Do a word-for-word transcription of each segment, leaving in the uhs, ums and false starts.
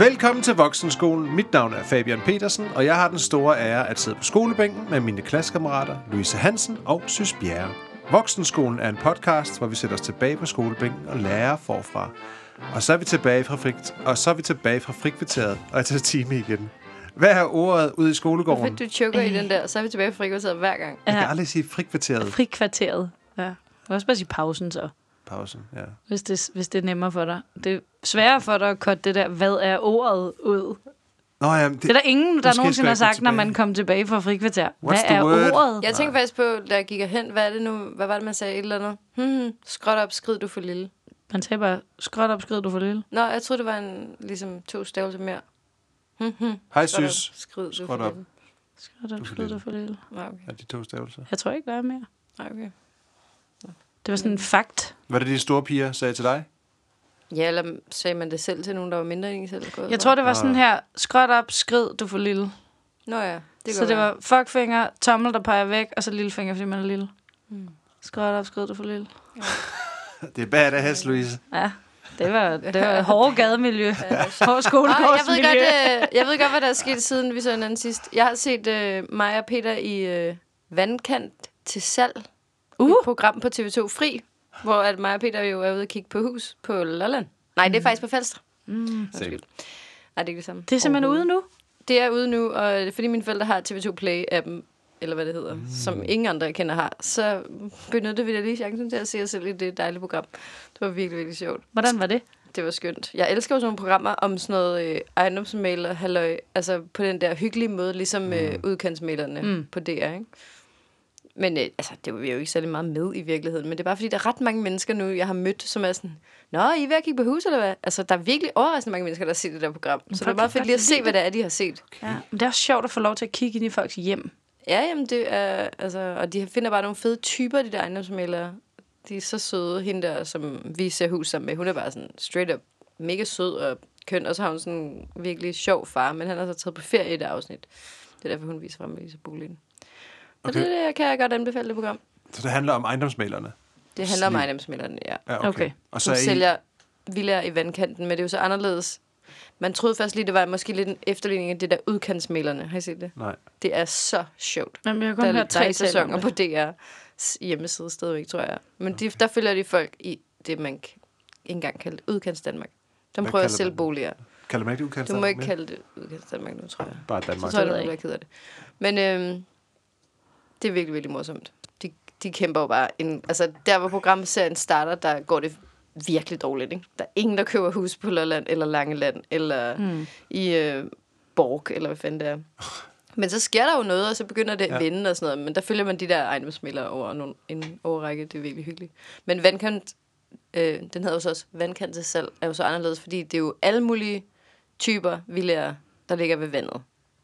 Velkommen til Voksenskolen. Mit navn er Fabian Petersen, og jeg har den store ære at sidde på skolebænken med mine klassekammerater Louise Hansen og Søs Bjerre. Voksenskolen er en podcast, hvor vi sætter os tilbage på skolebænken og lærer forfra. Og så er vi tilbage fra frik- og så er vi tilbage fra frikvarteret og er til time igen. Hvad er ordet ude i skolegården? Hvorfor du choker i den der, så er vi tilbage fra frikvarteret hver gang. Jeg kan aldrig sige frikvarteret. Frikvarteret, ja. Jeg kan også bare sige pausen så. Pausen, ja. Hvis det, hvis det er nemmere for dig. Det er sværere for dig at cutte det der, hvad er ordet ud? Nå, jamen, det, det er der ingen, der nogensinde har sagt, tilbage. når man kom tilbage fra frikvarter. Hvad What's er word? ordet? Jeg tænkte faktisk på, da jeg gik hen, hvad er det nu? Hvad var det, man sagde? Et eller andet? Hmm, skråt op, skrid du for lille. Man sagde bare, skråt op, skrid du for lille. Nå, jeg troede, det var en, ligesom to stavelser mere. Hmm, hmm. Hej, Skråt op, Søs. skrid du Skråt for op. lille. Skråt op, skrid du for lille. Nå, okay. Ja, de to stavelser. Jeg tror ikke, der er mere. Nå, okay. Det var sådan en fakt. Hvad er det, de store piger sagde til dig? Ja, eller sagde man det selv til nogen, der var mindre end en selv? Jeg tror, det var sådan her, skråt op, skrid du for lille. Nå ja, det Så det var fuckfinger, tommel, der peger væk, og så lillefinger, fordi man er lille. Hmm. Skråt op, skrid du for lille. Ja. Det er badass, Louise. Ja, det var, det var hårde gademiljø. Ja, hårde skolegårdsmiljø. jeg, ved godt, øh, jeg ved godt, hvad der er sket, siden vi så hinanden sidst. Jeg har set øh, mig og Peter i øh, Vandkant til salg. Uh. Et program på T V to Fri, hvor at mig og Peter jo er ude og kigge på hus på Lolland. Nej, det er faktisk på Falster. Mm. Nej, det er ikke det samme. Det er simpelthen ude nu? Det er ude nu, og fordi mine forældre har T V to Play-appen, eller hvad det hedder, mm. som ingen andre jeg kender har, så benyttede vi da lige chancen til at se os selv i det dejlige program. Det var virkelig, virkelig sjovt. Hvordan var det? Det var skønt. Jeg elsker jo sådan nogle programmer om sådan noget øh, ejendomsmægler, halløj, altså på den der hyggelige måde, ligesom mm. øh, udkantsmælerne mm. på D R, ikke? Men øh, altså, det var vi jo ikke særlig meget med i virkeligheden, men det er bare fordi, der er ret mange mennesker nu, jeg har mødt, som er sådan, nå, I er ved at kigge på hus, eller hvad? Altså, der er virkelig overraskende mange mennesker, der har set det der program. Men så det er meget fedt lige at se, hvad det er, de har set. Okay. Ja, men det er også sjovt at få lov til at kigge ind i folks hjem. Ja, jamen det er, altså, og de finder bare nogle fede typer, de der ejendomsmælere. De er så søde. Hende der, som vi ser hus sammen med, hun er bare sådan straight up mega sød og køn, og så har hun sådan en virkelig sjov far, men han har så taget på ferie i det afsnit. Det er derfor, hun viser frem i Lisa Bolin. Okay. Og det, det kan jeg godt anbefale det program. Så det handler om ejendomsmælerne? Det handler om ejendomsmælerne, ja. Ja, okay. okay. Og så hun I... sælger villaer i vandkanten, men det er jo så anderledes. Man troede først lige, det var måske lidt en efterligning af det der udkantsmælerne. Har I set det? Nej. Det er så sjovt. Jamen, jeg har kun der hørt tre sæsoner på D R's hjemmeside stadigvæk, tror jeg. Men de, der følger de folk i det, man ikke engang kalder udkants Danmark. De Hvad prøver at sælge boliger. Kalder man ikke udkants Du må ikke mere? kalde det udkants Danmark nu, tror jeg. Bare Danmark. Så tror jeg, jeg keder det. Men øhm, det er virkelig, virkelig morsomt. De, de kæmper jo bare. En, altså, der hvor programserien starter, der går det virkelig dårligt, ikke? Der er ingen, der køber hus på Lolland eller Langeland, eller mm. i øh, Borg, eller hvad fanden det er. Men så sker der jo noget, og så begynder det at ja. vende og sådan noget. Men der følger man de der ejendomsmæglere over nogle, en overrække. Det er virkelig hyggeligt. Men Vandkant, øh, den hedder jo så også Vandkant til salg, er jo så anderledes, fordi det er jo alle mulige typer villaer, der ligger ved vandet.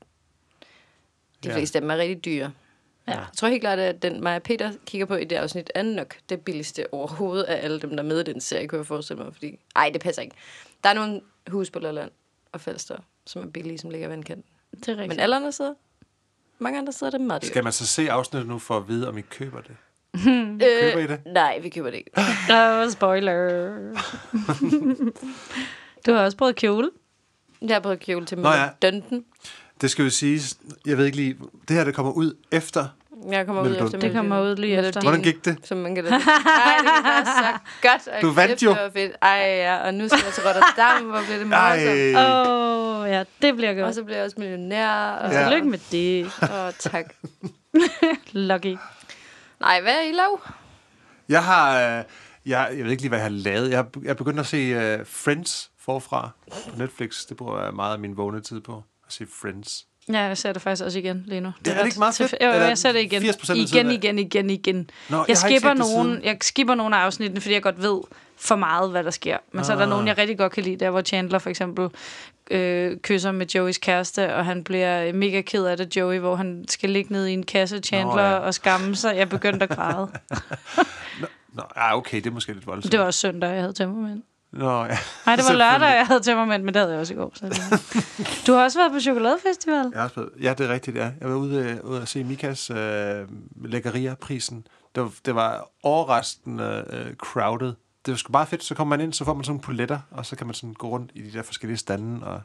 De ja. fleste af dem er rigtig dyre. Ja. Jeg tror helt klart, at den mig og Peter kigger på i det afsnit, er nok det billigste overhovedet af alle dem, der er med i den serie, kunne jeg forestille mig. Fordi, ej, det passer ikke. Der er nogle hus på Lolland og Falster, som er billige, som ligger ved vandkanten. Det er rigtigt. Men alle andre steder, mange andre steder, det er meget dyrt. Skal man så se afsnittet nu for at vide, om I køber det? øh, køber I det? Nej, vi køber det ikke. Åh, oh, spoiler. Du har også prøvet kjole. Jeg har prøvet kjole til mig. Ja. Dønten. Det skal jo siges, jeg ved ikke lige, det her, det kommer ud efter. Jeg kommer ud efter. Det kommer ud lige efter. Hvordan gik det? Som man kan det. Ej, det gik så godt. Du vandt jo. Fedt. Ej, ja, og nu skal jeg til Rotterdam, hvor bliver det morsomt. Åh, oh, ja, det bliver godt. Og så bliver jeg også millionær. Og ja. Tillykke med det. Åh, oh, tak. Lucky. Nej, hvad er I lav? Jeg har, øh, jeg, jeg ved ikke lige, hvad jeg har lavet. Jeg, jeg begyndte at se uh, Friends forfra på Netflix. Det bruger jeg meget af min vågne tid på, at se Friends. Ja, jeg ser det faktisk også igen lige nu. Det er, er det ikke meget fedt? Jo, jo, jeg ser det igen. Igen, igen, igen, igen. Nå, jeg, jeg, skipper nogen, jeg skipper nogle af afsnittene, fordi jeg godt ved for meget, hvad der sker. Men ah. så er der nogen, jeg rigtig godt kan lide, der hvor Chandler for eksempel øh, kysser med Joeys kæreste, og han bliver mega ked af det, Joey, hvor han skal ligge ned i en kasse, Chandler, Nå, ja. og skamme sig. Jeg begyndte at græde. Nå, Nå, ja, okay, det er måske lidt voldsomt. Det var også søndag, jeg havde temperament. Nå, ja. Nej, det var lørdag, jeg havde temperament, men det havde jeg også i går. Så det... Du har også været på chokoladefestival. Jeg har også været, ja, det er rigtigt, ja. Jeg var ude, ude at se Mikas øh, lækkerier-prisen. Det var, det var overraskende øh, crowded. Det var sgu bare fedt. Så kommer man ind, så får man sådan nogle poletter, og så kan man sådan gå rundt i de der forskellige stande og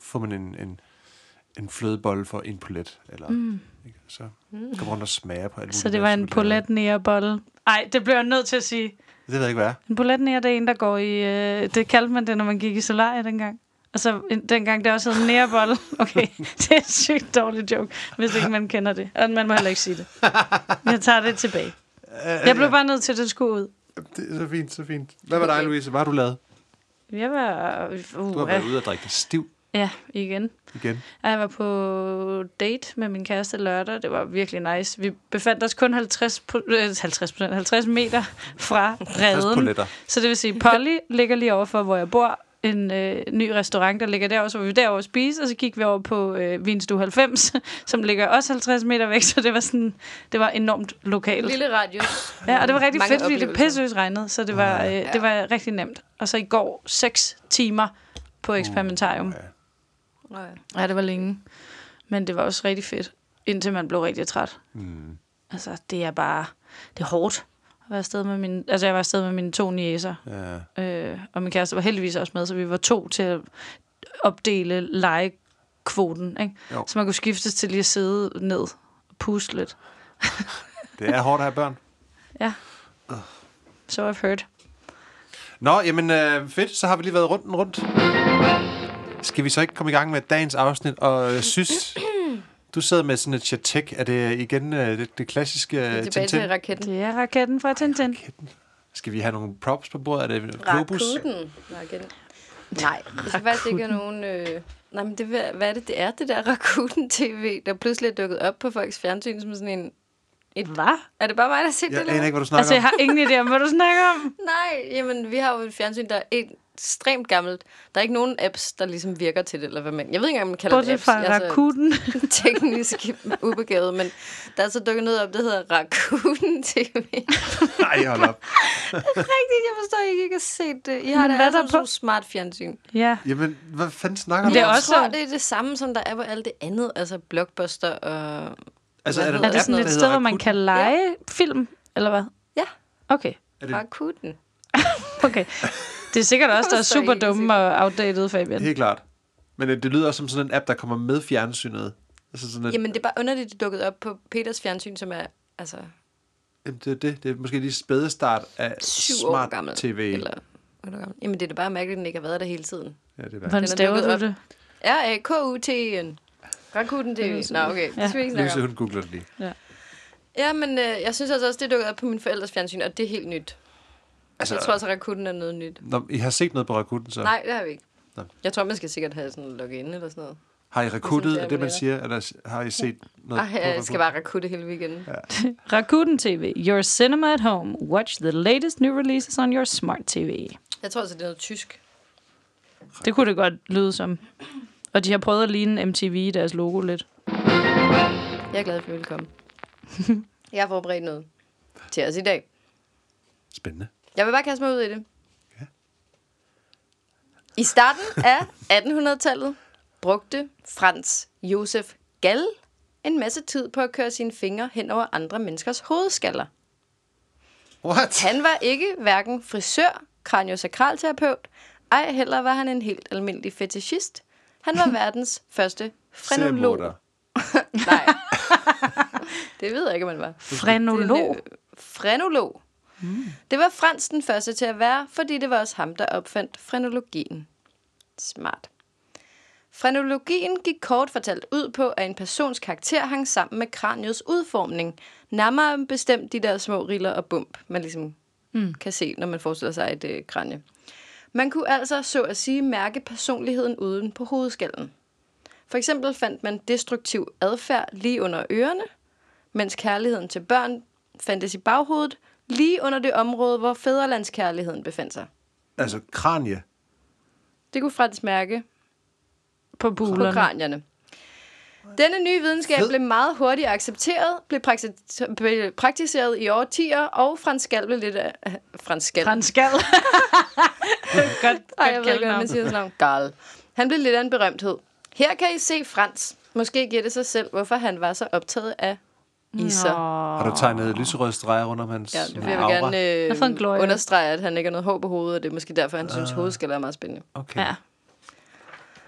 får man en, en, en flødebolle for en polet. Eller, mm. ikke? Så mm. går rundt og smager på alt. Så det var en polet-nære-bolle. Ej, det blev jeg nødt til at sige. Det ved jeg ikke, hvad er. En polet-nære, det er en, der går i... Øh, det kaldte man det, når man gik i solarie dengang. Og så en, dengang, der også hed en nærebolle. Okay, det er en sygt dårlig joke, hvis ikke man kender det. Og man må heller ikke sige det. Jeg tager det tilbage. Jeg blev bare nødt til, at det skulle ud. Det er så fint, så fint. Hvad var dig, Louise? Hvad har du lavet? Jeg var... Uh, du har været ude og drikke stiv. Ja, igen. Igen. Jeg var på date med min kæreste lørdag. Det var virkelig nice. Vi befandt os kun halvtreds, halvtreds, halvtreds meter fra reden. Så det vil sige, Polly ligger lige overfor, hvor jeg bor. En øh, ny restaurant, der ligger derovre, så var vi derovre og spise, og så gik vi over på øh, Vinstue halvfems, som ligger også halvtreds meter væk, så det var sådan, det var enormt lokalt. Lille radius. Ja, og det var rigtig fedt, fordi det pissøs regnede, så det var, øh, det var rigtig nemt. Og så i går, seks timer på eksperimentarium. Uh, okay. Ja, det var længe. Men det var også rigtig fedt, indtil man blev rigtig træt. Mm. Altså, det er bare, det er hårdt. Jeg var afsted med mine, altså jeg var afsted med mine to niecer, ja. øh, og min kæreste var heldigvis også med, så vi var to til at opdele legekvoten, ikke? Så man kunne skiftes til lige at sidde ned og puste lidt. Det er hårdt at have børn. Ja. Uh. So I've heard. Nå, jamen øh, fedt, så har vi lige været rundt og rundt. Skal vi så ikke komme i gang med dagens afsnit, og øh, synes... Du sidder med sådan et chatek. Er det igen øh, det, det klassiske uh, Tintin? Tilbage til raketten. Det er raketten fra Tintin. Raketten. Skal vi have nogle props på bordet? Er det globus? Rakuten. Nej, det skal faktisk ikke have nogen... Øh... Nej, men det, hvad er det, det er, det der Rakuten-T V, der pludselig er dukket op på folks fjernsyn som sådan en... Et hvad? Er det bare mig, der har set jeg det? Jeg aner ikke, hvad du snakker altså, om. Altså, jeg har ingen idé om, hvad du snakker om. Nej, jamen, vi har jo et fjernsyn, der er ekstremt gammelt. Der er ikke nogen apps, der ligesom virker til det, eller hvad man... Jeg ved ikke engang, om man kalder det apps. Bortset fra Rakuten. Teknisk ubegavet, men der er så dukket noget op, der hedder Rakuten-T V. Nej, hold op. Det er rigtigt, jeg forstår, at I ikke har set det. I har men det altså som smart fjernsyn. Ja. Jamen, hvad fanden snakker du om? Jeg også... tror, det er det samme, som der er på alt det andet. Altså Blockbuster og... Altså, er, er det sådan et sted, hvor man kan lege ja. film, eller hvad? Ja. Okay. Det... Rakuten. Okay. Det er sikkert også, der er super dumme og outdated, Fabian. Helt klart. Men det, det lyder også som sådan en app, der kommer med fjernsynet. Altså sådan et... Jamen, det er bare underligt, det dukket op på Peters fjernsyn, som er, altså... Jamen, det er det. Det er måske lige spæde start af smart gammel, T V. Eller, jamen, det er da bare mærkeligt, at den ikke har været der hele tiden. Ja, det er hvordan staver du det? R A K U T E N. Rakuten T V. Nå, okay. Ja. Lyse, hun googler det lige. Ja, ja men øh, jeg synes altså også, det er dukket op på min forældres fjernsyn, og det er helt nyt. Altså, jeg tror også, at Rakuten er noget nyt. Nå, I har set noget på Rakuten, så? Nej, det har vi ikke. Nå. Jeg tror, man skal sikkert have sådan en login eller sådan noget. Har I Rakuttet, er det, man siger? Eller har I set noget Ej, på Rakuten? Jeg skal bare Rakutte hele weekenden. Ja. Rakuten T V. Your cinema at home. Watch the latest new releases on your smart T V. Jeg tror altså, det er noget tysk. Det kunne det godt lyde som. Og de har prøvet at ligne M T V i deres logo lidt. Jeg er glad for, at velkommen. Jeg har forberedt noget til os i dag. Spændende. Jeg vil bare kaste mig ud i det. Ja. I starten af attenhundredetallet brugte Franz Josef Gall en masse tid på at køre sine fingre hen over andre menneskers hovedskaller. What? Han var ikke hverken frisør, kraniosakralterapeut, ej heller var han en helt almindelig fetishist. Han var verdens første frenolog. Nej. Det ved jeg ikke, om man var. Frenolog? Frenolog. Mm. Det var Frans den første til at være, fordi det var også ham, der opfandt frenologien. Smart. Frenologien gik kort fortalt ud på, at en persons karakter hang sammen med kraniets udformning. Nærmere bestemt de der små riller og bump, man ligesom mm. kan se, når man forestiller sig et øh, kranie. Man kunne altså, så at sige, mærke personligheden uden på hovedskallen. For eksempel fandt man destruktiv adfærd lige under ørerne, mens kærligheden til børn fandtes i baghovedet, lige under det område, hvor fædrelandskærligheden befandt sig. Altså kranie? Det kunne Frans mærke på bulerne. På kranierne. Denne nye videnskab Fed. blev meget hurtigt accepteret, blev, praktis- blev praktiseret i årtier, og Frans Gall blev lidt af... Uh, Frans Gall. Frans Gall. godt, Ej, jeg ved ikke, hvad man siger sådan noget. Gall. Han blev lidt af en berømthed. Her kan I se Frans. Måske giver det sig selv, hvorfor han var så optaget af iser. Har du tegnet lyserøde streger rundt om hans ja, det vil jeg vil gerne øh, understrege, at han ikke har noget hår på hovedet, og det er måske derfor, han uh. synes, hovedskaller er meget spændende. Okay. Ja.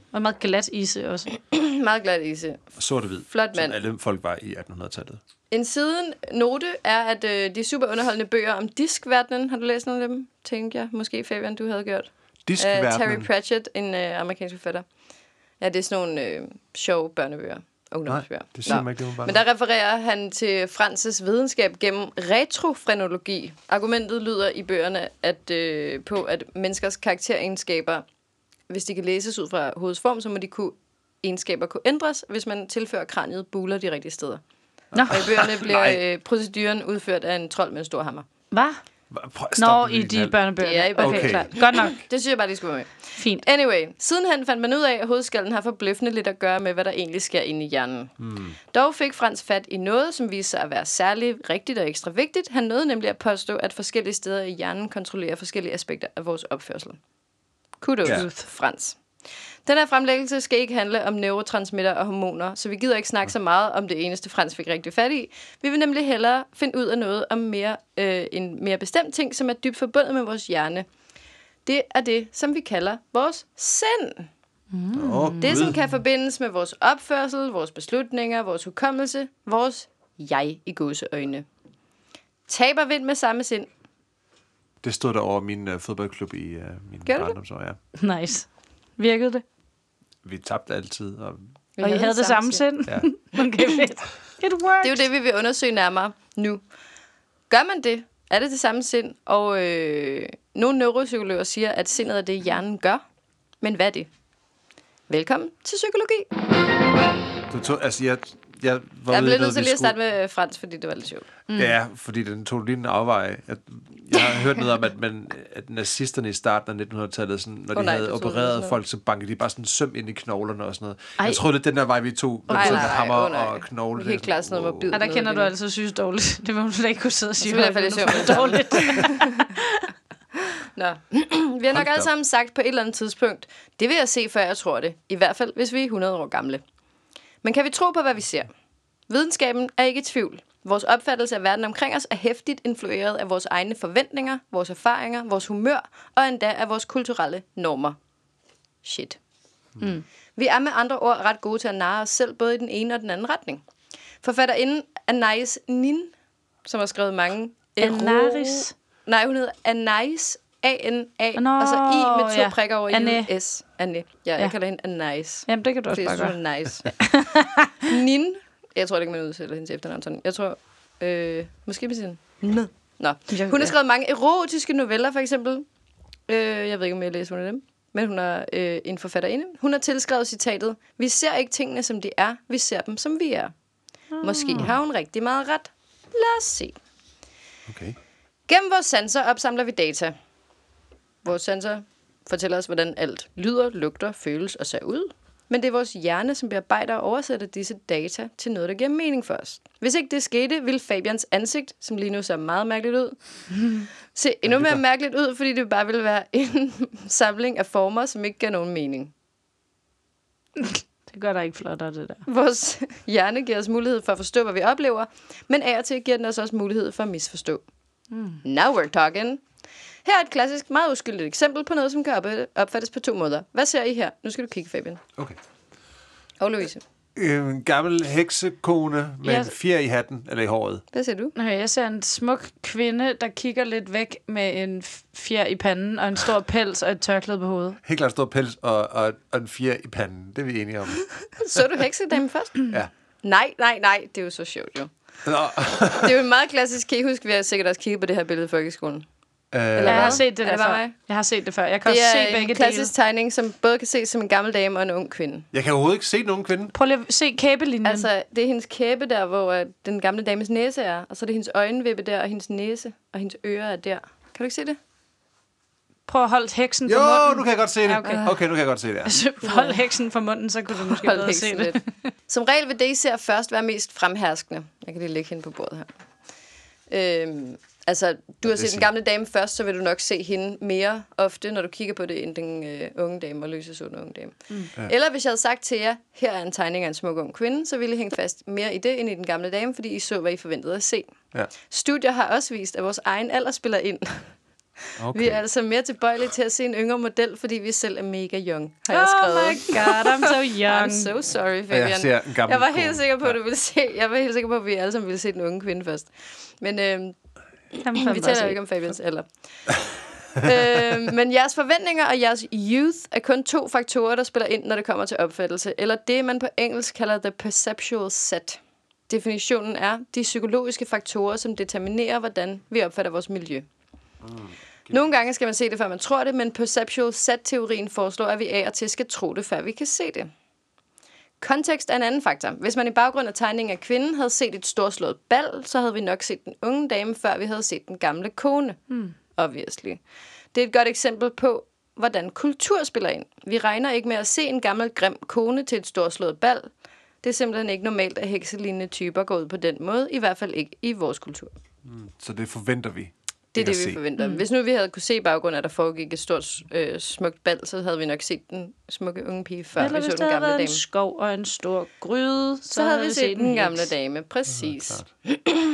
Og meget glat ise også. Meget glat ise. Sort og hvid. Flot mand. Som alle folk var i attenhundredetallet. En siden note er, at øh, de super underholdende bøger om diskverdenen, har du læst nogle af dem, tænker jeg? Måske, Fabian, du havde gjort. Diskverdenen? Uh, Terry Pratchett, en øh, amerikansk forfatter. Ja, det er sådan nogle øh, sjove børnebøger. Ungdomsbøger. Nej, det siger mig ikke, det var bare Men der refererer han til Francis' videnskab gennem retrofrenologi. Argumentet lyder i bøgerne at, øh, på, at menneskers karakteregenskaber, hvis de kan læses ud fra hovedets form, så må de kunne, egenskaber kunne ændres, hvis man tilfører kraniet buler de rigtige steder. Nå. Og i bøgerne bliver øh, proceduren udført af en trold med en stor hammer. Hvad? Nå, i de børnebøger. Det er i børnebøger. Okay, klart. Godt nok. Det synes jeg bare, de skulle være med. Fint. Anyway, sidenhen fandt man ud af, at hovedskallen har forbløffende lidt at gøre med, hvad der egentlig sker inde i hjernen. Hmm. Dog fik Frans fat i noget, som viste sig at være særligt rigtigt og ekstra vigtigt. Han nåede nemlig at påstå, at forskellige steder i hjernen kontrollerer forskellige aspekter af vores opførsel. Kudos, yeah. Frans. Den her fremlæggelse skal ikke handle om neurotransmitter og hormoner, så vi gider ikke snakke så meget om det eneste, Frans fik rigtig fat i. Vi vil nemlig hellere finde ud af noget om mere, øh, en mere bestemt ting, som er dybt forbundet med vores hjerne. Det er det, som vi kalder vores sind. Mm. Oh, det, som kan forbindes med vores opførsel, vores beslutninger, vores hukommelse, vores jeg i gåseøjne. Taber vind med samme sind. Det stod der over min uh, fodboldklub i uh, min barndomsår, ja. Nice. Virkede det? Vi tabte altid. Og, vi og I havde det samme sind? Ja. Okay, fedt. It worked. Det er jo det, vi vil undersøge nærmere nu. Gør man det? Er det det samme sind? Og øh, nogle neuropsykologer siger, at sindet er det, hjernen gør. Men hvad er det? Velkommen til psykologi. Du tog, altså, jeg, jeg var jeg blev nødt til lige at starte med Frans, fordi det var lidt sjovt. Mm. Ja, fordi den tog lige en afvej. Jeg, jeg har hørt noget om, at, man, at nazisterne i starten af nittenhundredetallet, sådan, når oh, de nej, havde opereret folk, så bankede de bare sådan søm ind i knoglerne og sådan noget. Ej. Jeg troede lidt, den der vej, vi tog med sådan hammer oh, og knogle. Vi kan ikke klare sådan noget mobilt. Ja, der kender du altså synes dårligt. Det var hun slet ikke kunne sidde og sige. Det er i hvert fald dårligt. Nå, vi har nok alle sammen sagt på et eller andet tidspunkt, det vil jeg se, før jeg tror det. I hvert fald, hvis vi er hundrede år gamle. Men kan vi tro på, hvad vi ser? Videnskaben er ikke i tvivl. Vores opfattelse af verden omkring os er hæftigt influeret af vores egne forventninger, vores erfaringer, vores humør og endda af vores kulturelle normer. Shit. Mm. Vi er med andre ord ret gode til at narre os selv, både i den ene og den anden retning. Forfatterinden Anais Nin, som har skrevet mange... Anais? Nej, hun hedder Anais. A N A, no, altså I med to ja. prikker over i S. Anne. Ja, jeg ja. kalder hende Anais. Jamen, det kan du også bare gøre. Det er nice. Nin. Jeg tror ikke, man udsætter hendes efternavn sådan. Jeg tror, øh, måske med sin... Nå. Nå. Hun har skrevet mange erotiske noveller, for eksempel. Øh, jeg ved ikke, om jeg læser nogle af dem. Men hun er øh, en forfatterinde. Hun har tilskrevet citatet: vi ser ikke tingene, som de er. Vi ser dem, som vi er. Oh. Måske har hun rigtig meget ret. Lad os se. Okay. Gennem vores sanser opsamler vi data. Vores sanser fortæller os, hvordan alt lyder, lugter, føles og ser ud. Men det er vores hjerne, som bearbejder og oversætter disse data til noget, der giver mening for os. Hvis ikke det skete, ville Fabians ansigt, som lige nu ser meget mærkeligt ud, se endnu mere mærkeligt ud, fordi det bare ville være en samling af former, som ikke giver nogen mening. Det gør der ikke flottere, det der. Vores hjerne giver os mulighed for at forstå, hvad vi oplever, men af og til giver den os også mulighed for at misforstå. Mm. Now we're talking. Her er et klassisk, meget uskyldigt eksempel på noget, som kan opfattes på to måder. Hvad ser I her? Nu skal du kigge, Fabian. Okay. Og Louise. En gammel heksekone med yes. en fjer i hatten, eller i håret. Hvad ser du? Okay, jeg ser en smuk kvinde, der kigger lidt væk med en fjer i panden, og en stor pels og et tørklæde på hovedet. Helt klart stor pels og, og, og en fjer i panden. Det er vi enige om. Så du heksedamen først? Ja. Nej, nej, nej. Det er jo så sjovt, jo. Nå. Det er jo en meget klassisk. Kan I huske, vi har sikkert også kigget på det her billede i folkeskolen? Uh, Eller jeg har set det der før. Jeg har set det før. Jeg kan det også se begge dele. Det er en klassisk dele. tegning, som både kan ses som en gammel dame og en ung kvinde. Jeg kan overhovedet ikke se nogen kvinde. Prøv lige at se kæbelinjen. Altså, det er hendes kæbe der, hvor den gamle dames næse er. Og så er det hendes øjenvippe der, og hendes næse, og hendes ører er der. Kan du ikke se det? Prøv at holde heksen jo, for munden. Jo, nu kan jeg godt se det. Ja, okay. okay, nu kan jeg godt se det. Ja. Altså, hold heksen for munden, så kunne du måske bedre se det. Som regel vil det især først være mest fremherskende. Jeg kan lige lægge hende på bordet her. Øhm, altså, du har set den gamle dame først, så vil du nok se hende mere ofte, når du kigger på det, end den øh, unge dame og løse sådan unge dame. Mm. Ja. Eller hvis jeg havde sagt til jer, her er en tegning af en smuk ung kvinde, så ville I hænge fast mere i det, end i den gamle dame, fordi I så, hvad I forventede at se. Ja. Studier har også vist, at vores egen alder spiller ind. Okay. Vi er altså mere tilbøjelige til at se en yngre model, fordi vi selv er mega young, har jeg skrevet. Oh my god, I'm so young. I'm so sorry, Fabian. Jeg, ser en gammel jeg var helt kone. sikker på, at ja. du ville se. Jeg var helt sikker på, at vi alle sammen ville se den unge kvinde først. Men øhm, vi taler jo ikke om Fabians alder. øh, men jeres forventninger og jeres youth er kun to faktorer, der spiller ind, når det kommer til opfattelse. Eller det, man på engelsk kalder the perceptual set. Definitionen er de psykologiske faktorer, som determinerer, hvordan vi opfatter vores miljø. Mm. Nogle gange skal man se det, før man tror det, men perceptual set-teorien foreslår, at vi af og til skal tro det, før vi kan se det. Kontekst er en anden faktor. Hvis man i baggrund af tegningen af kvinden havde set et storslået bal, så havde vi nok set den unge dame, før vi havde set den gamle kone. Mm. Obviously. Det er et godt eksempel på, hvordan kultur spiller ind. Vi regner ikke med at se en gammel, grim kone til et storslået bal. Det er simpelthen ikke normalt, at hekselignende typer går ud på den måde, i hvert fald ikke i vores kultur. Mm. Så det forventer vi. Det er det, vi forventer. Mm. Hvis nu vi havde kunne se i baggrunden, at der foregik et stort, øh, smukt bal, så havde vi nok set den smukke unge pige, før Eller vi så den den gamle dame. en skov og en stor gryde, så, så havde vi set den gamle dame. Præcis. Ja,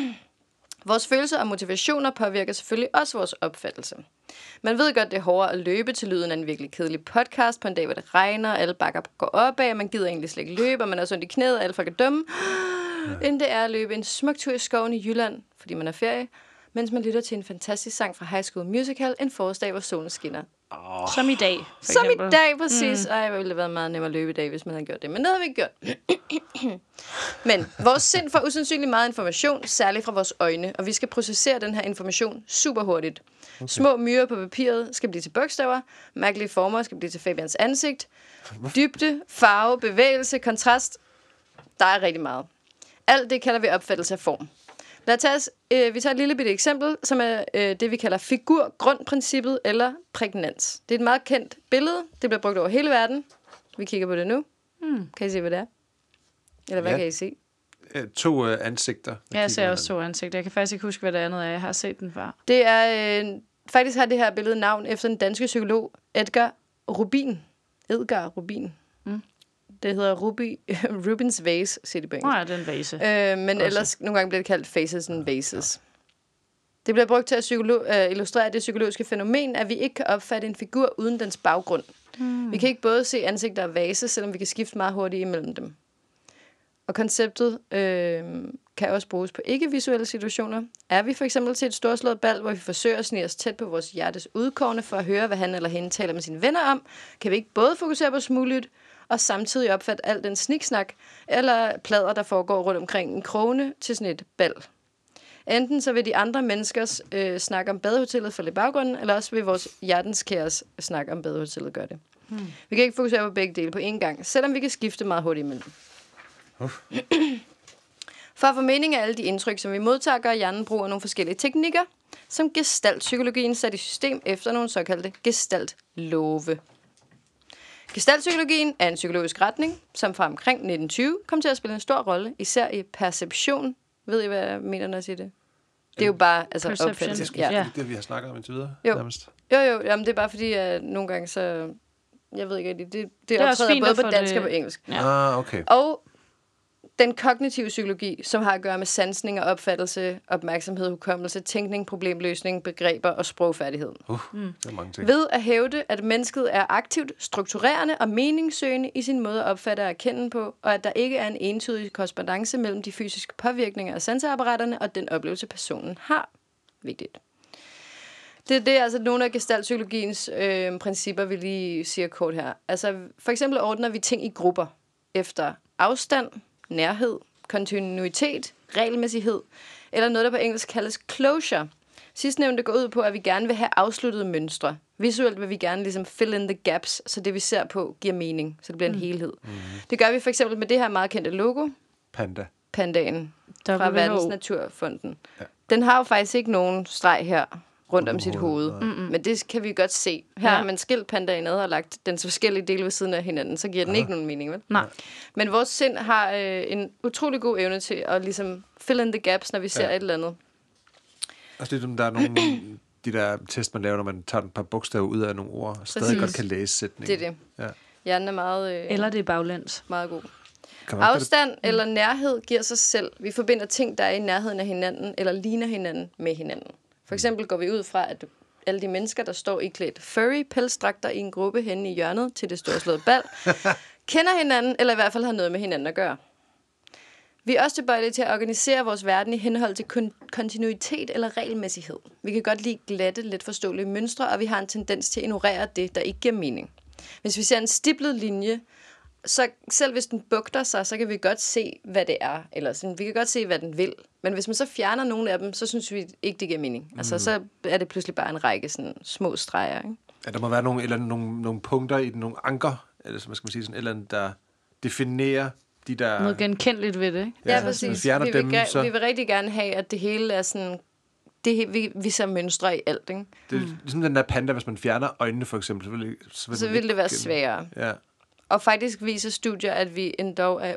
vores følelser og motivationer påvirker selvfølgelig også vores opfattelse. Man ved godt, det er hårdere at løbe til lyden af en virkelig kedelig podcast på en dag, hvor det regner, og alle bakker går opad, og man gider egentlig slet ikke løbe, og man er så ondt i knæet, og alle folk er dumme. Ja. End det er at løbe en smuk tur i skoven i Jylland, fordi man er ferie, mens man lytter til en fantastisk sang fra High School Musical, en forårsdag, hvor solen skinner. Oh. Som i dag, for Som eksempel. i dag, præcis. Mm. Ej, det ville have været meget nemmere at løbe i dag, hvis man havde gjort det. Men det havde vi ikke gjort. Men vores sind får usandsynligt meget information, særligt fra vores øjne, og vi skal processere den her information super hurtigt. Okay. Små myrer på papiret skal blive til bogstaver, mærkelige former skal blive til Fabians ansigt, dybde, farve, bevægelse, kontrast. Der er rigtig meget. Alt det kalder vi opfattelse af form. Lad os tage, øh, vi tager et lille bitte eksempel, som er øh, det, vi kalder figur-grundprincippet eller prægnans. Det er et meget kendt billede. Det bliver brugt over hele verden. Vi kigger på det nu. Hmm. Kan I se, hvad det er? Eller hvad ja. kan I se? Øh, to øh, ansigter. Ja, jeg ser også to ansigter. Jeg kan faktisk ikke huske, hvad det andet er. Jeg har set den før. Det er, øh, faktisk har det her billede navn efter den danske psykolog Edgar Rubin. Edgar Rubin. Mm. Det hedder Ruby, Rubens vase, siger de på engelsk. Nå ja, det er en vase. Øh, men også. Ellers nogle gange bliver det kaldt faces and vases. Det bliver brugt til at psykolo- uh, illustrere det psykologiske fænomen, at vi ikke kan opfatte en figur uden dens baggrund. Hmm. Vi kan ikke både se ansigter og vase, selvom vi kan skifte meget hurtigt imellem dem. Og konceptet øh, kan også bruges på ikke-visuelle situationer. Er vi for eksempel til et storslået bal, hvor vi forsøger at snige os tæt på vores hjertes udkårne for at høre, hvad han eller hende taler med sine venner om, kan vi ikke både fokusere på smuglyt og samtidig opfatte al den sniksnak eller plader, der foregår rundt omkring en krone til sådan et bal. Enten så vil de andre menneskers øh, snak om badehotellet falde i baggrunden, eller også vil vores hjertenskæres snak om badehotellet gøre det. Hmm. Vi kan ikke fokusere på begge dele på én gang, selvom vi kan skifte meget hurtigt imellem. Uh. For at få mening af alle de indtryk, som vi modtager, gør hjernen brug af nogle forskellige teknikker, som gestaltpsykologien sat i system efter nogle såkaldte gestaltlove. Gestaltpsykologien er en psykologisk retning, som fra omkring nitten tyve kom til at spille en stor rolle, især i perception. Ved I, hvad jeg mener, når jeg siger det? Det er jo bare altså, opfattelse. Ja. Det er det, vi har snakket om indtil videre. Jo, nærmest. jo, jo jamen, det er bare fordi, at nogle gange så... Jeg ved ikke rigtig, det, det, det optræder både på dansk og på engelsk. Ja. Ah, okay. Og den kognitive psykologi, som har at gøre med sansning og opfattelse, opmærksomhed, hukommelse, tænkning, problemløsning, begreber og sprogfærdighed. Uh, mm. Det er mange ting. Ved at hævde, at mennesket er aktivt, strukturerende og meningssøgende i sin måde at opfatte og erkende på, og at der ikke er en entydig korrespondance mellem de fysiske påvirkninger af sanseapparaterne og den oplevelse, personen har. Vigtigt. Det, det er altså nogle af gestaltpsykologiens øh, principper, vi lige siger kort her. Altså, for eksempel ordner vi ting i grupper efter afstand, nærhed, kontinuitet, regelmæssighed, eller noget, der på engelsk kaldes closure. Sidstnævnte går ud på, at vi gerne vil have afsluttede mønstre. Visuelt vil vi gerne ligesom fill in the gaps, så det vi ser på giver mening, så det bliver en mm. helhed. Mm. Det gør vi for eksempel med det her meget kendte logo. Panda. Pandaen fra Verdens Naturfonden. Ja. Den har jo faktisk ikke nogen streg her rundt om sit hoved. Mm-hmm. Men det kan vi godt se. Her ja. har man skilt pandaen ad og lagt den forskellige dele ved siden af hinanden, så giver den Aha. ikke nogen mening, vel? Nej. Men vores sind har øh, en utrolig god evne til at ligesom fill in the gaps, når vi ser ja. et eller andet. Altså det, der er nogle de der test, man laver, når man tager et par bogstaver ud af nogle ord, og stadig godt kan læse sætningen. Det er det. Ja. Hjernen er meget... Øh, eller det er baglæns. Meget god. Afstand det? eller nærhed giver sig selv. Vi forbinder ting, der er i nærheden af hinanden, eller ligner hinanden med hinanden. For eksempel går vi ud fra, at alle de mennesker, der står i klædt furry pelsdragter i en gruppe henne i hjørnet til det storslåede bal, kender hinanden, eller i hvert fald har noget med hinanden at gøre. Vi er også tilbøjelige til at organisere vores verden i henhold til kon- kontinuitet eller regelmæssighed. Vi kan godt lide glatte, let forståelige mønstre, og vi har en tendens til at ignorere det, der ikke giver mening. Hvis vi ser en stiplet linje, så selv hvis den bugter sig, så kan vi godt se, hvad det er. Eller sådan, vi kan godt se, hvad den vil. Men hvis man så fjerner nogle af dem, så synes vi ikke, det giver mening. Mm. Altså, så er det pludselig bare en række sådan, små streger. Ikke? Ja, der må være nogle, eller nogle, nogle punkter i den, nogle anker, eller hvad skal man sige, sådan et eller andet, der definerer de der... Noget genkendeligt ved det, ikke? Ja, ja præcis. Vi vil, dem, så... vi vil rigtig gerne have, at det hele er sådan... Det, vi, vi ser mønstre i alt, ikke? Det er mm. ligesom den der panda, hvis man fjerner øjnene, for eksempel. Så vil det, så vil, så vil det være gennem... sværere. Ja. Og faktisk viser studier, at vi endda er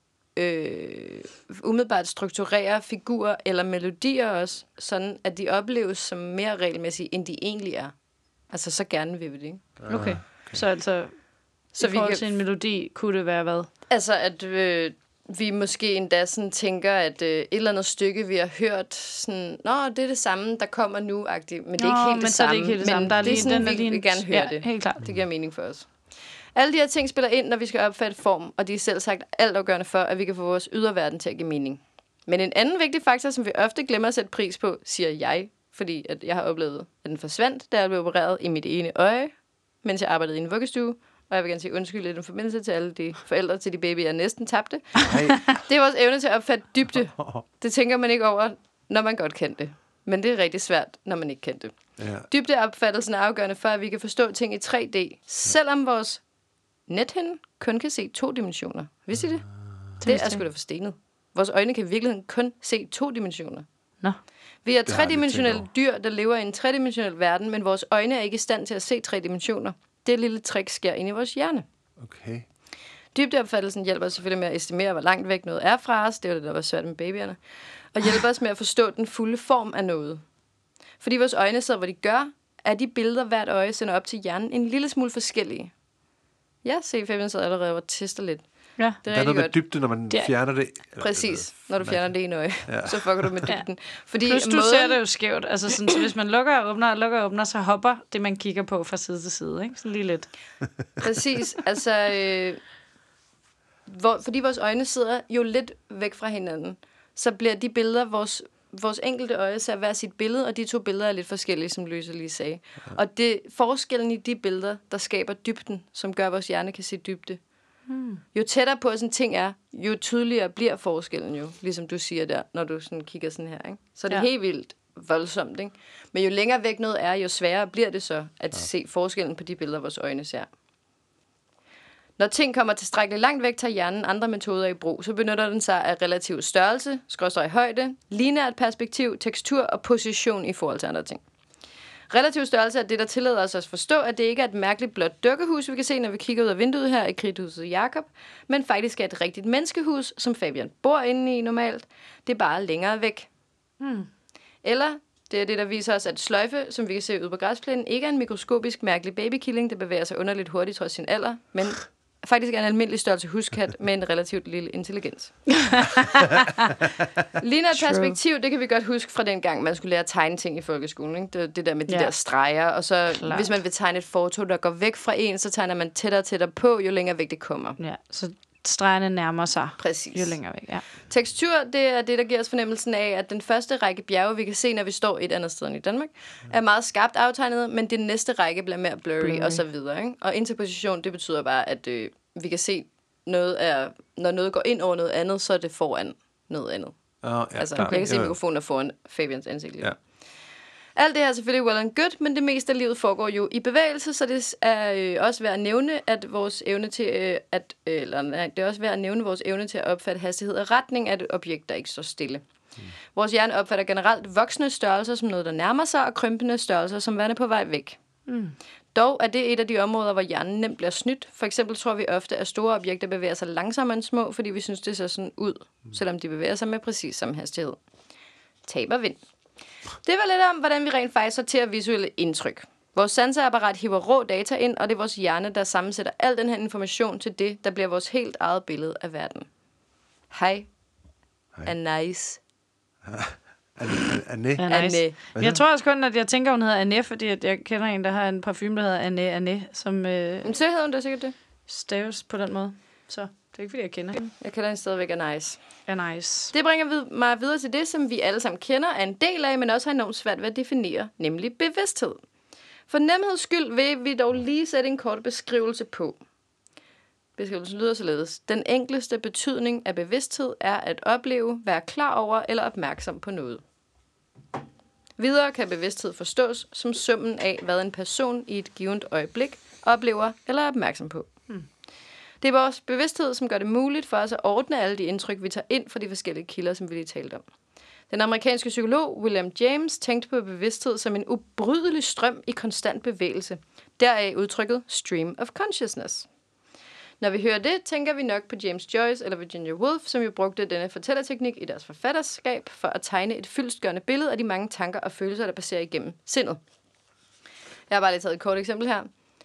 øh, umiddelbart strukturerer figurer eller melodier også, sådan at de opleves som mere regelmæssige, end de egentlig er. Altså, så gerne vil vi det, ikke? Okay. okay. Så altså, så i forhold til en melodi, kunne det være hvad? Altså, at øh, vi måske endda sådan tænker, at øh, et eller andet stykke, vi har hørt, sådan, nå, det er det samme, der kommer nu-agtigt, men det er nå, ikke helt men det så er samme. det ikke helt det samme. Der er lige, det er sådan, den vi lige vil gerne høre ja, det. Helt klart. Det giver mening for os. Alle de her ting spiller ind, når vi skal opfatte form, og de er selv sagt altafgørende for, at vi kan få vores yderverden til at give mening. Men en anden vigtig faktor, som vi ofte glemmer at sætte pris på, siger jeg, fordi at jeg har oplevet, at den forsvandt, da jeg blev opereret i mit ene øje, mens jeg arbejdede i en vuggestue. Og jeg vil gerne sige undskyld i den forbindelse til alle de forældre til de babyer, jeg næsten tabte. Det er vores evne til at opfatte dybde. Det tænker man ikke over, når man godt kender det. Men det er rigtig svært, når man ikke kender det. Ja. Dybdeopfattelsen er afgørende for, at vi kan forstå ting i tre D, selvom vores nethinde kun kan se to dimensioner. Vidste I det? Det er sgu da forstenet. Vores øjne kan i virkeligheden kun se to dimensioner. Nå. Vi er tredimensionelle dyr, der lever i en tredimensionel verden, men vores øjne er ikke i stand til at se tre dimensioner. Det lille trick sker ind i vores hjerne. Okay. Dybdeopfattelsen hjælper os selvfølgelig med at estimere, hvor langt væk noget er fra os. Det var det, der var svært med babyerne. Og hjælper os med at forstå den fulde form af noget. Fordi vores øjne sidder, hvor de gør, er de billeder, hvert øje sender op til hjernen, en lille smule forskellige. Ja, se, Fabian sidder allerede og tester lidt. Ja. Det er der er noget med dybde, når man det fjerner det. Eller, Præcis, når du fjerner det ene øje, ja. Så fucker du med dybden. Ja. Fordi plus du måden... ser det jo skævt. Altså sådan, så hvis man lukker og åbner og lukker og åbner, så hopper det, man kigger på fra side til side. Ikke? Sådan lige lidt. Præcis. Altså, øh, hvor, fordi vores øjne sidder jo lidt væk fra hinanden, så bliver de billeder, vores, vores enkelte øje ser hver sit billede, og de to billeder er lidt forskellige, som Louise lige sagde. Ja. Og det forskellen i de billeder, der skaber dybden, som gør, at vores hjerne kan se dybde. Hmm. Jo tættere på sådan en ting er, jo tydeligere bliver forskellen jo, ligesom du siger der, når du sådan kigger sådan her, ikke? Så det er ja. helt vildt voldsomt, ikke? Men jo længere væk noget er, jo sværere bliver det så at ja. se forskellen på de billeder, vores øjne ser. Når ting kommer tilstrækkeligt langt væk, tager hjernen andre metoder i brug. Så benytter den sig af relativ størrelse, skråstreg højde, lineært perspektiv, tekstur og position i forhold til andre ting. Relativ størrelse er det, der tillader os at forstå, at det ikke er et mærkeligt blåt dukkehus, vi kan se, når vi kigger ud af vinduet her i Kridthuset Jakob, men faktisk er et rigtigt menneskehus, som Fabian bor inde i normalt. Det er bare længere væk. Hmm. Eller det er det, der viser os, at sløjfe, som vi kan se ude på græsplænen, ikke er en mikroskopisk mærkelig babykilling, der bevæger sig underligt hurtigt trods sin alder, men faktisk er en almindelig størrelse huskat med en relativt lille intelligens. Lineært perspektiv, det kan vi godt huske fra den gang, man skulle lære at tegne ting i folkeskolen. Ikke? Det, det der med de ja. der streger, og så Klart. hvis man vil tegne et foto, der går væk fra en, så tegner man tættere og tættere på, jo længere væk det kommer. Ja, så stregerne nærmer sig, Præcis. jo længere væk. Ja. Tekstur, det er det, der giver os fornemmelsen af, at den første række bjerge, vi kan se, når vi står et andet sted end i Danmark, er meget skarpt aftegnet, men den næste række bliver mere blurry, blurry. og så videre. Ikke? Og interposition, det betyder bare, at øh, vi kan se noget af, når noget går ind over noget andet, så er det foran noget andet. Oh, ja, altså, klar. jeg kan se mikrofonen er foran Fabians ansigt lige. Ja. Alt det her er selvfølgelig well and good, men det meste af livet foregår jo i bevægelse, så det er øh, også værd at nævne, at vores evne til øh, at øh, eller nej, det er også værd at nævne vores evne til at opfatte hastighed og retning af et objekt, der ikke står stille. Mm. Vores hjerne opfatter generelt voksne størrelser som noget, der nærmer sig, og krympende størrelser som værende på vej væk. Mm. Dog er det et af de områder, hvor hjernen nemt bliver snydt. For eksempel tror vi ofte, at store objekter bevæger sig langsommere end små, fordi vi synes, det ser sådan ud, mm. selvom de bevæger sig med præcis samme hastighed. Tab og vind. Det var lidt om, hvordan vi rent faktisk sorterer visuelle indtryk. Vores sanseapparat hiver rå data ind, og det er vores hjerne, der sammensætter al den her information til det, der bliver vores helt eget billede af verden. Hej. Er nice. Anne. Anne. Jeg tror også kun, at jeg tænker, hun hedder Anne, fordi at jeg kender en, der har en parfume, der hedder Anne Anne, som øh, Men så hedder hun da sikkert det. staves på den måde. Så det er ikke, fordi jeg kender hende. Jeg kalder hende stadigvæk er nice. Er nice. Det bringer vid- mig videre til det, som vi alle sammen kender, er en del af, men også har enormt svært ved at definere, nemlig bevidsthed. For nemheds skyld vil vi dog lige sætte en kort beskrivelse på. Beskrivelsen lyder således. Den enkleste betydning af bevidsthed er at opleve, være klar over eller opmærksom på noget. Videre kan bevidsthed forstås som summen af, hvad en person i et givet øjeblik oplever eller er opmærksom på. Hmm. Det er vores bevidsthed, som gør det muligt for os at ordne alle de indtryk, vi tager ind fra de forskellige kilder, som vi lige talte om. Den amerikanske psykolog William James tænkte på bevidsthed som en ubrydelig strøm i konstant bevægelse. Deraf udtrykket stream of consciousness. Når vi hører det, tænker vi nok på James Joyce eller Virginia Woolf, som jo brugte denne fortællerteknik i deres forfatterskab for at tegne et fyldestgørende billede af de mange tanker og følelser, der passerer igennem sindet. Jeg har bare lige taget et kort eksempel her.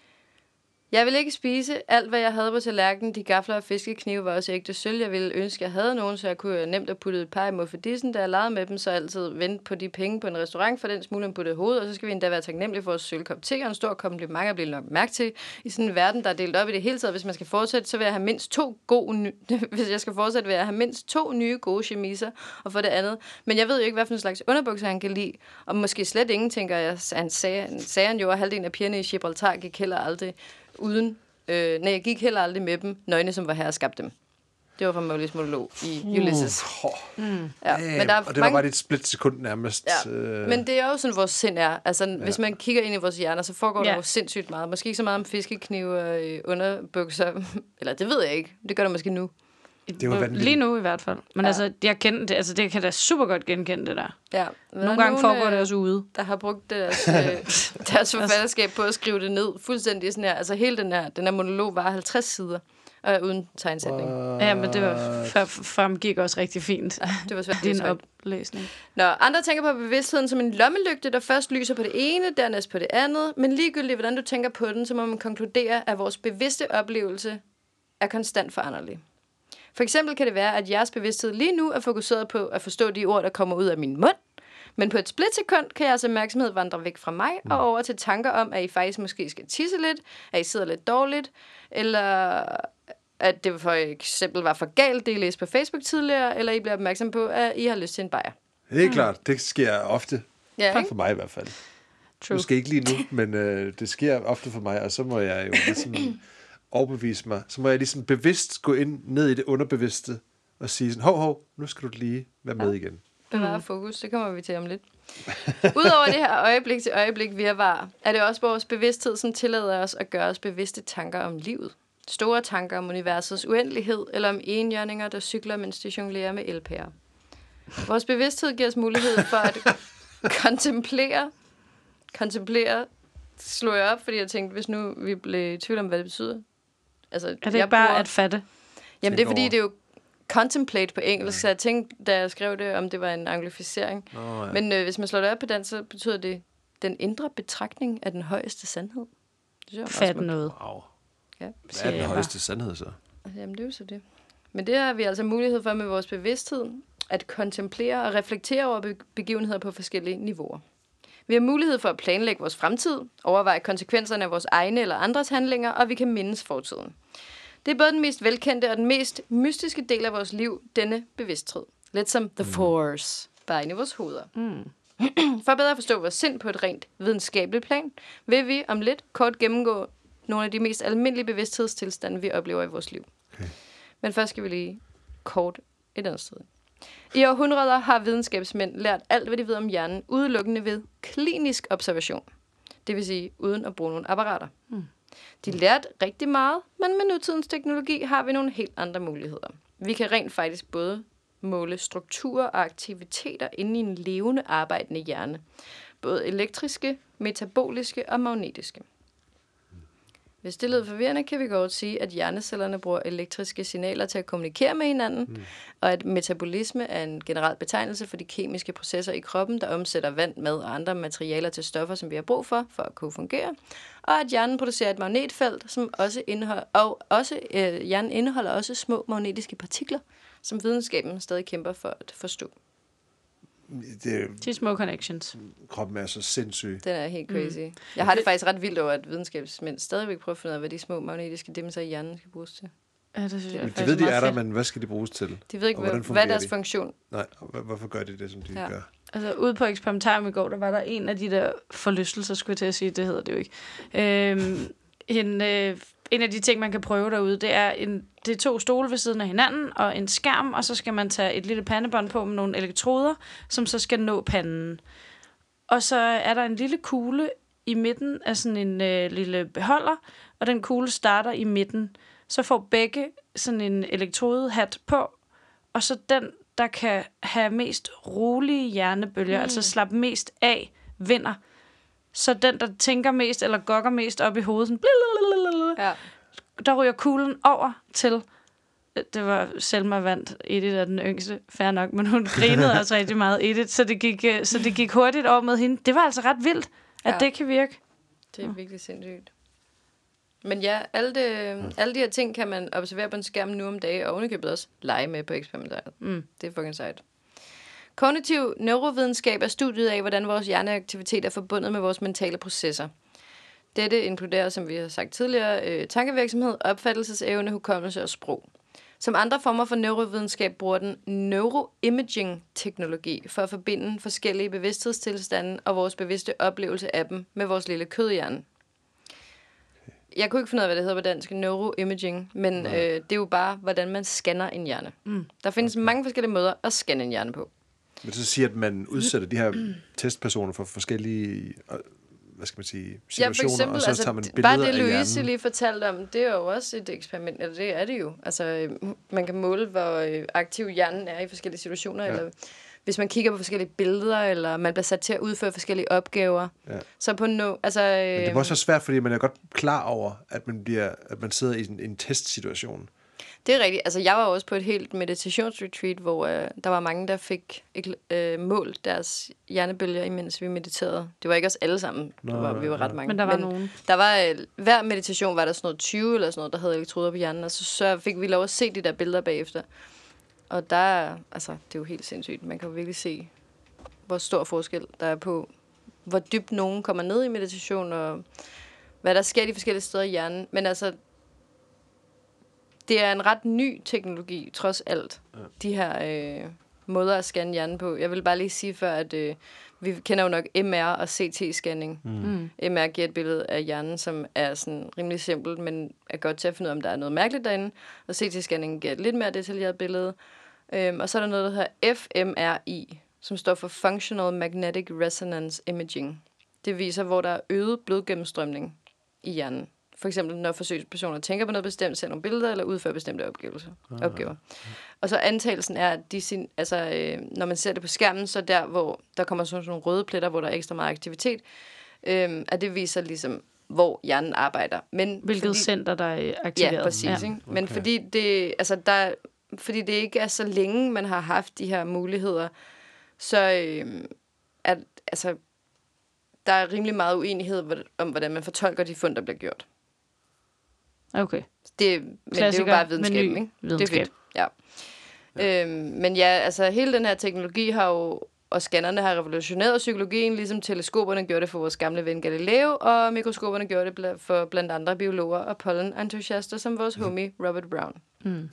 Jeg ville ikke spise alt, hvad jeg havde på tallerkenen. De gafler og fiskeknive var også ægte sølv. Jeg ville ønske, jeg havde nogen, så jeg kunne nemt have puttet et par i muffedissen. Da jeg legede med dem, så altid vente på de penge på en restaurant for den smule, man puttede hovedet. Og så skal vi endda være taknemmelige for vores sølvkop te og en stor kompliment at blive nok mærke til. I sådan en verden, der er delt op i det hele taget. Hvis man skal fortsætte, så vil jeg have mindst to gode ny- Hvis jeg skal fortsætte, vil jeg have mindst to nye gode chemiser. Og for det andet. Men jeg ved jo ikke, hvad for en slags underbukser han kan lide. Og måske slet ingen, tænker jeg. Han sagde, sagde han jo, at halvdelen af pigerne i Gibraltar gik heller aldrig uden, øh, nej, jeg gik heller aldrig med dem, nøgne som var her og skabte dem. Det var fra Mowglis monolog i Ulysses. Uh, mm. Ja, men der er og det mange... var bare et split-sekund nærmest. Ja, øh... men det er jo sådan, vores sind er. Altså, ja. Hvis man kigger ind i vores hjerner, så foregår ja. der jo sindssygt meget. Måske ikke så meget om fiskeknive og øh, underbukser. Eller det ved jeg ikke. Det gør der måske nu. Det var lige nu i hvert fald. Men ja. altså, jeg kender det, altså, det kan da super godt genkende det der. Ja. Nogle gange nogen, foregår det også ude. Der har brugt deres, øh, deres forfatterskab på at skrive det ned. Fuldstændig sådan her. Altså hele den her, den her monolog var halvtreds sider. Og uden tegnsætning. Uh, ja, men det var fremgik også rigtig fint. Ja, det var svært. Din oplæsning. Nå, andre tænker på bevidstheden som en lommelygte, der først lyser på det ene, dernæst på det andet. Men ligegyldigt, hvordan du tænker på den, så må man konkludere, at vores bevidste oplevelse er konstant foranderlig. For eksempel kan det være, at jeres bevidsthed lige nu er fokuseret på at forstå de ord, der kommer ud af min mund. Men på et splitsekund kan jeres opmærksomhed vandre væk fra mig og over til tanker om, at I faktisk måske skal tisse lidt, at I sidder lidt dårligt, eller at det for eksempel var for galt, det I læste på Facebook tidligere, eller I bliver opmærksom på, at I har lyst til en bajer. Det er klart, det sker ofte. Ja, for mig i hvert fald. True. Måske ikke lige nu, men øh, det sker ofte for mig, og så må jeg jo ligesom overbevise mig. Så må jeg ligesom bevidst gå ind ned i det underbevidste og sige sådan, hov, hov, nu skal du lige være med ja. igen. Bevare fokus, det kommer vi til om lidt. Udover det her øjeblik til øjeblik virvar, er det også vores bevidsthed, som tillader os at gøre os bevidste tanker om livet. Store tanker om universets uendelighed, eller om enhjørninger, der cykler, mens de jonglerer med elpærer. Vores bevidsthed giver os mulighed for at kontemplere, kontemplere, slår jeg op, fordi jeg tænkte, hvis nu vi blev i tvivl om, hvad det betyder. Altså, er det jeg bare bruger... at fatte? Jamen, det er fordi, det er jo contemplate på engelsk, så jeg tænkte, da jeg skrev det, om det var en anglificering. Oh, ja. Men øh, hvis man slår det op på dansk, så betyder det den indre betragtning af den højeste sandhed. Fatte noget. Wow. Ja. Hvad er den højeste sandhed så? Jamen, det er jo så det. Men det har vi altså mulighed for med vores bevidsthed, at kontemplere og reflektere over begivenheder på forskellige niveauer. Vi har mulighed for at planlægge vores fremtid, overveje konsekvenserne af vores egne eller andres handlinger, og vi kan mindes fortiden. Det er både den mest velkendte og den mest mystiske del af vores liv, denne bevidsthed. Lidt som The Force, bare inde i vores hoveder. Mm. For bedre at forstå vores sind på et rent videnskabeligt plan, vil vi om lidt kort gennemgå nogle af de mest almindelige bevidsthedstilstande, vi oplever i vores liv. Okay. Men først skal vi lige kort et andet sted. I århundreder har videnskabsmænd lært alt, hvad de ved om hjernen, udelukkende ved klinisk observation. Det vil sige, uden at bruge nogle apparater. Mm. De lærte rigtig meget, men med nutidens teknologi har vi nogle helt andre muligheder. Vi kan rent faktisk både måle strukturer og aktiviteter inde i en levende arbejdende hjerne. Både elektriske, metaboliske og magnetiske. Hvis det lyder forvirrende, kan vi godt sige, at hjernecellerne bruger elektriske signaler til at kommunikere med hinanden, mm. og at metabolisme er en generel betegnelse for de kemiske processer i kroppen, der omsætter vand, mad og andre materialer til stoffer, som vi har brug for, for at kunne fungere, og at hjernen producerer et magnetfelt, som også indeholder, og også, øh, hjernen indeholder også små magnetiske partikler, som videnskaben stadig kæmper for at forstå. Det, de små connections. Kroppen er så sindssyg. Den er helt crazy. Mm. Jeg har det faktisk ret vildt over, at videnskabsmænd stadigvæk prøver at finde ud af, hvad de små magnetiske dimser i hjernen skal bruges til. Ja, det synes jeg de ved, de er der, men hvad skal de bruges til? De ved ikke, hvad, hvad er deres de? funktion. Nej, og hvorfor gør de det, som de ja. gør? Altså, ude på eksperimentarium i går, der var der en af de der forlystelser, skulle jeg til at sige, det hedder det jo ikke. Øhm, en, øh, en af de ting, man kan prøve derude, det er, en, det er to stole ved siden af hinanden, og en skærm, og så skal man tage et lille pandebånd på med nogle elektroder, som så skal nå panden. Og så er der en lille kugle i midten af sådan en øh, lille beholder, og den kugle starter i midten. Så får begge sådan en elektrodehat på, og så den, der kan have mest rolige hjernebølger, mm. altså slappe mest af, vinder. Så den, der tænker mest, eller gokker mest op i hovedet, sådan, ja. Der ryger kuglen over til, det var Selma vandt, Edith er den yngste, fair nok, men hun grinede altså rigtig meget, Edith, så det, gik, så det gik hurtigt over med hende. Det var altså ret vildt, at ja. det kan virke. Det er virkelig sindssygt. Men ja, alle, det, alle de her ting kan man observere på en skærm nu om dagen, og ovenikøbet også lege med på eksperimentariet. Mm. Det er fucking sejt. Kognitiv neurovidenskab er studiet af, hvordan vores hjerneaktivitet er forbundet med vores mentale processer. Dette inkluderer, som vi har sagt tidligere, øh, tankevirksomhed, opfattelsesevne, hukommelse og sprog. Som andre former for neurovidenskab bruger den neuroimaging-teknologi for at forbinde forskellige bevidsthedstilstande og vores bevidste oplevelse af dem med vores lille kødhjerne. Jeg kunne ikke finde ud af, hvad det hedder på dansk, neuroimaging, men øh, det er jo bare, hvordan man scanner en hjerne. Mm. Der findes okay. mange forskellige måder at scanne en hjerne på. Vil det så sige, at man udsætter de her testpersoner for forskellige, hvad skal man sige, situationer, ja, eksempel, og så altså, tager man billeder af hjernen? Bare det, Louise lige fortalte om, det er jo også et eksperiment, eller det er det jo. Altså, man kan måle, hvor aktiv hjernen er i forskellige situationer, ja. eller hvis man kigger på forskellige billeder, eller man bliver sat til at udføre forskellige opgaver. Ja. Så på no, altså, Men det er også så svært, fordi man er godt klar over, at man, bliver, at man sidder i en, en testsituation. Det er rigtigt. Altså, jeg var også på et helt meditationsretreat, hvor øh, der var mange, der fik øh, målt deres hjernebølger, imens vi mediterede. Det var ikke os alle sammen. Nå, det var, vi var ret mange. Men der var Men nogen. Der var, øh, hver meditation var der sådan noget tyve eller sådan noget, der havde elektroder på hjernen, og så, så fik vi lov at se de der billeder bagefter. Og der, altså, det er jo helt sindssygt. Man kan jo virkelig se, hvor stor forskel der er på, hvor dybt nogen kommer ned i meditation, og hvad der sker de forskellige steder i hjernen. Men altså, det er en ret ny teknologi, trods alt. Ja. De her øh, måder at scanne hjernen på. Jeg vil bare lige sige før, at øh, vi kender jo nok M R og C T-scanning. Mm. M R giver et billede af hjernen, som er sådan rimelig simpelt, men er godt til at finde ud af, om der er noget mærkeligt derinde. Og C T-scanning giver et lidt mere detaljeret billede. Øhm, og så er der noget, der hedder F M R I, som står for Functional Magnetic Resonance Imaging. Det viser, hvor der er øget blodgennemstrømning i hjernen. For eksempel, når forsøgspersoner tænker på noget bestemt, ser nogle billeder eller udfører bestemte opgaver. opgaver. Og så antagelsen er, at de sin, altså, øh, når man ser det på skærmen, så der, hvor der kommer sådan nogle røde pletter, hvor der er ekstra meget aktivitet, øh, at det viser ligesom, hvor hjernen arbejder. Men hvilket fordi, center, der er aktiveret. Ja, præcis. Ja. Ikke? Men okay. fordi, det, altså, der, fordi det ikke er så længe, man har haft de her muligheder, så øh, er, altså, der er rimelig meget uenighed om, hvordan man fortolker de fund, der bliver gjort. Okay. Det, men Klassiker, det er jo bare videnskab, ikke? Videnskab. Det er fedt, ja. ja. Øhm, men ja, altså hele den her teknologi har jo, og scannerne har revolutioneret psykologien, ligesom teleskoperne gjorde det for vores gamle ven Galileo, og mikroskoperne gjorde det bl- for blandt andre biologer og pollenentusiaster, som vores homie Robert Brown. Mm.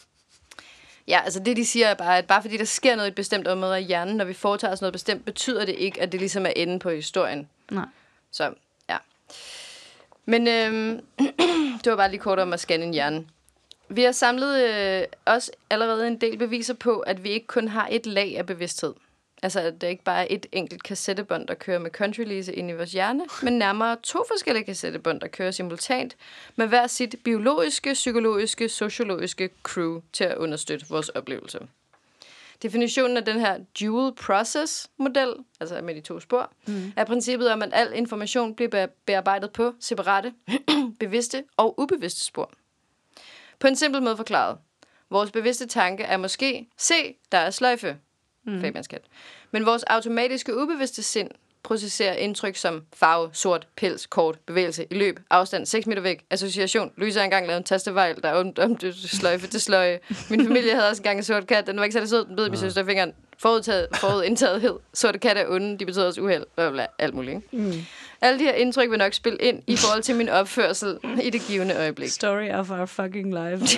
Ja, altså det de siger er bare, at bare fordi der sker noget i et bestemt område af hjernen, når vi foretager os noget bestemt, betyder det ikke, at det ligesom er enden på historien. Nej. Så, ja. Men øhm, det var bare lige kort om at scanne en hjerne. Vi har samlet øh, også allerede en del beviser på, at vi ikke kun har et lag af bevidsthed. Altså, at det ikke bare er et enkelt kassettebånd, der kører med country-lise ind i vores hjerne, men nærmere to forskellige kassettebånd, der kører simultant, med hver sit biologiske, psykologiske, sociologiske crew til at understøtte vores oplevelse. Definitionen af den her dual process-model, altså med de to spor, mm. er princippet om, at al information bliver bearbejdet på separate, bevidste og ubevidste spor. På en simpel måde forklaret. Vores bevidste tanke er måske, se, der er sløjfe. Mm. Fabians kat. Men vores automatiske ubevidste sind processerer indtryk som farve, sort, pels, kort, bevægelse, i løb, afstand, seks meter væk, association. Louise har engang lavet en tastevejl, der er om det sløjfe til sløje. Min familie havde også engang en sort kat, den var ikke særlig sød, den bed min søster i fingeren. Forudtaget, forudindtagethed. Sorte katte er onde, de betyder også uheld. Bla, bla, alt muligt. Ikke? Mm. Alle de her indtryk vil nok spille ind i forhold til min opførsel i det givende øjeblik. Story of our fucking life.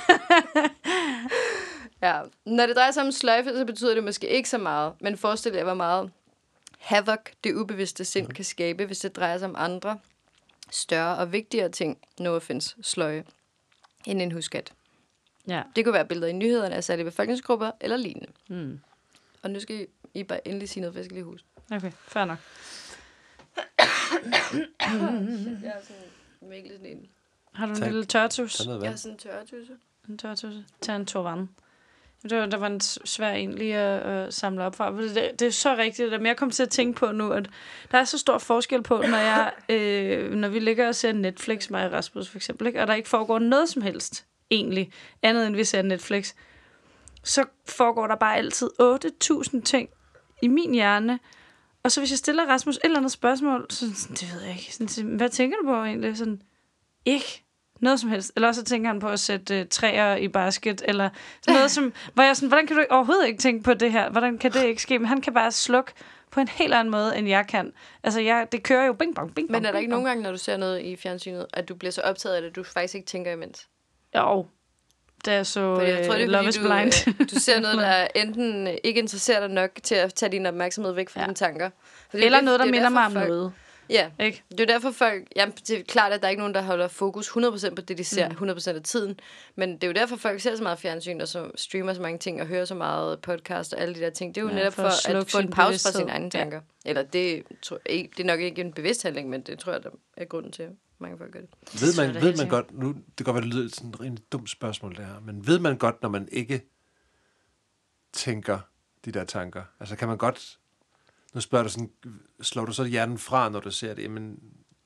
Ja. Når det drejer sig om sløjfe, så betyder det måske ikke så meget. Men forestil jer, hvor meget havoc det ubevidste sind kan skabe, hvis det drejer sig om andre større og vigtigere ting, no offense, sløje, end en huskat. Ja. Det kunne være billeder i nyhederne af særlige befolkningsgrupper eller lignende. Mm. Og nu skal I bare endelig sige noget, for jeg skal lige huske. Okay, fair nok. Jeg er sådan virkelig sådan en... Har du en tak. Lille tørtus? Jeg har sådan en tørtusse. En tørtusse. Tag en torvand. Det var, der var en svær en lige at uh, samle op fra. Det, det er så rigtigt, men jeg kom til at tænke på nu, at der er så stor forskel på, når, jeg, øh, når vi ligger og ser Netflix, mig og Rasmus for eksempel, ikke? Og der ikke foregår noget som helst, egentlig, andet end vi ser Netflix, så foregår der bare altid otte tusind ting i min hjerne. Og så hvis jeg stiller Rasmus et eller andet spørgsmål, så det ved jeg ikke. Sådan, hvad tænker du på egentlig? Sådan, ikke noget som helst. Eller så tænker han på at sætte uh, træer i basket, eller sådan noget, som, hvor jeg sådan, hvordan kan du overhovedet ikke tænke på det her? Hvordan kan det ikke ske? Men han kan bare slukke på en helt anden måde, end jeg kan. Altså, jeg, det kører jo bing bong, bing bong. Men er der ikke nogen gange, når du ser noget i fjernsynet, at du bliver så optaget af det, at du faktisk ikke tænker imens? Jo. Det er så jeg tror, det er, Love is Blind. Du, du ser noget, der enten ikke interesserer dig nok til at tage din opmærksomhed væk fra ja. dine tanker. Eller det, noget, der minder mig om folk, noget. Ja, ikke? Det er derfor folk... Ja, det er klart, at der er ikke nogen, der holder fokus hundrede procent på det, de ser mm. hundrede procent af tiden. Men det er jo derfor, folk ser så meget fjernsyn, og så streamer så mange ting, og hører så meget podcast og alle de der ting. Det er jo ja, netop for, for at, at få en pause fra sine egne tanker. Ja. Eller det, tror, ikke, det er nok ikke en bevidst handling, men det tror jeg, der er grunden til, at mange folk gør det. Ved man, ved man godt... Nu, det kan godt være, det lyder sådan et rigtig dumt spørgsmål, det her. Men ved man godt, når man ikke tænker de der tanker? Altså, kan man godt... Nu spørger du sådan, slår du så hjernen fra, når du ser det? Jamen,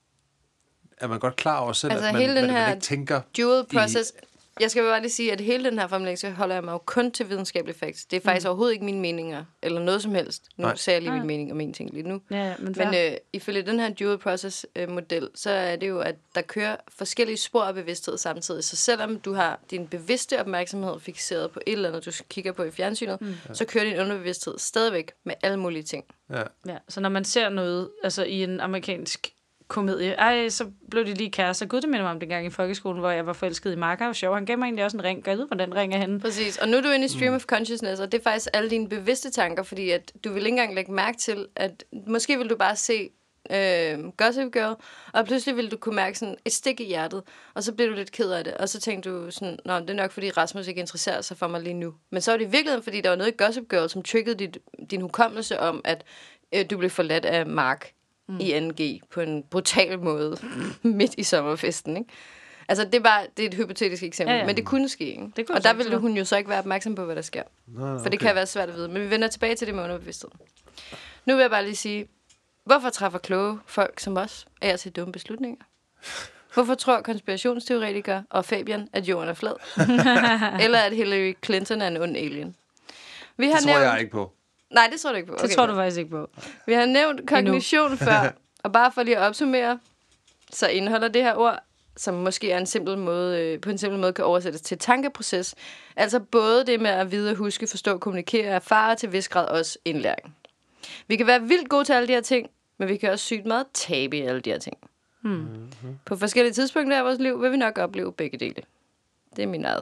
er man godt klar over selv, altså, at man, hele den man, her man ikke tænker... dual process... I... Jeg skal bare lige sige, at hele den her formulering, så holder jeg mig jo kun til videnskabelig facts. Det er faktisk mm. overhovedet ikke mine meninger, eller noget som helst. Nu Nej. ser jeg lige min mening om en ting lige nu. Ja, men men øh, ifølge den her dual process øh, model, så er det jo, at der kører forskellige spor af bevidsthed samtidig. Så selvom du har din bevidste opmærksomhed fikseret på et eller andet, du kigger på i fjernsynet, mm. så kører din underbevidsthed stadigvæk med alle mulige ting. Ja. Ja, så når man ser noget altså i en amerikansk komedie. Ej, så blev de lige kærester. Gud, det minder mig om dengang i folkeskolen, hvor jeg var forelsket i Mark. Han var sjov. Han gav mig egentlig også en ring. Gør jeg ved, hvor den ring er henne? Præcis. Og nu er du inde i stream mm. of consciousness, og det er faktisk alle dine bevidste tanker, fordi at du vil ikke engang lægge mærke til, at måske vil du bare se øh, Gossip Girl, og pludselig vil du kunne mærke sådan et stik i hjertet, og så bliver du lidt ked af det, og så tænker du sådan, nå, det er nok, fordi Rasmus ikke interesserer sig for mig lige nu. Men så er det i virkeligheden, fordi der var noget i Gossip Girl, som triggede dit, din hukommelse om, at øh, du blev forladt af Mark. Mm. I N G på en brutal måde midt i sommerfesten, ikke? Altså, det er bare det er et hypotetisk eksempel, ja, ja. Men det kunne ske, ikke? Det kunne og der ville hun jo så ikke være opmærksom på, hvad der sker. Nå, okay. For det kan være svært at vide. Men vi vender tilbage til det med underbevidsthed. Nu vil jeg bare lige sige, hvorfor træffer kloge folk som os af at tage dumme beslutninger? Hvorfor tror konspirationsteoretikere og Fabian, at jorden er flad? Eller at Hillary Clinton er en ond alien? Vi har det tror nævnt... jeg ikke på. Nej, det tror du ikke på. Okay, det tror du faktisk ikke på. Vi har nævnt kognition før, og bare for lige at opsummere, så indeholder det her ord, som måske er en simpel måde, øh, på en simpel måde kan oversættes til tankeproces. Altså både det med at vide, huske, forstå, kommunikere, erfare til vis grad også indlæring. Vi kan være vildt gode til alle de her ting, men vi kan også sygt meget tabe i alle de her ting. Hmm. Mm-hmm. På forskellige tidspunkter i vores liv vil vi nok opleve begge dele. Det er min eget.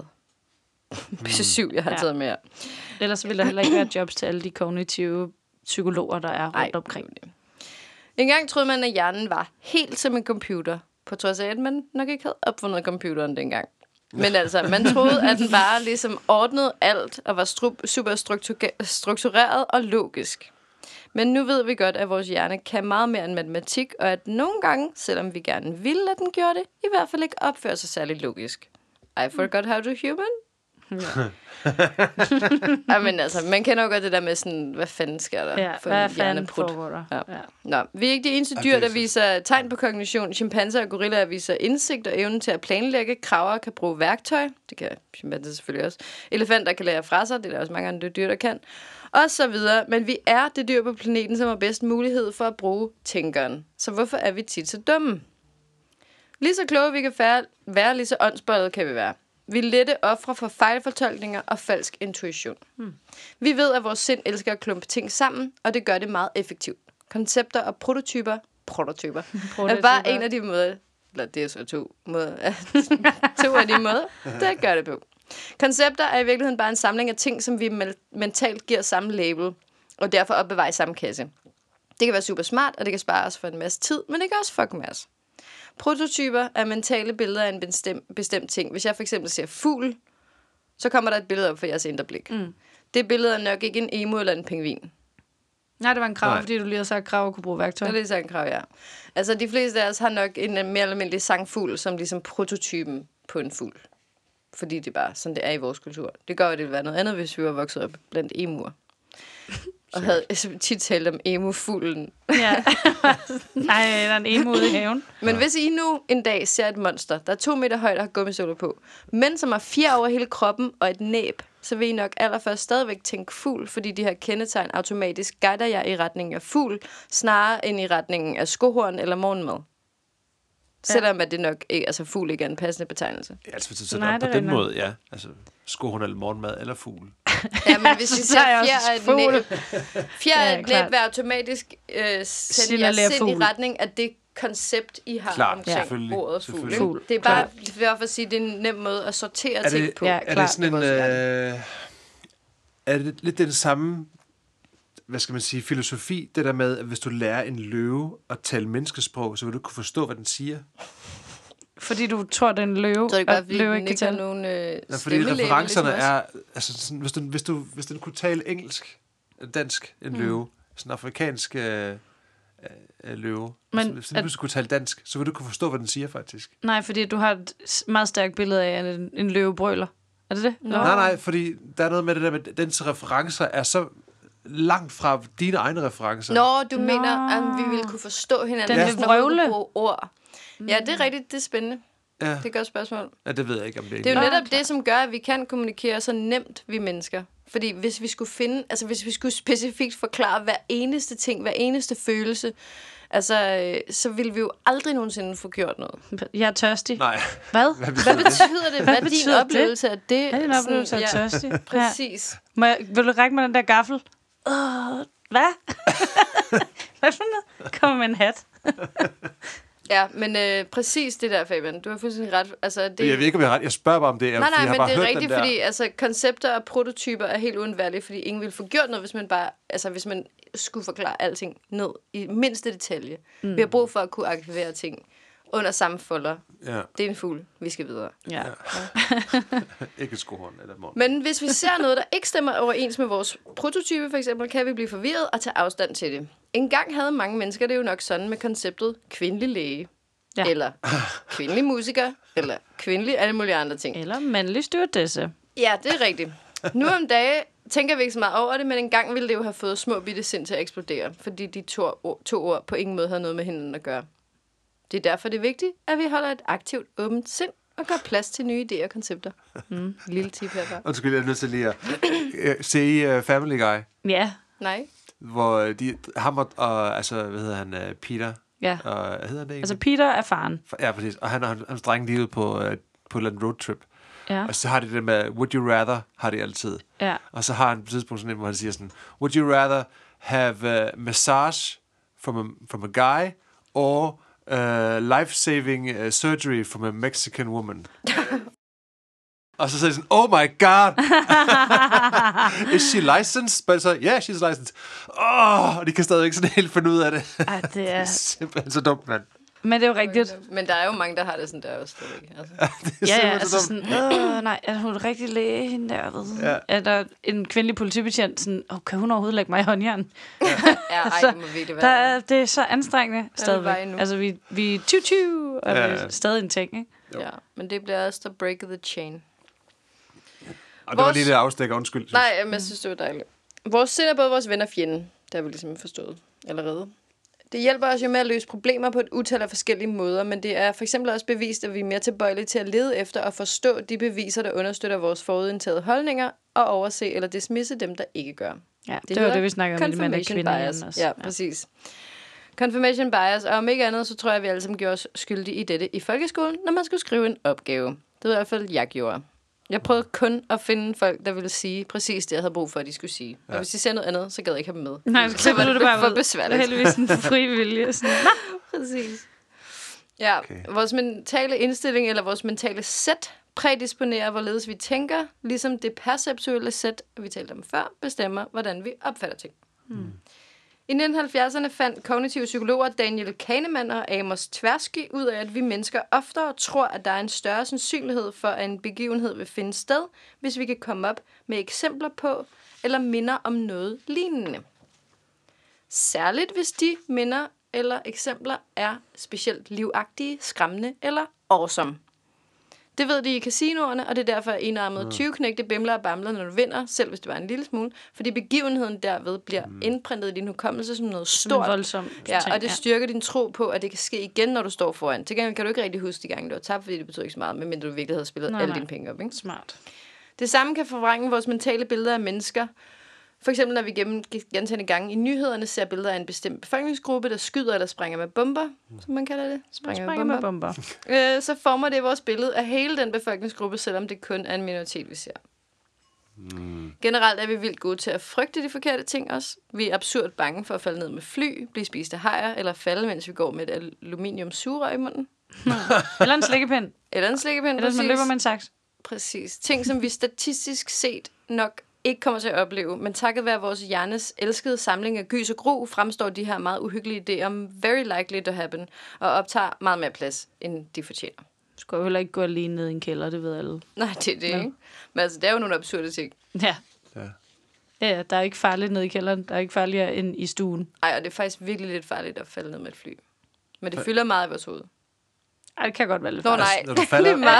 syv, jeg har ja. taget med her. Ellers vil der heller ikke være jobs til alle de kognitive psykologer, der er rundt Ej, omkring det. En gang troede man, at hjernen var helt som en computer, på trods af, at man nok ikke havde opfundet computeren dengang. Men altså, man troede, at den bare ligesom ordnede alt, og var stru- super struktur- struktureret og logisk. Men nu ved vi godt, at vores hjerne kan meget mere end matematik, og at nogle gange, selvom vi gerne ville, at den gjorde det, i hvert fald ikke opfører sig særlig logisk. I forgot how to human. Ja. ja, men altså, man kender jo godt det der med sådan, hvad fanden sker der ja, for en hjerneprut. Ja. Ja. Nå, vi er ikke de eneste dyr, der viser tegn på kognition. Chimpanser og gorillaer viser indsigt og evnen til at planlægge. Kraver kan bruge værktøj. Det kan chimpanser selvfølgelig også. Elefanter kan lære fra sig. Det er der også mange andre dyr, der kan. Og så videre. Men vi er det dyr på planeten, som har bedst mulighed for at bruge tænkeren. Så hvorfor er vi tit så dumme? Lige så kloge vi kan være, lige så åndsbollede kan vi være. Vi er lette ofre for fejlfortolkninger og falsk intuition. Hmm. Vi ved, at vores sind elsker at klumpe ting sammen, og det gør det meget effektivt. Koncepter og prototyper, prototyper, er bare en af de måder, eller det er så to måder, to af de måder, der gør det på. Koncepter er i virkeligheden bare en samling af ting, som vi mentalt giver samme label, og derfor opbevarer i samme kasse. Det kan være super smart, og det kan spare os for en masse tid, men det kan også fuck med os. Prototyper er mentale billeder af en bestemt, bestemt ting. Hvis jeg for eksempel ser fugl, så kommer der et billede op for jeres indre blik. Mm. Det billede er nok ikke en emu eller en pingvin. Nej, det var en krav, fordi du lige havde sagt, at krav kunne bruge værktøj. Det er lige sagt en krav, ja. Altså, de fleste af os har nok en mere eller mindre sangfugl, som ligesom prototypen på en fugl. Fordi det er bare sådan, det er i vores kultur. Det gør, at det ville være noget andet, hvis vi var vokset op blandt emuer. Og havde tit talt om emu-fuglen. Ja. Nej, der er en emu ude i haven. Men hvis I nu en dag ser et monster, der er to meter højt og har gummisåler på, men som har fjer over hele kroppen og et næb, så vil I nok allerførst stadigvæk tænke fugl, fordi de her kendetegn automatisk guider jer i retningen af fugl, snarere end i retningen af skohorn eller morgenmad. Selvom at det nok ikke, altså fugl ikke er en passende betegnelse. Ja, altså hvis du sætter op på den nok. måde, ja. Altså skohorn eller morgenmad eller fugl. Ja, men hvis vi ser fjer af et næb, fjer af et næb vil automatisk øh, sende jer sind i retning af det koncept, I har klart, omkring ordet fugl. fugl. Det er bare for at sige, det er en nem måde at sortere er det, ting på. Ja, er det sådan en... Øh, er det lidt den samme, hvad skal man sige, filosofi, det der med, at hvis du lærer en løve at tale menneskesprog, så vil du kunne forstå, hvad den siger? Fordi du tror, det er en løve, så det bare, og løve ikke kan tale? Nogen, øh, ja, fordi referencerne ligesom er... Altså, sådan, hvis, du, hvis, du, hvis den kunne tale engelsk, dansk, en mm. løve, sådan en afrikansk øh, øh, løve, men, hvis den at, kunne tale dansk, så vil du kunne forstå, hvad den siger, faktisk. Nej, fordi du har et meget stærkt billede af, at en, en løve brøler. Er det det? No. Nej, nej, fordi der er noget med det der med, dens referencer er så langt fra dine egne referencer. Nå, du Nå. mener, at vi ville kunne forstå hinanden, den vil vrøvle ord. Ja, det er rigtigt, det er spændende. Ja. Det er et godt spørgsmål. Ja, det ved jeg ikke, om det er. Det er jo netop det, som gør, at vi kan kommunikere så nemt, vi mennesker. Fordi hvis vi skulle finde, altså hvis vi skulle specifikt forklare hver eneste ting, hver eneste følelse, altså, så ville vi jo aldrig nogensinde få gjort noget. Jeg er tørstig. Nej. Hvad? Hvad betyder, Hvad betyder det? Hvad, Hvad er din oplevelse af det? Hvad er din oplevelse af ja, tørstig? Præcis. Ja. Må jeg, vil du række mig den der gaffel? Uh, hvad? Hvad for noget? Kommer med en hat. Ja, men øh, præcis det der, Fabian. Du har fuldstændig ret. Altså, det... Jeg ved ikke, om jeg har ret. Jeg spørger bare om det. Nej, nej, jeg har men bare det er hørt rigtigt, fordi altså, koncepter og prototyper er helt uundværlige, fordi ingen vil få gjort noget, hvis man bare, altså hvis man skulle forklare alting ned i mindste detalje. Mm. Vi har brug for at kunne aktivere ting under samme folder. Ja. Det er en fugl. Vi skal videre. Ja. Ja. Ikke et skohorn eller morgen. Men hvis vi ser noget, der ikke stemmer overens med vores prototype, for eksempel, kan vi blive forvirret og tage afstand til det. En gang havde mange mennesker det jo nok sådan med konceptet kvindelig læge. Ja. Eller kvindelig musiker, eller kvindelig alle mulige andre ting. Eller mandlig stewardesse. Ja, det er rigtigt. Nu om dagen tænker vi ikke så meget over det, men engang ville det jo have fået små bitte sind til at eksplodere, fordi de to, to ord på ingen måde havde noget med hinanden at gøre. Det er derfor, det er vigtigt, at vi holder et aktivt, åbent sind og gør plads til nye idéer og koncepter. Mm, lille tip herfra. Undskyld, jeg er nødt til lige at se uh, Family Guy. Ja. Nej. Hvor de, ham og, og, altså, hvad hedder han, uh, Peter. Ja. Og, hedder han det ikke? Altså Peter er faren. Ja, præcis. Og han og hans dreng lige ude på, uh, på en roadtrip. Ja. Og så har de det med, would you rather, har de altid. Ja. Og så har han på et tidspunkt sådan en, hvor han siger sådan, would you rather have a massage from a, from a guy, or uh, life-saving uh, surgery from a Mexican woman? Og så sagde de sådan, oh my god! Is she licensed? Men så, yeah, she's licensed. Åh, oh, og de kan stadig ikke sådan helt finde ud af det. Ej, det er... det er simpelthen så dumt, mand. Men det er jo rigtigt. Men der er jo mange, der har det sådan der også. Altså. Ja, ja, altså sådan, åh, nej, er hun rigtig læge, hende der, ved? Ja. Er der en kvindelig politibetjent, sådan, åh, kan hun overhovedet lægge mig i håndjern? Ja, ja ej, det må virkelig være. Der, det er så anstrengende stadigvæk. Altså, vi, vi er tyv-tyv, og ja, ja. Det er stadig en ting, ikke? Jo. Ja, men det bliver også der break the chain. Og det vores... var lige det afstikker, undskyld. Nej, men jeg synes, det var dejligt. Vores sind er både vores ven og fjende. Det har vi ligesom forstået allerede. Det hjælper os jo med at løse problemer på et utal af forskellige måder, men det er for eksempel også bevist, at vi er mere tilbøjelige til at lede efter og forstå de beviser, der understøtter vores forudindtagede holdninger, og overse eller dismisse dem, der ikke gør. Ja, det, det var det, vi snakkede om i mænd og kvinder. Også. Ja, ja, præcis. Confirmation bias, og om ikke andet, så tror jeg, at vi alle sammen gjorde os skyldige i dette i folkeskolen, når man skulle skrive en opgave. Det var i hvert fald, jeg gjorde. Jeg prøvede kun at finde folk, der ville sige præcis det, jeg havde brug for, at de skulle sige. Ja. Og hvis de siger noget andet, så gad jeg ikke have dem med. Nej, så var det bare for besværligt. Heldigvis en fri vilje. Præcis. Ja, okay. Vores mentale indstilling eller vores mentale sæt prædisponerer, hvorledes vi tænker, ligesom det perceptuelle sæt, vi talte om før, bestemmer, hvordan vi opfatter ting. Hmm. I nitten halvfjerdserne fandt kognitive psykologer Daniel Kahneman og Amos Tversky ud af, at vi mennesker oftere tror, at der er en større sandsynlighed for, at en begivenhed vil finde sted, hvis vi kan komme op med eksempler på eller minder om noget lignende. Særligt hvis de minder eller eksempler er specielt livagtige, skræmmende eller awesome. Det ved de i casinoerne, og det er derfor enarmede tyveknægte bimler og bamler, når du vinder, selv hvis det var en lille smule, fordi begivenheden derved bliver mm. indprintet i din hukommelse som noget stort. Voldsomt. Ja, og det styrker din tro på, at det kan ske igen, når du står foran. Til gengæld kan du ikke rigtig huske de gange, du har tabt, fordi det betyder ikke så meget, medmindre du virkelig havde spillet nej, alle nej. dine penge op. Ikke? Smart. Det samme kan forvrænge vores mentale billeder af mennesker. For eksempel, når vi gennem gentagne gange i nyhederne ser billeder af en bestemt befolkningsgruppe, der skyder eller springer med bomber, som man kalder det. Springer, springer med bomber. Med bomber. Øh, så former det vores billede af hele den befolkningsgruppe, selvom det kun er en minoritet, vi ser. Mm. Generelt er vi vildt gode til at frygte de forkerte ting også. Vi er absurd bange for at falde ned med fly, blive spist af hajer, eller falde, mens vi går med et aluminium sugerør i munden. Eller en slikkepind. Eller en slikkepind, Eller man løber med en saks. Præcis. Ting, som vi statistisk set nok ikke kommer til at opleve, men takket være vores hjernes elskede samling af gys og gru, fremstår de her meget uhyggelige idéer om very likely to happen, og optager meget mere plads, end de fortjener. Du skal jo heller ikke gå alene ned i en kælder, det ved alle. Nej, det er det ja. ikke. Men altså, det er jo nogle absurde ting. Ja. Ja. Ja, der er ikke farligt ned i kælderen. Der er ikke farligere end i stuen. Ej, og det er faktisk virkelig lidt farligt at falde ned med et fly. Men det fylder meget i vores hoved. Ej, det kan godt være lidt farligt. Nå, nej. Når du falder... meget.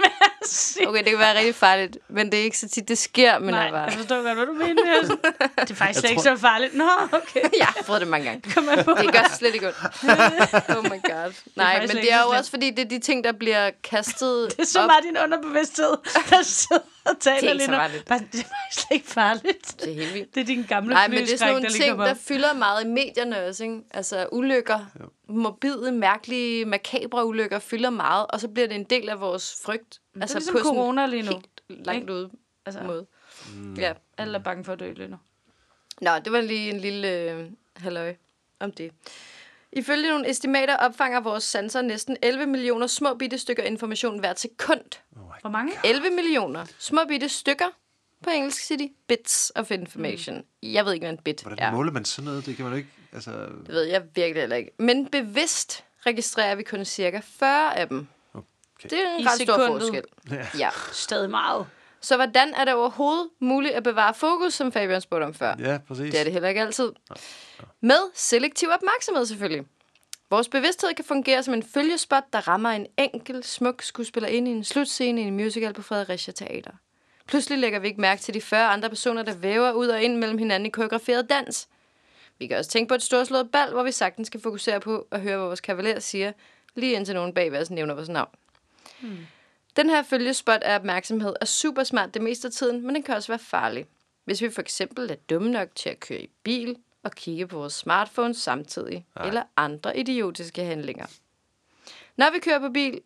Okay, det kan være rigtig farligt, men det er ikke så tit, det sker, men nej, bare... jeg forstår godt, hvad du mener. Det er faktisk slet ikke så farligt. Nå, okay. Jeg har prøvet det mange gange. Det gør slet ikke godt. Oh my god. Nej, men det er jo også, fordi det er de ting, der bliver kastet Det er så op. meget din underbevidsthed, der sidder og taler lige nu. Det er faktisk slet ikke farligt. Det er helt vildt. Det er din gamle Nej, men det er sådan nogle der ting, der fylder meget i medierne også, ikke? Altså ulykker, jo. morbide, mærkelige, makabre ulykker fylder meget, og så bliver det en del af vores frygt. Det altså er ligesom på corona lige nu. Helt langt ude altså, måde. Mm. Ja. Alle er bange for at dø lige nu. Nå, det var lige en lille øh, halløj om det. Ifølge nogle estimater opfanger vores sanser næsten elleve millioner små bitte stykker information hvert sekund. Oh Hvor mange? elleve millioner små bitte stykker. På engelsk siger de bits of information. Mm. Jeg ved ikke, hvad en bit Hvordan er. måler man sådan noget? Det kan man jo ikke... Altså... Det ved jeg virkelig heller ikke. Men bevidst registrerer vi kun cirka fyrre af dem. Okay. Det er en I ret sekundet. Stor forskel. Ja. Ja. Stadig meget. Så hvordan er det overhovedet muligt at bevare fokus, som Fabian spurgte om før? Ja, præcis. Det er det heller ikke altid. Ja. Ja. Med selektiv opmærksomhed selvfølgelig. Vores bevidsthed kan fungere som en følgespot, der rammer en enkelt smuk skuespiller ind i en slutscene i en musical på Fredericia Teater. Pludselig lægger vi ikke mærke til de fyrre andre personer, der væver ud og ind mellem hinanden i koreograferet dans. Vi kan også tænke på et storslået bal, hvor vi sagtens skal fokusere på at høre, hvad vores kavaler siger, lige indtil nogen bagved os nævner vores navn. Hmm. Den her følgespot af opmærksomhed er super smart det meste af tiden, men den kan også være farlig. Hvis vi for eksempel er dumme nok til at køre i bil og kigge på vores smartphone samtidig, ja. Eller andre idiotiske handlinger. Når vi kører på bil,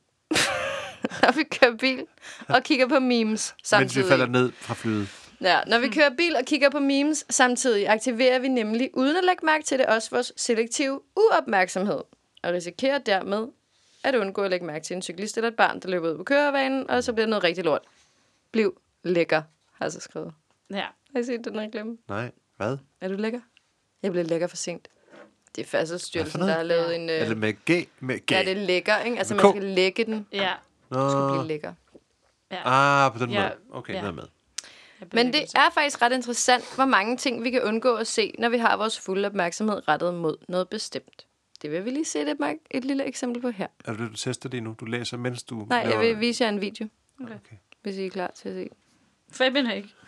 når vi kører bil og kigger på memes samtidig. Mens vi falder ned fra flyet. Ja, når vi kører bil og kigger på memes samtidig, aktiverer vi nemlig, uden at lægge mærke til det, også vores selektive uopmærksomhed. Og risikerer dermed at undgå at lægge mærke til en cyklist eller et barn, der løber ud på kørebanen, og så bliver det noget rigtig lort. Bliv lækker, har jeg så skrevet. Ja. Har I set den reklame? Nej, hvad? Er du lækker? Jeg blev lækker for sent. Det er Færdselsstyrelsen, der har lavet en... Øh... Er det med G? Med G? Ja, det er lækker, ikke? Altså, man skal lægge den. Ja. Du skal blive lækker. Ja. Ah, på den ja. måde. Okay, ja. Noget med. Men det er faktisk ret interessant, hvor mange ting vi kan undgå at se, når vi har vores fulde opmærksomhed rettet mod noget bestemt. Det vil vi lige se et, et lille eksempel på her. Er det, du tester det nu? Du læser, mens du... Nej, jeg vil vise jer en video. Okay. Okay. Hvis I er klar til at se. Fabian er ikke.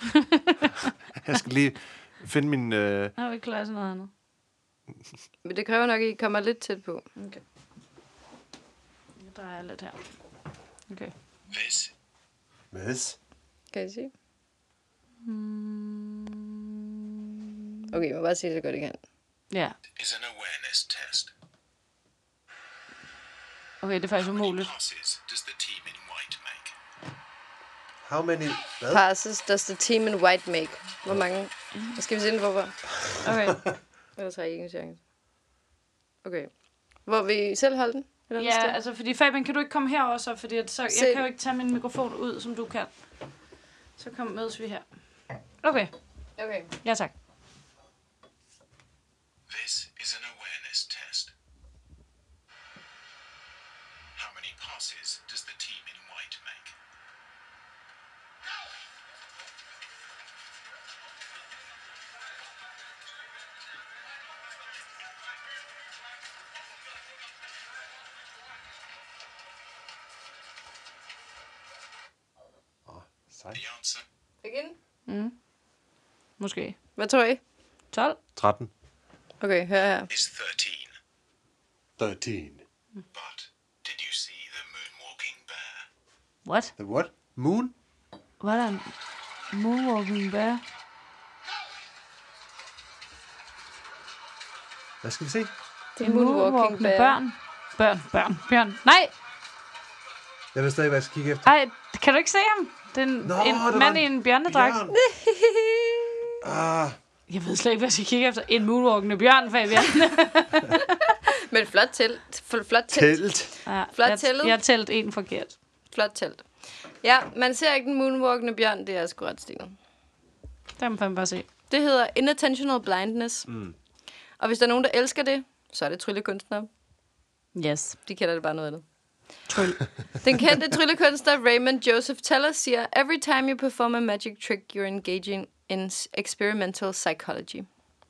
Jeg skal lige finde min... Øh... Jeg er ikke klar til noget andet. Men det kræver nok, at I kommer lidt tæt på. Okay. Jeg drejer lidt her. Okay. Hvis. Hvis. Kan I se? Okay, jeg må bare sige, så godt I kan. Ja. Is an awareness test. Okay, det er faktisk umuligt. Passes does the team in white make? How many... Hvad? passes does the team in white make? Hvor mange? Hvad skal vi se den for? Okay. Ellers har I ikke en chance. Okay. Hvor vi selv holde den? Eller Ja, altså fordi Fabian, kan du ikke komme herover så? Fordi at så, jeg kan jo ikke tage min mikrofon ud, som du kan. Så kom, mødes vi her. Okay. Okay. Ja, tak. This is an awareness test. How many passes does the team in white make? Sej. The answer Igen? Måske. Hvad tror I? tolv? tretten. Okay, hør her. is thirteen. thirteen. But did you see the moonwalking bear? What? The what? Moon? Hvad er der en moonwalking bear? Hvad skal vi se? Det En moonwalking bear. Børn. Børn, børn, børn. Nej! Jeg ved stadig, hvad jeg skal kigge efter. Ej, kan du ikke se ham? Det er en, Nå, en det mand var i en bjørnedragt. bjørn. Ah, Jeg ved slet ikke, hvad jeg skal kigge efter. En moonwalkende bjørn, Fabian. Men flot telt. Flot telt. telt. Ja, Flot jeg, tællet. jeg har talt en forkert. Flot telt. Ja, man ser ikke den moonwalkende bjørn. Det er sgu ret stilet. Der må man bare se. Det hedder inattentional blindness. Mm. Og hvis der er nogen, der elsker det, så er det tryllekunstnere. Yes. De kender det bare noget andet. Tryl. Den kendte tryllekunstner Raymond Joseph Teller siger, every time you perform a magic trick, you're engaging in experimental psychology.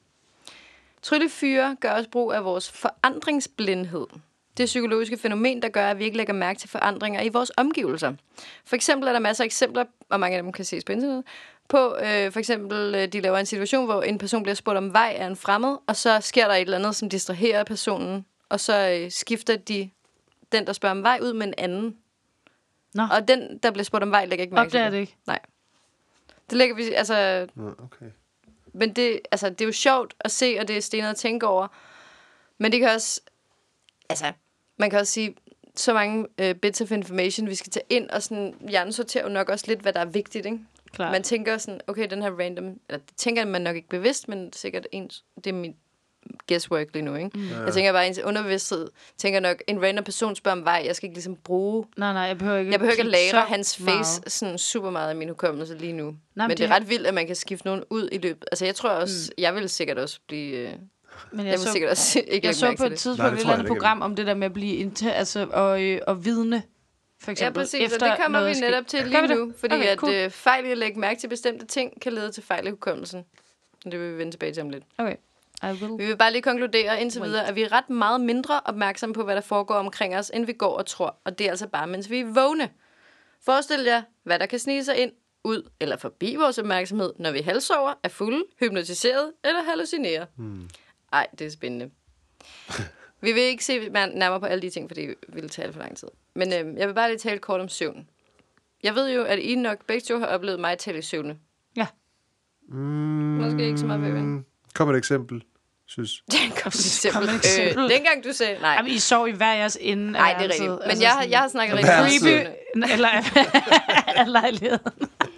Tryllefyre gør også brug af vores forandringsblindhed. Det psykologiske fænomen, der gør, at vi ikke lægger mærke til forandringer i vores omgivelser. For eksempel er der masser af eksempler, og mange af dem kan ses på internettet, på øh, for eksempel, øh, de laver en situation, hvor en person bliver spurgt om vej af en fremmed, og så sker der et eller andet, som distraherer personen, og så øh, skifter de den, der spørger om vej, ud med en anden. Nå. Og den, der bliver spurgt om vej, lægger ikke mærke til Opdager det ikke? Nej. Det lægger vi, altså... Nå, okay. Men det, altså, det er jo sjovt at se, og det er stenet at tænke over. Men det kan også... Altså, man kan også sige, så mange uh, bits of information, vi skal tage ind, og sådan, hjernen sorterer jo nok også lidt, hvad der er vigtigt, ikke? Klar. Man tænker sådan, okay, den her random... Eller det tænker man nok ikke bevidst, men sikkert ens... Det er mit guesswork lige nu, ikke? Mm. Ja. Jeg tænker bare, ens underbevidsthed tænker nok, en random person spørger om vej, jeg skal ikke ligesom bruge... Nej, nej, jeg behøver ikke... Jeg behøver ikke at kigge lagre så hans face meget. sådan super meget i min hukommelse lige nu. Nej, men det er det- ret vildt, at man kan skifte nogen ud i løbet. Altså, jeg tror også, mm. jeg vil sikkert også blive... Øh, Men jeg jeg, vil så, sikkert også ikke jeg lægge så mærke på til et det. tidspunkt Nej, et det eller tror jeg andet ikke. program om det der med at blive inter, altså, og, øh, og vidne, for Ja, eksempel. præcis, efter og det kommer noget vi sker. netop til Gør lige vi det? nu. Fordi Okay, at cool. øh, fejl i at lægge mærke til bestemte ting, kan lede til fejl i hukommelsen. Det vil vi vende tilbage til om lidt. Okay, I will. Vi vil bare lige konkludere indtil Wait. videre, at vi er ret meget mindre opmærksomme på, hvad der foregår omkring os, end vi går og tror. Og det er altså bare, mens vi er vågne. Forestil jer, hvad der kan snige sig ind, ud eller forbi vores opmærksomhed, når vi halvsover, er fulde, hypnotiseret eller hallucinerer. Hmm. Ej, det er spændende. Vi vil ikke se nærmere på alle de ting, for det ville tage alt for lang tid. Men øhm, jeg vil bare lige tale kort om søvn. Jeg ved jo, at I nok begge to har oplevet mig tale i søvne. Ja. Mm, Måske ikke så meget, Vivian. Kom et eksempel, synes. Kom, Kom et eksempel. Øh, dengang du sagde, nej. Jamen, I sov i hver jeres ende. Nej, det er rigtigt. Men jeg, har, jeg har snakket rigtig meget om Værelset. søvne. Eller af lejligheden.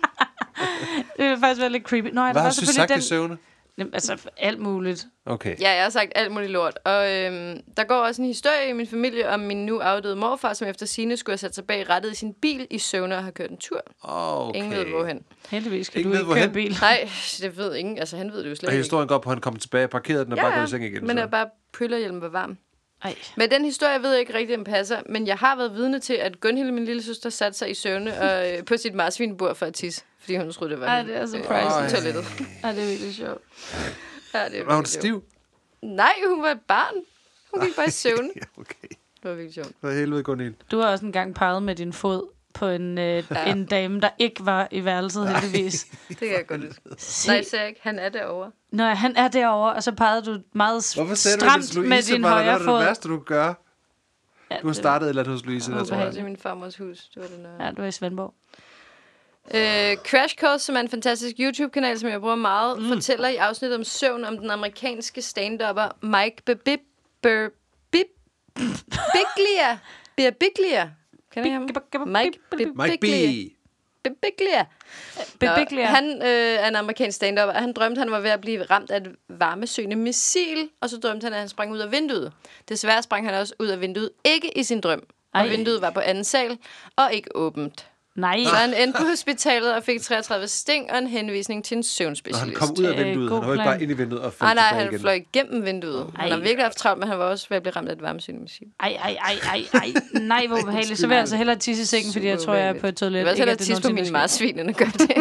Det vil faktisk være lidt creepy. Nå, ja, Hvad der har var du sagt i den... søvne? Jamen, altså, alt muligt. Okay. Ja, jeg har sagt alt muligt lort. Og øhm, der går også en historie i min familie om min nu afdøde morfar, som efter sine skulle have sat sig bag rattet i sin bil i søvne og har kørt en tur. Okay. Ingen ved hvorhen. Heldigvis kan Ingen du ved, ikke køre hvorhen. bil. Nej, det ved ingen. Altså, han ved det jo slet Og ikke. historien går på, at han kom tilbage, parkerede den og Ja, bare ja. gået i seng igen. Men så. er bare pøllerhjelmen var varm. Ej. Men den historie ved jeg ikke rigtig, om passer. Men jeg har været vidne til, at Gunhild, min lille søster, satte sig i søvne og, øh, på sit marsvinbord for at tisse. Fordi hun troede, det var Ej, min, det er så øh, pricey. i toilettet. Ej, det er virkelig sjovt. Ja, det er Var hun virkelig sjovt. stiv? Nej, hun var et barn. Hun gik bare i søvne. Ja, okay. Det var virkelig sjovt. For helvede, Gunhild. Du har også engang peget med din fod på en, øh, Ja. en dame, der ikke var i værelset, heldigvis. Det kan jeg godt huske. Se, Nej, sagde jeg ikke. Han er derovre. når han er derovre, og så pegede du meget Hvorfor sagde du, stramt hvis med Louise din var der? højre Det var fod. det værste, du kunne gøre. Ja, Du har det- startet et eller andet hos Louise, der tror Det var jeg. også i min farmors hus. Det var den der. Ja, du er i Svendborg. Øh, Crash Course, som er en fantastisk YouTube-kanal, som jeg bruger meget, mm. fortæller i afsnit om søvn om den amerikanske stand-upper Mike Birbiglia. Birbiglia. Birbiglia. Kender I ham? Mike Mike B. Birbiglia. Bibiglia. Bibiglia. Han øh, er en amerikansk stand-up, og han drømte, han var ved at blive ramt af et varmesøgende missil, og så drømte han, at han sprang ud af vinduet. Desværre sprang han også ud af vinduet, ikke i sin drøm. Ej. Og vinduet var på anden sal, og ikke åbent. Nej. Så han endte på hospitalet og fik treogtredive sting og en henvisning til en søvnspecialist. Og han kom ud af vinduet. Øh, han var ikke bare ind i vinduet og faldt ah, nej, tilbage han igen. fløj igennem vinduet. Ej. Han har virkelig haft travlt, men han var også ved at blive ramt af et varmesøgende missil. Ej, ej, ej, ej, ej. Nej, hvor ubehageligt. Så vil jeg altså hellere tisse i sengen, fordi jeg tror, jeg er på et toilet. Jeg vil også hellere tisse på mine marsvin, end at gøre det.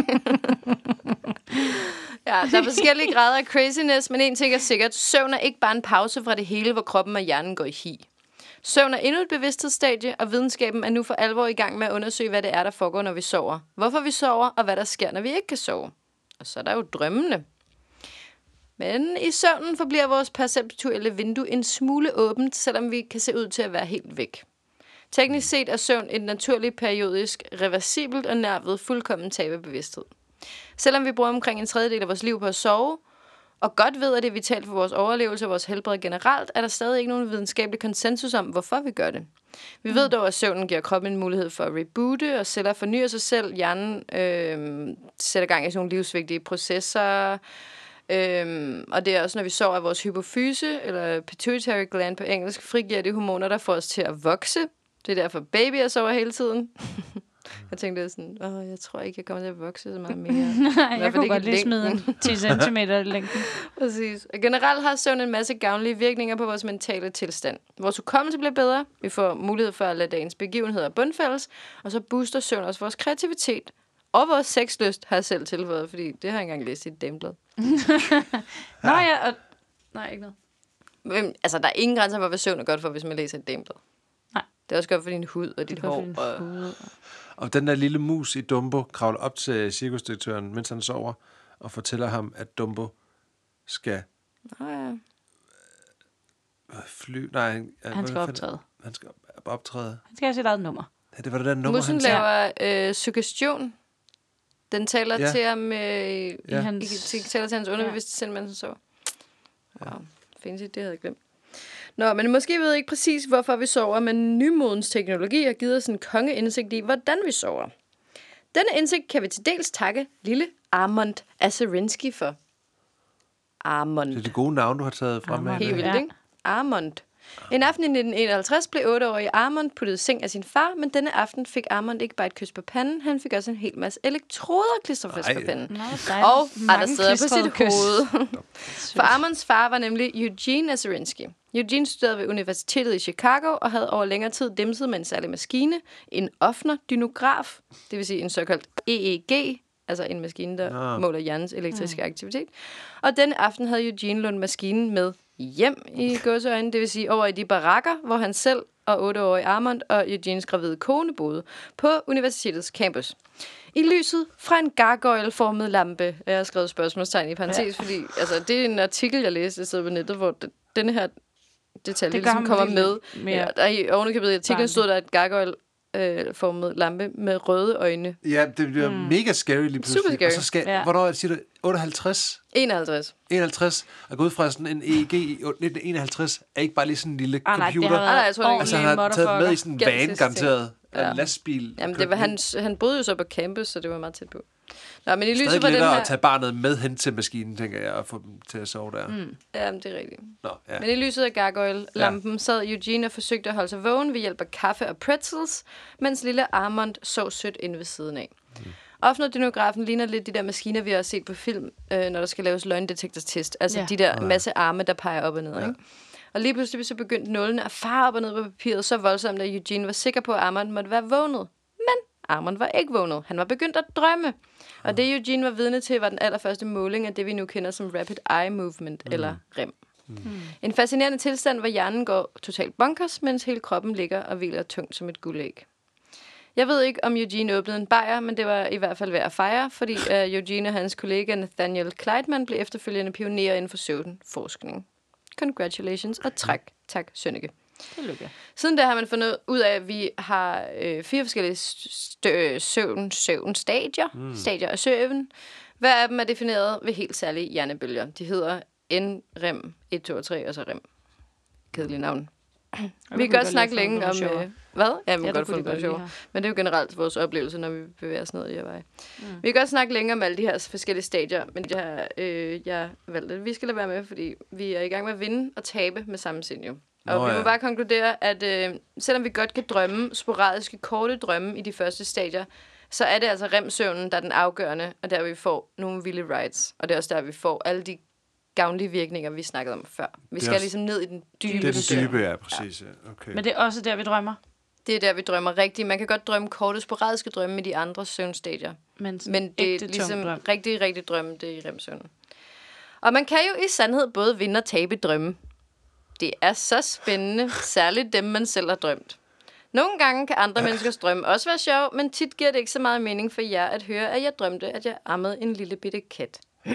Ja, der er forskellige grader af craziness, men en ting er sikkert. Søvn er ikke bare en pause fra det hele, hvor kroppen og hjernen går i hi. Søvn er endnu et bevidsthedsstadie, og videnskaben er nu for alvor i gang med at undersøge, hvad det er, der foregår, når vi sover. Hvorfor vi sover, og hvad der sker, når vi ikke kan sove. Og så er der jo drømmene. Men i søvnen forbliver vores perceptuelle vindue en smule åbent, selvom vi kan se ud til at være helt væk. Teknisk set er søvn et naturligt, periodisk, reversibelt og nær ved fuldkommen tab af bevidsthed. Selvom vi bruger omkring en tredjedel af vores liv på at sove, og godt ved, at det er vitalt for vores overlevelse og vores helbred generelt, er der stadig ikke nogen videnskabelig konsensus om, hvorfor vi gør det. Vi ved dog, at søvnen giver kroppen en mulighed for at reboote, og celler fornyer sig selv. Hjernen øh, sætter gang i sådan nogle livsvigtige processer. Øh, og det er også, når vi sover, at vores hypofyse, eller pituitary gland på engelsk, frigiver de hormoner, der får os til at vokse. Det er derfor babyer sover hele tiden. Jeg tænkte sådan, åh, jeg tror ikke, jeg kommer til at vokse så meget mere. Nej, jeg kunne godt lige smide en ti centimeter i længden. Præcis. Og generelt har søvn en masse gavnlige virkninger på vores mentale tilstand. Vores hukommelse bliver bedre, vi får mulighed for at lade dagens begivenheder bundfældes, og så booster søvn også vores kreativitet. Og vores sexlyst har jeg selv tilføjet, fordi det har jeg engang læst i et dameblad. Nå ja, og... Nej, ikke noget. Men, altså, der er ingen grænser for, hvad søvn er godt for, hvis man læser et dameblad. Nej. Det er også godt for din hud og dit hår. Og... og den der lille mus i Dumbo kravler op til cirkusdirektøren, mens han sover, og fortæller ham, at Dumbo skal... Nå ja. Fly... Nej, han, han skal optræde. Han skal optræde. Han skal have sit eget nummer. Ja, det var det der nummer, Musen han laver øh, suggestion. Den taler ja. til ham, øh, ja. i hans, i, taler til hans underbevidste sind, mens han sover. Wow, fancy, det havde jeg glemt. Nå, men måske ved jeg ikke præcis, hvorfor vi sover, men nymodens teknologi har givet os en kongeindsigt i, hvordan vi sover. Denne indsigt kan vi til dels takke lille Armand Aserinsky for. Armand. Det er det gode navn, du har taget frem med. Helt vildt, ikke? Armand. En aften i nitten enoghalvtreds blev otteårige Armand puttet i seng af sin far, men denne aften fik Armand ikke bare et kys på panden, han fik også en hel masse elektroder klistret fast på panden. Nå, og andre steder på sit hoved. For Armands far var nemlig Eugene Aserinsky. Eugene studerede ved universitetet i Chicago og havde over længere tid dimset med en særlig maskine, en Offner-dynograf, det vil sige en såkaldt E E G, altså en maskine, der ja. måler hjernens elektriske mm. aktivitet. Og denne aften havde Eugene lånt maskinen med hjem i gåseøjne, det vil sige over i de barakker, hvor han selv og otteårige Armand og Eugenes gravide kone boede på universitetets campus. I lyset fra en gargoyle-formet lampe, jeg har skrevet spørgsmålstegn i parentes, ja. fordi altså, det er en artikel, jeg læste et sted på nettet, hvor det, denne her detalje det ligesom kommer med. Ja, der i ovenikøbet i artiklen stod der et gargoyle Øh, formet lampe med røde øjne. Ja, det bliver mm. mega scary lige pludselig. Super scary. Og så skal, ja. Hvornår siger du? otteoghalvtreds? enoghalvtreds. enoghalvtreds. Og gå ud fra sådan en E E G i nitten enoghalvtreds er ikke bare lige sådan en lille ah, computer. Nej, det har ah, nej, jeg tror, det altså, han har taget med i sådan en van, garanteret. Ja. En lastbil. Jamen, det var, han, han boede jo så på campus, så det var meget tæt på. Nå, men i lyset stadig var den her... at tage barnet med hen til maskinen, tænker jeg, og få dem til at sove der. Mm. Jamen, det er rigtigt. Nå, ja. Men i lyset af gargoyle-lampen ja. sad Eugene og forsøgte at holde sig vågen ved hjælp af kaffe og pretzels, mens lille Armand sov sødt inde ved siden af. Mm. Offner-dynografen ligner lidt de der maskiner, vi har set på film, øh, når der skal laves løgndetektortest. Altså ja. de der ja. masse arme, der peger op og ned, ja. ikke? Og lige pludselig så begyndte nålene at fare op og ned på papiret så voldsomt, at Eugene var sikker på, at Armand måtte være vågnet. Men Armand var ikke vågnet. Han var begyndt at drømme. Og det Eugene var vidne til, var den allerførste måling af det, vi nu kender som Rapid Eye Movement, mm. eller R E M. Mm. En fascinerende tilstand, hvor hjernen går totalt bonkers, mens hele kroppen ligger og hviler tungt som et guldæg. Jeg ved ikke, om Eugene åbnede en bajer, men det var i hvert fald værd at fejre, fordi uh, Eugene og hans kollega Nathaniel Kleitman blev efterfølgende pionerer inden for søvnforskning. Congratulations, og tak, tak Sønneke. Tillykke. Siden da har man fundet ud af, at vi har øh, fire forskellige stø- søvn, søvnstadier, mm. stadier af søvn. Hver af dem er defineret ved helt særlige hjernebølger. De hedder N R E M, et, to og tre, og så R E M. Kedelige navn. Vi kan godt snakke længe om, øh, Hvad? Ja, man Ja, kan godt få det godt sjovt. Men det er jo generelt vores oplevelse, når vi bevæger os ned i vej. Mm. Vi kan godt snakke længere om alle de her forskellige stadier, men det her, øh, jeg valgte, at vi skal lade være med, fordi vi er i gang med at vinde og tabe med samme sind jo. Og Nå, vi må ja. bare konkludere, at øh, selvom vi godt kan drømme, sporadiske, korte drømme i de første stadier, så er det altså remsøvnen, der er den afgørende, og der vi får nogle vilde rides. Og det er også der, vi får alle de gavnlige virkninger, vi snakkede om før. Vi skal også, ligesom ned i den dybe. Det er den dybe, ja, præcis. Ja. Okay. Men det er også der, vi drømmer? Det er der, vi drømmer rigtigt. Man kan godt drømme korte, sporadiske drømme med de andre søvnstadier. Men, Men det er ligesom drøm. rigtig, rigtig drømme, det er i remsøvnen. Og man kan jo i sandhed både vinde og tabe drømme. Det er så spændende, særligt dem, man selv har drømt. Nogle gange kan andre menneskers drømme også være sjov, men tit giver det ikke så meget mening for jer at høre, at jeg drømte, at jeg ammede en lille bitte kat.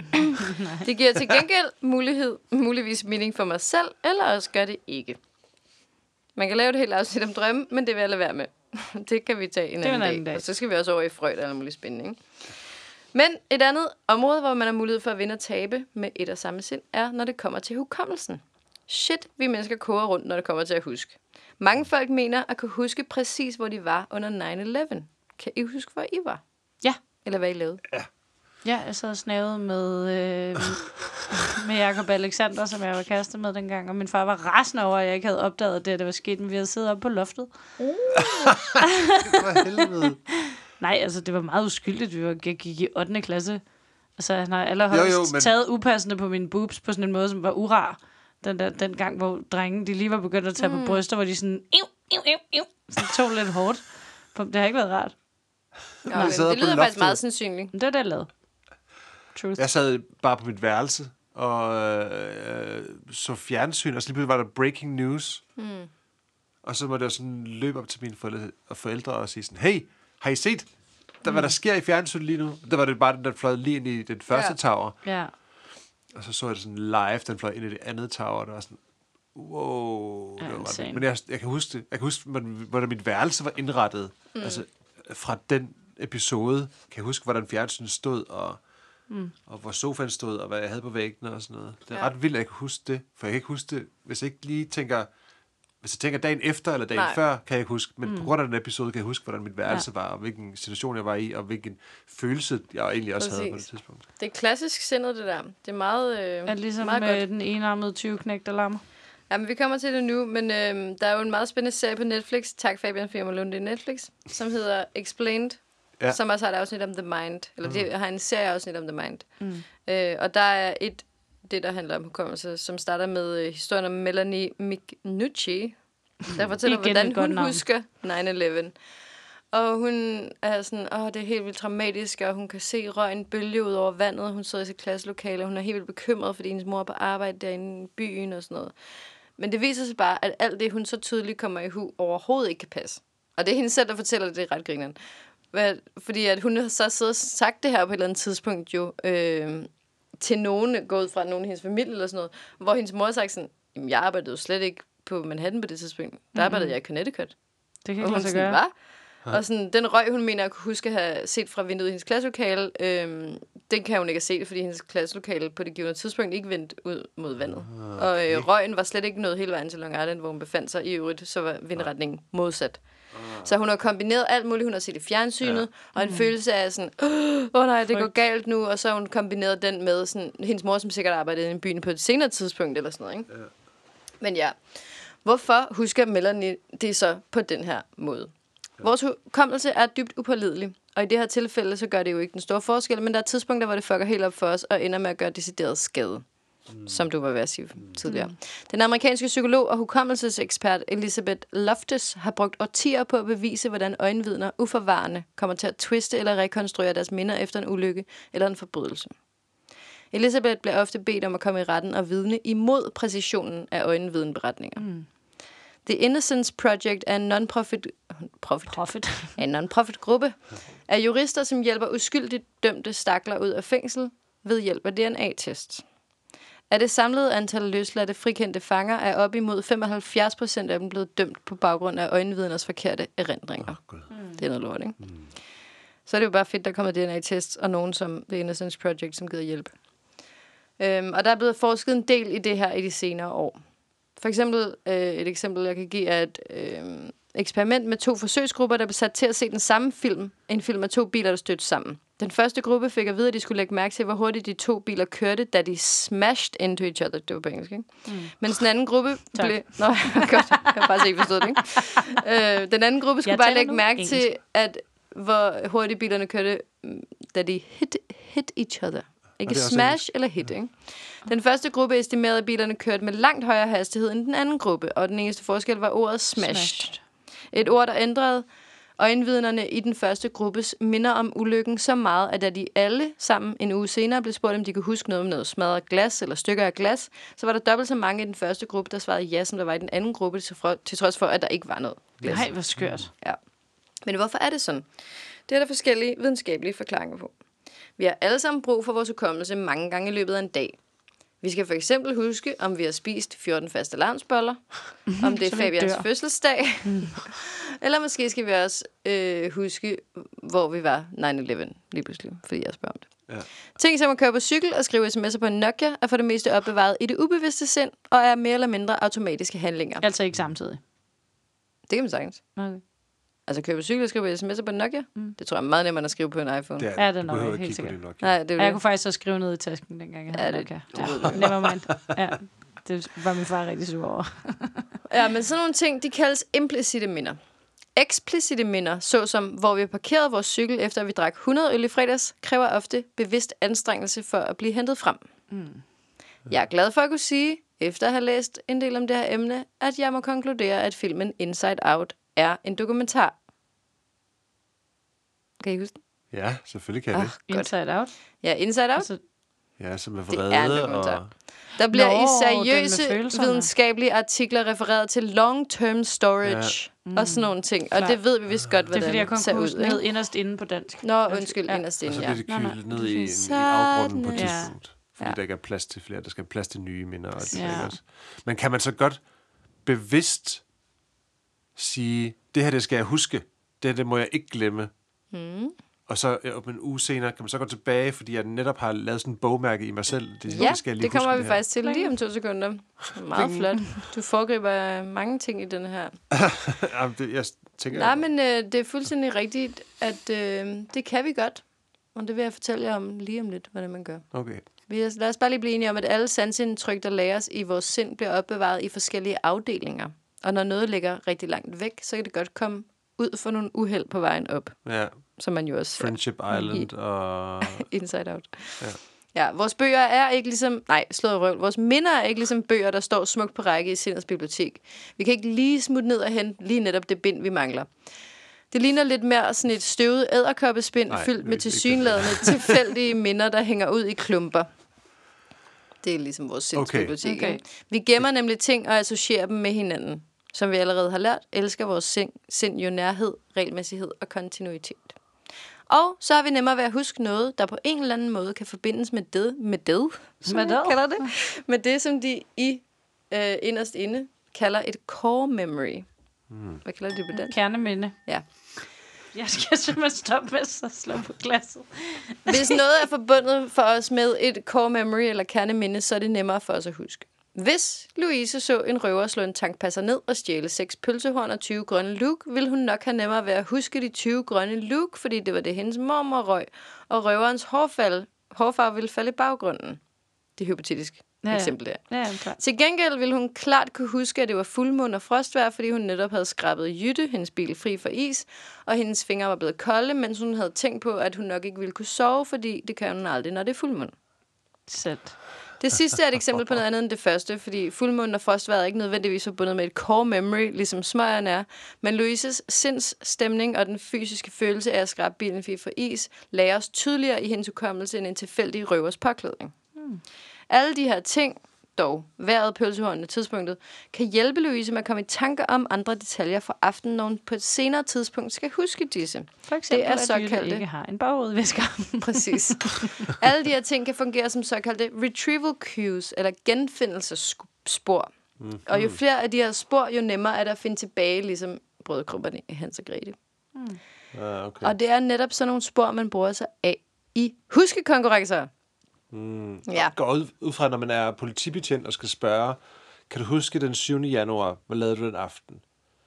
Det giver til gengæld mulighed, muligvis mening for mig selv, eller også gør det ikke. Man kan lave et helt afsnit om drømme, men det vil jeg lade være med. Det kan vi tage en anden, anden dag. dag. Og så skal vi også over i frø, der er muligt spændende. Ikke? Men et andet område, hvor man har mulighed for at vinde og tabe med et og samme sind, er, når det kommer til hukommelsen. Shit, vi mennesker koger rundt, når det kommer til at huske. Mange folk mener at kunne huske præcis, hvor de var under nine eleven. Kan I huske, hvor I var? Ja. Eller hvad I lavede? Ja. Ja, jeg sad og snavede med, øh, med Jacob Alexander, som jeg var kæreste med dengang. Og min far var rasende over, at jeg ikke havde opdaget det, der var sket. Men vi havde siddet oppe på loftet. Uh. Det var helvede. Nej, altså det var meget uskyldigt. Vi var, gik i ottende klasse. Altså han har allerhøjst jo, jo, men... taget upassende på mine boobs på sådan en måde, som var urar. Den, der, den gang, hvor drengene de lige var begyndt at tage mm. på bryster, hvor de sådan... Iv, iv, iv, iv, sådan tog lidt hårdt. Det har ikke været rart. Nå, men det lyder faktisk meget sandsynligt. Det er det, jeg lavede. Truth. Jeg sad bare på mit værelse og øh, så fjernsyn, og så lige pludselig var der breaking news. Mm. Og så måtte jeg sådan løbe op til mine forældre og, forældre og sige sådan, hey, har I set, der, mm. hvad der sker i fjernsyn lige nu? Der var det bare den, der fløj lige ind i den første ja. tower. Ja. Og så så jeg det sådan live, den fløj ind i det andet tower, og der var sådan, wow. Ja, det var det. Men jeg, jeg kan huske det. Jeg kan huske, hvordan mit værelse var indrettet. Mm. Altså, fra den episode, kan jeg huske, hvordan fjernsynet stod, og Mm. og hvor sofaen stod, og hvad jeg havde på væggene og sådan noget. Det er ja. ret vildt, at jeg kan huske det, for jeg kan ikke huske det, hvis jeg ikke lige tænker, hvis jeg tænker dagen efter eller dagen Nej. før, kan jeg ikke huske, men mm. på grund af den episode kan jeg huske, hvordan mit værelse ja. var, og hvilken situation jeg var i, og hvilken følelse jeg egentlig også Præcis. havde på det tidspunkt. Det er klassisk sindet, det der. Det er meget, øh, er ligesom meget med godt. Den enarmede tyveknægt, der lammer. Ja, men vi kommer til det nu, men øh, der er jo en meget spændende serie på Netflix, tak Fabian Firma Lund, det er Netflix, som hedder Explained. Ja. Som også har et afsnit om The Mind. Eller de har en serie afsnit om The Mind. Mm. Øh, og der er et, det der handler om hukommelse, som starter med øh, historien om Melanie McNucci, der fortæller, hvordan hun navn. husker nine eleven. Og hun er sådan, åh, det er helt vildt traumatisk, og hun kan se røgen bølge ud over vandet. Hun sidder i sit klasselokale, og hun er helt vildt bekymret, fordi hendes mor er på arbejde derinde i byen og sådan noget. Men det viser sig bare, at alt det, hun så tydeligt kommer i hu, overhovedet ikke kan passe. Og det er hende selv, der fortæller det, det er ret grineren. Fordi at hun har så siddet og sagt det her på et eller andet tidspunkt jo, øh, til nogen, gået fra nogen af hendes familie eller sådan noget, hvor hendes mor har sagt sådan, jamen jeg arbejdede jo slet ikke på Manhattan på det tidspunkt. Der mm-hmm. arbejdede jeg i Connecticut. Det kan og hun sådan, gøre. Hvad? Og sådan, den røg, hun mener at kunne huske at have set fra vinduet i hendes klasselokale, øh, den kan hun ikke have set, fordi hendes klasselokale på det givende tidspunkt ikke vendte ud mod vandet. Okay. Og øh, røgen var slet ikke nået hele vejen til Long Island, hvor hun befandt sig. I øvrigt, så var vindretningen modsat. Så hun har kombineret alt muligt. Hun har set i fjernsynet, ja. og en mm. følelse af sådan, åh oh, nej, det går galt nu. Og så har hun kombineret den med sådan, hendes mor, som sikkert arbejdede i byen på et senere tidspunkt, eller sådan noget, ikke? Ja. Men ja, hvorfor husker Melanie det så på den her måde? Ja. Vores hukommelse er dybt upålidelig, og i det her tilfælde, så gør det jo ikke den store forskel, men der er tidspunkter, hvor det fucker helt op for os, og ender med at gøre decideret skade. Mm. Som du var ved at sige mm. tidligere. Mm. Den amerikanske psykolog og hukommelsesekspert Elizabeth Loftus har brugt årtier på at bevise, hvordan øjenvidner uforvarende kommer til at twiste eller rekonstruere deres minder efter en ulykke eller en forbrydelse. Elizabeth bliver ofte bedt om at komme i retten og vidne imod præcisionen af øjenvidenberetninger. Mm. The Innocence Project er en non-profit, profit, profit. en non-profit gruppe af jurister, som hjælper uskyldigt dømte stakler ud af fængsel ved hjælp af D N A-test. Af det samlede antal løsladte frikendte fanger er op imod femoghalvfjerds procent af dem blevet dømt på baggrund af øjenvidners forkerte erindringer. Oh, mm. Det er noget lort, ikke? Mm. Så er det jo bare fedt, der kommer D N A-test og nogen som The Innocence Project, som giver hjælp. Øhm, og der er blevet forsket en del i det her i de senere år. For eksempel, øh, et eksempel, jeg kan give, er, at øh, eksperiment med to forsøgsgrupper, der blev sat til at se den samme film. En film af to biler, der stødte sammen. Den første gruppe fik at vide, at de skulle lægge mærke til, hvor hurtigt de to biler kørte, da de smashed into each other. Det var på engelsk, ikke? Mm. Mens den anden gruppe blev... Nå, godt. Jeg har faktisk ikke forstået det, ikke? Øh, den anden gruppe skulle bare lægge mærke engelsk. til, at hvor hurtigt bilerne kørte, da de hit, hit each other. Ikke smash eller hit, ikke? Den første gruppe estimerede, at bilerne kørte med langt højere hastighed end den anden gruppe, og den eneste forskel var ordet smashed. smashed. Et ord, der ændrede øjenvidnerne i den første gruppes minder om ulykken så meget, at da de alle sammen en uge senere blev spurgt, om de kunne huske noget om noget smadret glas eller stykker af glas, så var der dobbelt så mange i den første gruppe, der svarede ja, som der var i den anden gruppe, til, for, til trods for, at der ikke var noget glas. Nej, hvor skørt. Ja. Men hvorfor er det sådan? Det er der forskellige videnskabelige forklaringer på. Vi har alle sammen brug for vores hukommelse mange gange i løbet af en dag. Vi skal for eksempel huske, om vi har spist fjorten faste lavnsboller, om det er Fabians fødselsdag, eller måske skal vi også øh, huske, hvor vi var nine eleven lige pludselig, fordi jeg spørger om det. Ja. Ting som at køre på cykel og skrive sms'er på en Nokia er for det meste opbevaret i det ubevidste sind, og er mere eller mindre automatiske handlinger. Altså ikke samtidig? Det kan man sagtens. Okay. Altså køre på cykel og skrive sms'er på en Nokia? Mm. Det tror jeg er meget nemmere at skrive på en iPhone. Det er, ja, det er nok helt sikkert. Nej, det er ja, jeg kunne faktisk også skrive ned i tasken, dengang jeg havde ja, Nokia. Det, det ja. Never mind. Ja, det var min far rigtig sur over. Ja, men sådan nogle ting, de kaldes implicite minder. Eksplicite minder, såsom hvor vi har parkeret vores cykel, efter at vi drak hundrede øl i fredags, kræver ofte bevidst anstrengelse for at blive hentet frem. Mm. Jeg er glad for at kunne sige, efter at have læst en del om det her emne, at jeg må konkludere, at filmen Inside Out er en dokumentar. Kan I huske den? Ja, selvfølgelig kan jeg oh, det. Inside Out? Ja, Inside Out. Altså, ja, som er vrede og... Der bliver Nå, i seriøse videnskabelige artikler refereret til long-term storage ja. mm. og sådan nogle ting. Og Klar. det ved vi vist godt, hvordan det, det ser ud. Det er fordi, jeg kun ned inderst inde på dansk. Nå, undskyld, ja. inderst inde, ja. Og så bliver det kylet ned i, i afgrunden på et tidspunkt. Fordi ja. der ikke er plads til flere. Der skal plads til nye minder. Og det ja. også. Men kan man så godt bevidst sige, det her, det skal jeg huske. Det her, det må jeg ikke glemme. Mm. Og så om en uge senere kan man så gå tilbage, fordi jeg netop har lavet sådan en bogmærke i mig selv. Det, ja, det, skal jeg lige det kommer huske, vi det faktisk til lige om to sekunder. Meget flot. Du foregriber mange ting i den her. Jamen, det, jeg tænker... Nej, men øh, det er fuldstændig rigtigt, at øh, det kan vi godt. Og det vil jeg fortælle jer om lige om lidt, hvordan man gør. Okay. Vi er, lad os bare lige blive enige om, at alle sanseindtryk, der læres i vores sind, bliver opbevaret i forskellige afdelinger. Og når noget ligger rigtig langt væk, så kan det godt komme ud for nogle uheld på vejen op. Ja. Som man jo også... Friendship Island og... Inside Out. Ja. Ja, vores bøger er ikke ligesom... Nej, slået røv. Vores minder er ikke ligesom bøger, der står smukt på række i sindets bibliotek. Vi kan ikke lige smutte ned og hente lige netop det bind, vi mangler. Det ligner lidt mere sådan et støvet edderkoppespind, fyldt med tilsyneladende tilfældige minder, der hænger ud i klumper. Det er ligesom vores sindsbibliotek. Okay. Okay. Vi gemmer nemlig ting og associerer dem med hinanden. Som vi allerede har lært, elsker vores sind, sind jo nærhed, regelmæssighed og kontinuitet. Og så har vi nemmere ved at huske noget, der på en eller anden måde kan forbindes med det, med det, som med det? kalder det, med det, som de i øh, inderst inde kalder et core memory. Mm. Hvad kalder det på dansk? Kerneminde. Ja. Jeg skal simpelthen stoppe med at slå på glasset. Hvis noget er forbundet for os med et core memory eller kerneminde, så er det nemmere for os at huske. Hvis Louise så en røver slå en tankpasser ned og stjæle seks pølsehorn og tyve grønne luk, ville hun nok have nemmere ved at huske de tyve grønne luk, fordi det var det, hendes mormor røg, og røverens hårfald, hårfarve ville falde i baggrunden. Det er hypotetisk ja, ja. eksempel der. Ja, ja, Til gengæld ville hun klart kunne huske, at det var fuldmåne og frostvejr, fordi hun netop havde skrabet Jytte, hendes bil, fri for is, og hendes fingre var blevet kolde, mens hun havde tænkt på, at hun nok ikke ville kunne sove, fordi det kan hun aldrig, når det er fuldmåne. Sandt. Det sidste er et eksempel på noget andet end det første, fordi fuldmånen og frostvejret er ikke nødvendigvis forbundet med et core memory, ligesom smøgerne er, men Louises sindsstemning og den fysiske følelse af at skrabe bilen fri for is lagres tydeligere i hendes hukommelse end en tilfældig røvers påklædning. Hmm. Alle de her ting, dog vejret, pølsehornene, tidspunktet, kan hjælpe Louise med at komme i tanker om andre detaljer fra aftenen, når hun på et senere tidspunkt skal huske disse. For eksempel, det er at såkaldte... ikke har en bagudvisker. Præcis. Alle de her ting kan fungere som såkaldte retrieval cues, eller genfindelsesspor. Mm-hmm. Og jo flere af de her spor, jo nemmere er det at finde tilbage, ligesom brødkrumperne i Hans og Grete. Mm. Ah, okay. Og det er netop sådan nogle spor, man bruger sig af i huskekonkurrencer. Mm. Ja. Går ud, ud fra, når man er politibetjent og skal spørge, kan du huske den syvende januar, hvad lavede du den aften?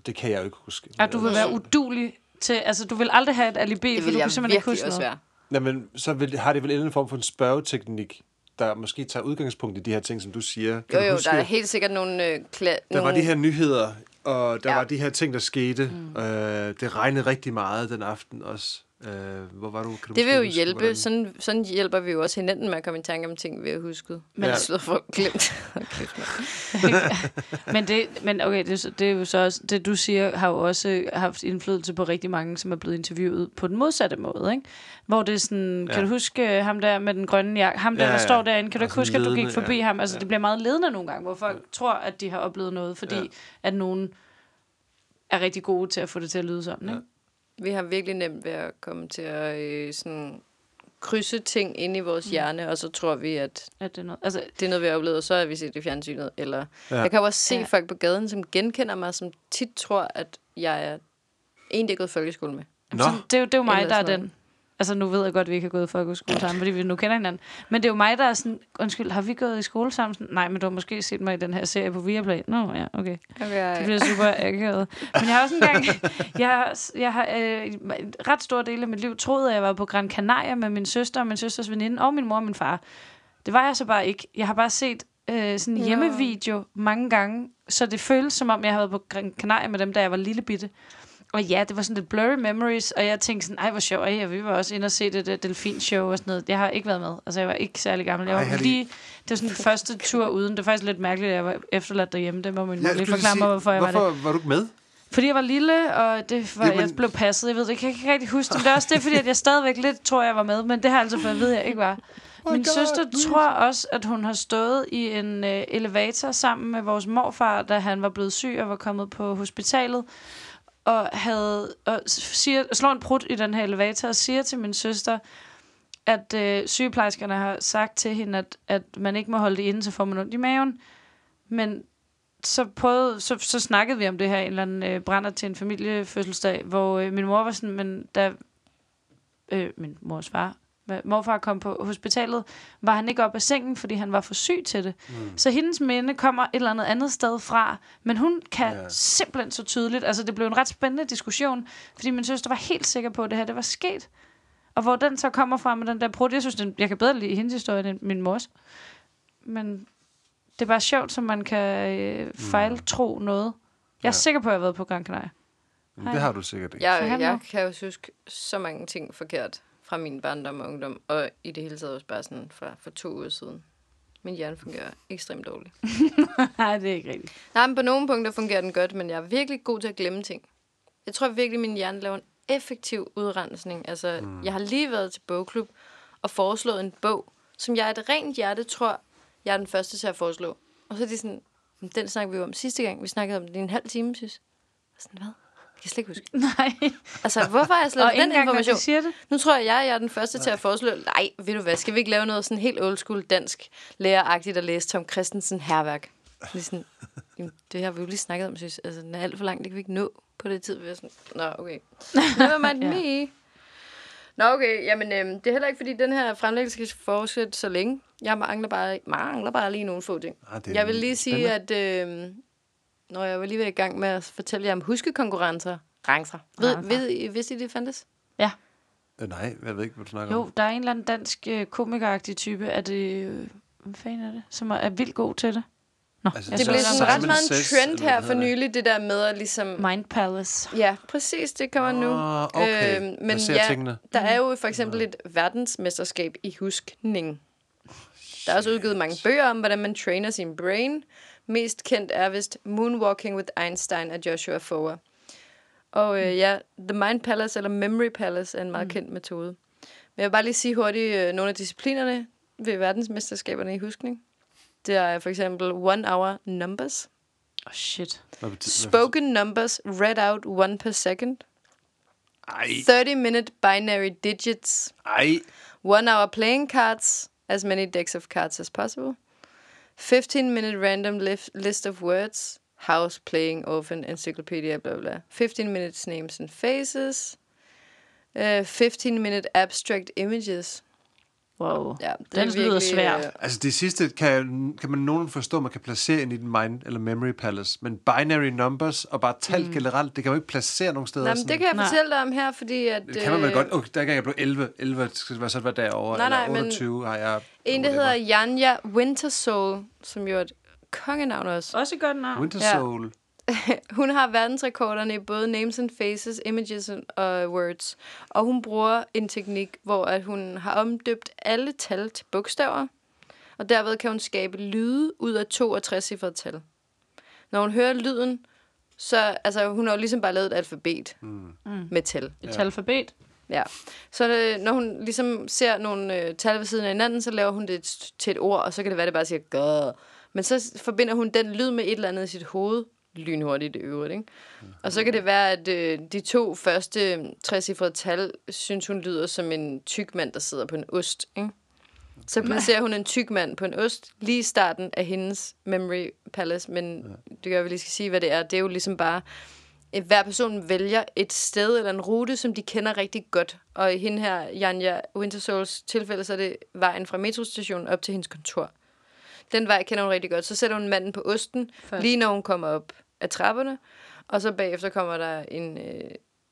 Det kan jeg jo ikke huske. Og du vil være udulig til... Altså, du vil aldrig have et alibi, for du kan simpelthen ikke huske noget. Jamen, så vil, har det vel en eller anden form for en spørgeteknik, der måske tager udgangspunkt i de her ting, som du siger. Kan jo, du jo, huske? der er helt sikkert nogle... Øh, kla- der nogle... var de her nyheder, og der ja. var de her ting, der skete. Mm. Øh, det regnede rigtig meget den aften også. Øh, hvor var du? Kan du det vil jo huske, hjælpe. hvordan... Sådan, sådan hjælper vi jo også hinanden med at komme i tanke om ting, vi har husket. Men ja. Det er folk glemt. men, det, men okay, det, det er jo så også... Det, du siger, har jo også haft indflydelse på rigtig mange, som er blevet interviewet på den modsatte måde, ikke? Hvor det er sådan... Ja. Kan du huske ham der med den grønne jakke? Ham der, ja, ja. der står derinde. Kan du ikke huske, ledende, at du gik forbi ja. ham? Altså, ja. det bliver meget ledende nogle gange, hvor folk ja. tror, at de har oplevet noget, fordi ja. at nogen er rigtig gode til at få det til at lyde sådan, ikke? Ja. Vi har virkelig nemt ved at komme til at øh, sådan, krydse ting ind i vores mm. hjerne, og så tror vi, at, at det, er noget, altså, det er noget, vi har oplevet, og så har vi set det i fjernsynet. Eller, ja. Jeg kan jo også se ja. folk på gaden, som genkender mig, som tit tror, at jeg er en, der er gået i folkeskole med. Så det, er jo, det er jo mig, der er den. Altså, nu ved jeg godt, at vi ikke har gået i folkeskole sammen, fordi vi nu kender hinanden. Men det er jo mig, der er sådan, undskyld, har vi gået i skole sammen? Sådan, nej, men du har måske set mig i den her serie på Viaplay. Nå, ja, okay. okay. Det bliver super akavet. Men jeg har også engang, jeg har, jeg har øh, en ret stor del af mit liv troet, at jeg var på Gran Canaria med min søster og min søsters veninde, og min mor og min far. Det var jeg så bare ikke. Jeg har bare set øh, sådan en hjemmevideo mange gange, så det føles som om, jeg havde været på Gran Canaria med dem, da jeg var lille bitte. Og ja, det var sådan lidt blurry memories, og jeg tænkte sådan, ej, hvor sjovt, ej, vi var også inde og se det der delfinshow og sådan noget. Jeg har ikke været med, altså jeg var ikke særlig gammel. Jeg var ej, lige, det var sådan den første tur uden. Det var faktisk lidt mærkeligt, at jeg var efterladt derhjemme. Det må min mor ja, lige forklare mig, hvorfor jeg hvorfor var det. Hvorfor var du ikke med? Fordi jeg var lille, og det var, ja, men... jeg blev passet. Jeg ved det, jeg kan ikke rigtig huske det. Men det er også det, fordi at jeg stadigvæk lidt tror, jeg var med, men det har altså fået at vide, jeg ikke var. Oh min God, søster please. tror også, at hun har stået i en øh, elevator sammen med vores morfar, da han var blevet syg og var kommet på hospitalet. Og havde og siger, slår en prut i den her elevator og siger til min søster, at øh, sygeplejerskerne har sagt til hende, at, at man ikke må holde det inde, så får man ondt i maven. Men så, prøvede, så, så snakkede vi om det her, en eller anden øh, brænder til en familiefødselsdag, hvor øh, min mor var sådan, men da øh, min mors far, morfar kom på hospitalet, var han ikke op af sengen, fordi han var for syg til det. Mm. Så hendes minde kommer et eller andet andet sted fra, men hun kan yeah. simpelthen så tydeligt, altså det blev en ret spændende diskussion, fordi min søster var helt sikker på, at det her, det var sket. Og hvor den så kommer fra med den der brud, jeg synes, den, jeg kan bedre lide hendes historie end min mors. Men det er bare sjovt, så man kan øh, fejltro noget. Jeg er ja. sikker på, at jeg har været på Gran Canaria. Det har du sikkert ikke. Jeg, jeg kan jo huske så mange ting forkert fra min barndom og ungdom, og i det hele taget også bare sådan fra for to uger siden. Min hjerne fungerer ekstremt dårligt. Nej, det er ikke rigtigt. Nej, men på nogle punkter fungerer den godt, men jeg er virkelig god til at glemme ting. Jeg tror virkelig, min hjerne laver en effektiv udrensning. Altså, mm. jeg har lige været til bogklub og foreslået en bog, som jeg af et rent hjerte tror, jeg er den første til at foreslå. Og så er de sådan, den snakkede vi jo om sidste gang. Vi snakkede om det i en halv time, synes. Sådan, hvad? Jeg kan slet ikke huske. Nej. Altså, hvorfor har jeg slet den information? Siger det? Nu tror jeg, jeg er den første nej. til at foreslå, nej, ved du hvad, skal vi ikke lave noget sådan helt old school dansk læreragtigt at læse Tom Christensen Hærværk? Sådan, det har vi jo lige snakket om, synes. Altså, den er alt for langt, det kan vi ikke nå på det tid. Vi er sådan, nå, okay. Never mind me. Nå, okay, jamen, øhm, det er heller ikke, fordi den her fremlæggelse skal fortsætte så længe. Jeg mangler bare, mangler bare lige nogle få ting. Ah, jeg vil lige sige, at øhm, når jeg var lige ved i gang med at fortælle jer om huskekonkurrencer, rancer. Ved, ved, vidste I, det fandtes? Ja. Øh, nej, jeg ved ikke, hvad du snakker jo, om. Jo, der er en eller anden dansk øh, komikeragtig type, er det, øh, hvad fanden er det, som er, er vildt god til det. Nå, altså, det blev sådan ret meget en trend her for nylig, det der med at ligesom... Mind Palace. Ja, præcis, det kommer nu. Oh, okay. øh, men ja, tingene. Der er jo for eksempel et verdensmesterskab i huskning. Der er også udgivet mange bøger om, hvordan man træner sin brain. Mest kendt er vist Moonwalking with Einstein af Joshua Foer. Og øh, ja, The Mind Palace eller Memory Palace er en meget mm. kendt metode. Men jeg vil bare lige sige hurtigt øh, nogle af disciplinerne ved verdensmesterskaberne i huskning. Det er for eksempel One Hour Numbers. Oh shit. Spoken Numbers read out one per second. Ej. thirty minute binary digits. Ej. One hour playing cards. As many decks of cards as possible. fifteen minute random lif- list of words. House, playing, orphan, encyclopedia, blah, blah. fifteen minutes names and faces. Uh, fifteen minute abstract images. Wow. Ja, den lyder virkelig, svært. Øh... Altså det sidste kan, kan man nogen forstå, man kan placere ind i den mind eller memory palace, men binary numbers og bare tal mm. generelt, det kan man ikke placere nogen steder. Nej, men det kan jeg nej. fortælle dig om her, fordi at... Det kan man vel godt. Okay, der kan jeg blive elleve. elleve skal være så hvad derovre. Nej, nej, eller otteogtyve har jeg... En, der hedder Janja Wintersoul, som jo er et kongenavn også. Også et godt navn. Wintersoul. Ja. Hun har verdensrekorderne i både names and faces, images og words. Og hun bruger en teknik, hvor at hun har omdøbt alle tal til bogstaver. Og derved kan hun skabe lyde ud af to- og tre-cifrede tal. Når hun hører lyden, så... Altså, hun har jo ligesom bare lavet et alfabet mm. med tal. Et alfabet? Ja. Så øh, når hun ligesom ser nogle øh, tal ved siden af hinanden, så laver hun det til et ord, og så kan det være, det bare siger gøh. Men så forbinder hun den lyd med et eller andet i sit hoved, lynhurtigt i øvrigt, ikke? Og så kan det være, at øh, de to første trecifrede tal, synes hun lyder som en tyk mand, der sidder på en ost, ikke? Så placerer hun en tyk mand på en ost, lige i starten af hendes memory palace, men det gør, at vi lige skal sige, hvad det er. Det er jo ligesom bare, at hver person vælger et sted eller en rute, som de kender rigtig godt. Og i hende her, Janja Wintersouls tilfælde, så er det vejen fra metrostationen op til hendes kontor. Den vej kender hun rigtig godt. Så sætter hun manden på osten, først, lige når hun kommer op af trapperne. Og så bagefter kommer der en øh,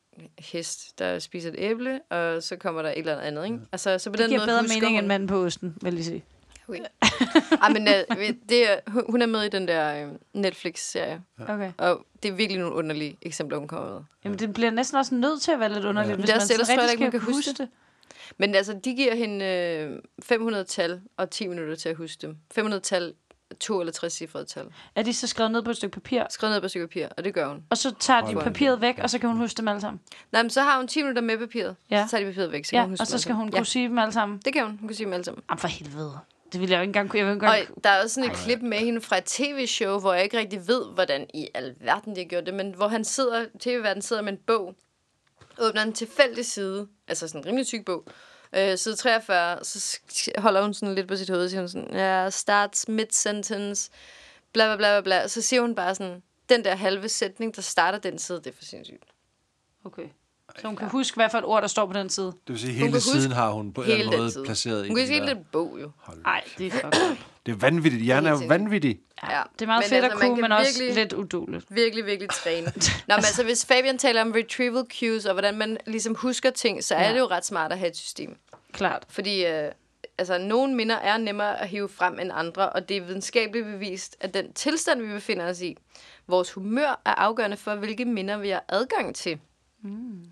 hest, der spiser et æble, og så kommer der et eller andet, ikke? Altså, så på det den giver måde bedre husker mening hun... end manden på osten, vil jeg sige. Okay. Ej, men uh, det er, hun er med i den der uh, Netflix-serie. Okay. Og det er virkelig nogle underlige eksempler, hun kommer med. Jamen, det bliver næsten også nødt til at være lidt underligt, ja. Hvis det er man selv, så rigtig skal kan huske det. det. Men altså, de giver hende øh, fem hundrede tal og ti minutter til at huske dem. fem hundrede tal, to eller tre cifrede tal. Er de så skrevet ned på et stykke papir? Skrevet ned på et stykke papir, og det gør hun. Og så tager de papiret væk, og så kan hun huske dem alle sammen? Nej, men så har hun ti minutter med papiret. Ja. Så tager de papiret væk, så ja, kan hun huske og så skal hun ja. kunne sige dem alle sammen? Det kan hun. Hun kan sige dem alle sammen. Jamen for helvede. Det ville jeg jo ikke engang kunne. Jeg vil ikke engang... Og der er også sådan et Ej. klip med hende fra et tv-show, hvor jeg ikke rigtig ved, hvordan i alverden de har gjort det, men hvor han sidder, tv-verden sidder med en bog, åbner en tilfældig side, altså sådan en rimelig tyk bog, øh, side treogfyrre, så holder hun sådan lidt på sit hoved, og siger hun sådan, ja, starts mid-sentence, bla bla bla bla, så siger hun bare sådan, den der halve sætning, der starter den side, det er for sindssygt. Okay. Så hun kan ja. huske, hvad for et ord, der står på den side. Det vil sige, hele siden har hun på en eller anden måde placeret i. Hun kan sige hele den bog, jo. Nej, det er fucking. Det er vanvittigt. Hjernen er jo vanvittig. Ja, det er meget men fedt altså, at kunne, men også lidt udueligt. Virkelig, virkelig træne. Nå, men altså, hvis Fabian taler om retrieval cues, og hvordan man ligesom husker ting, så er ja. det jo ret smart at have et system. Klart. Fordi øh, altså, nogle minder er nemmere at hive frem end andre, og det er videnskabeligt bevist, at den tilstand, vi befinder os i, vores humør er afgørende for, hvilke minder vi har adgang til. Mm.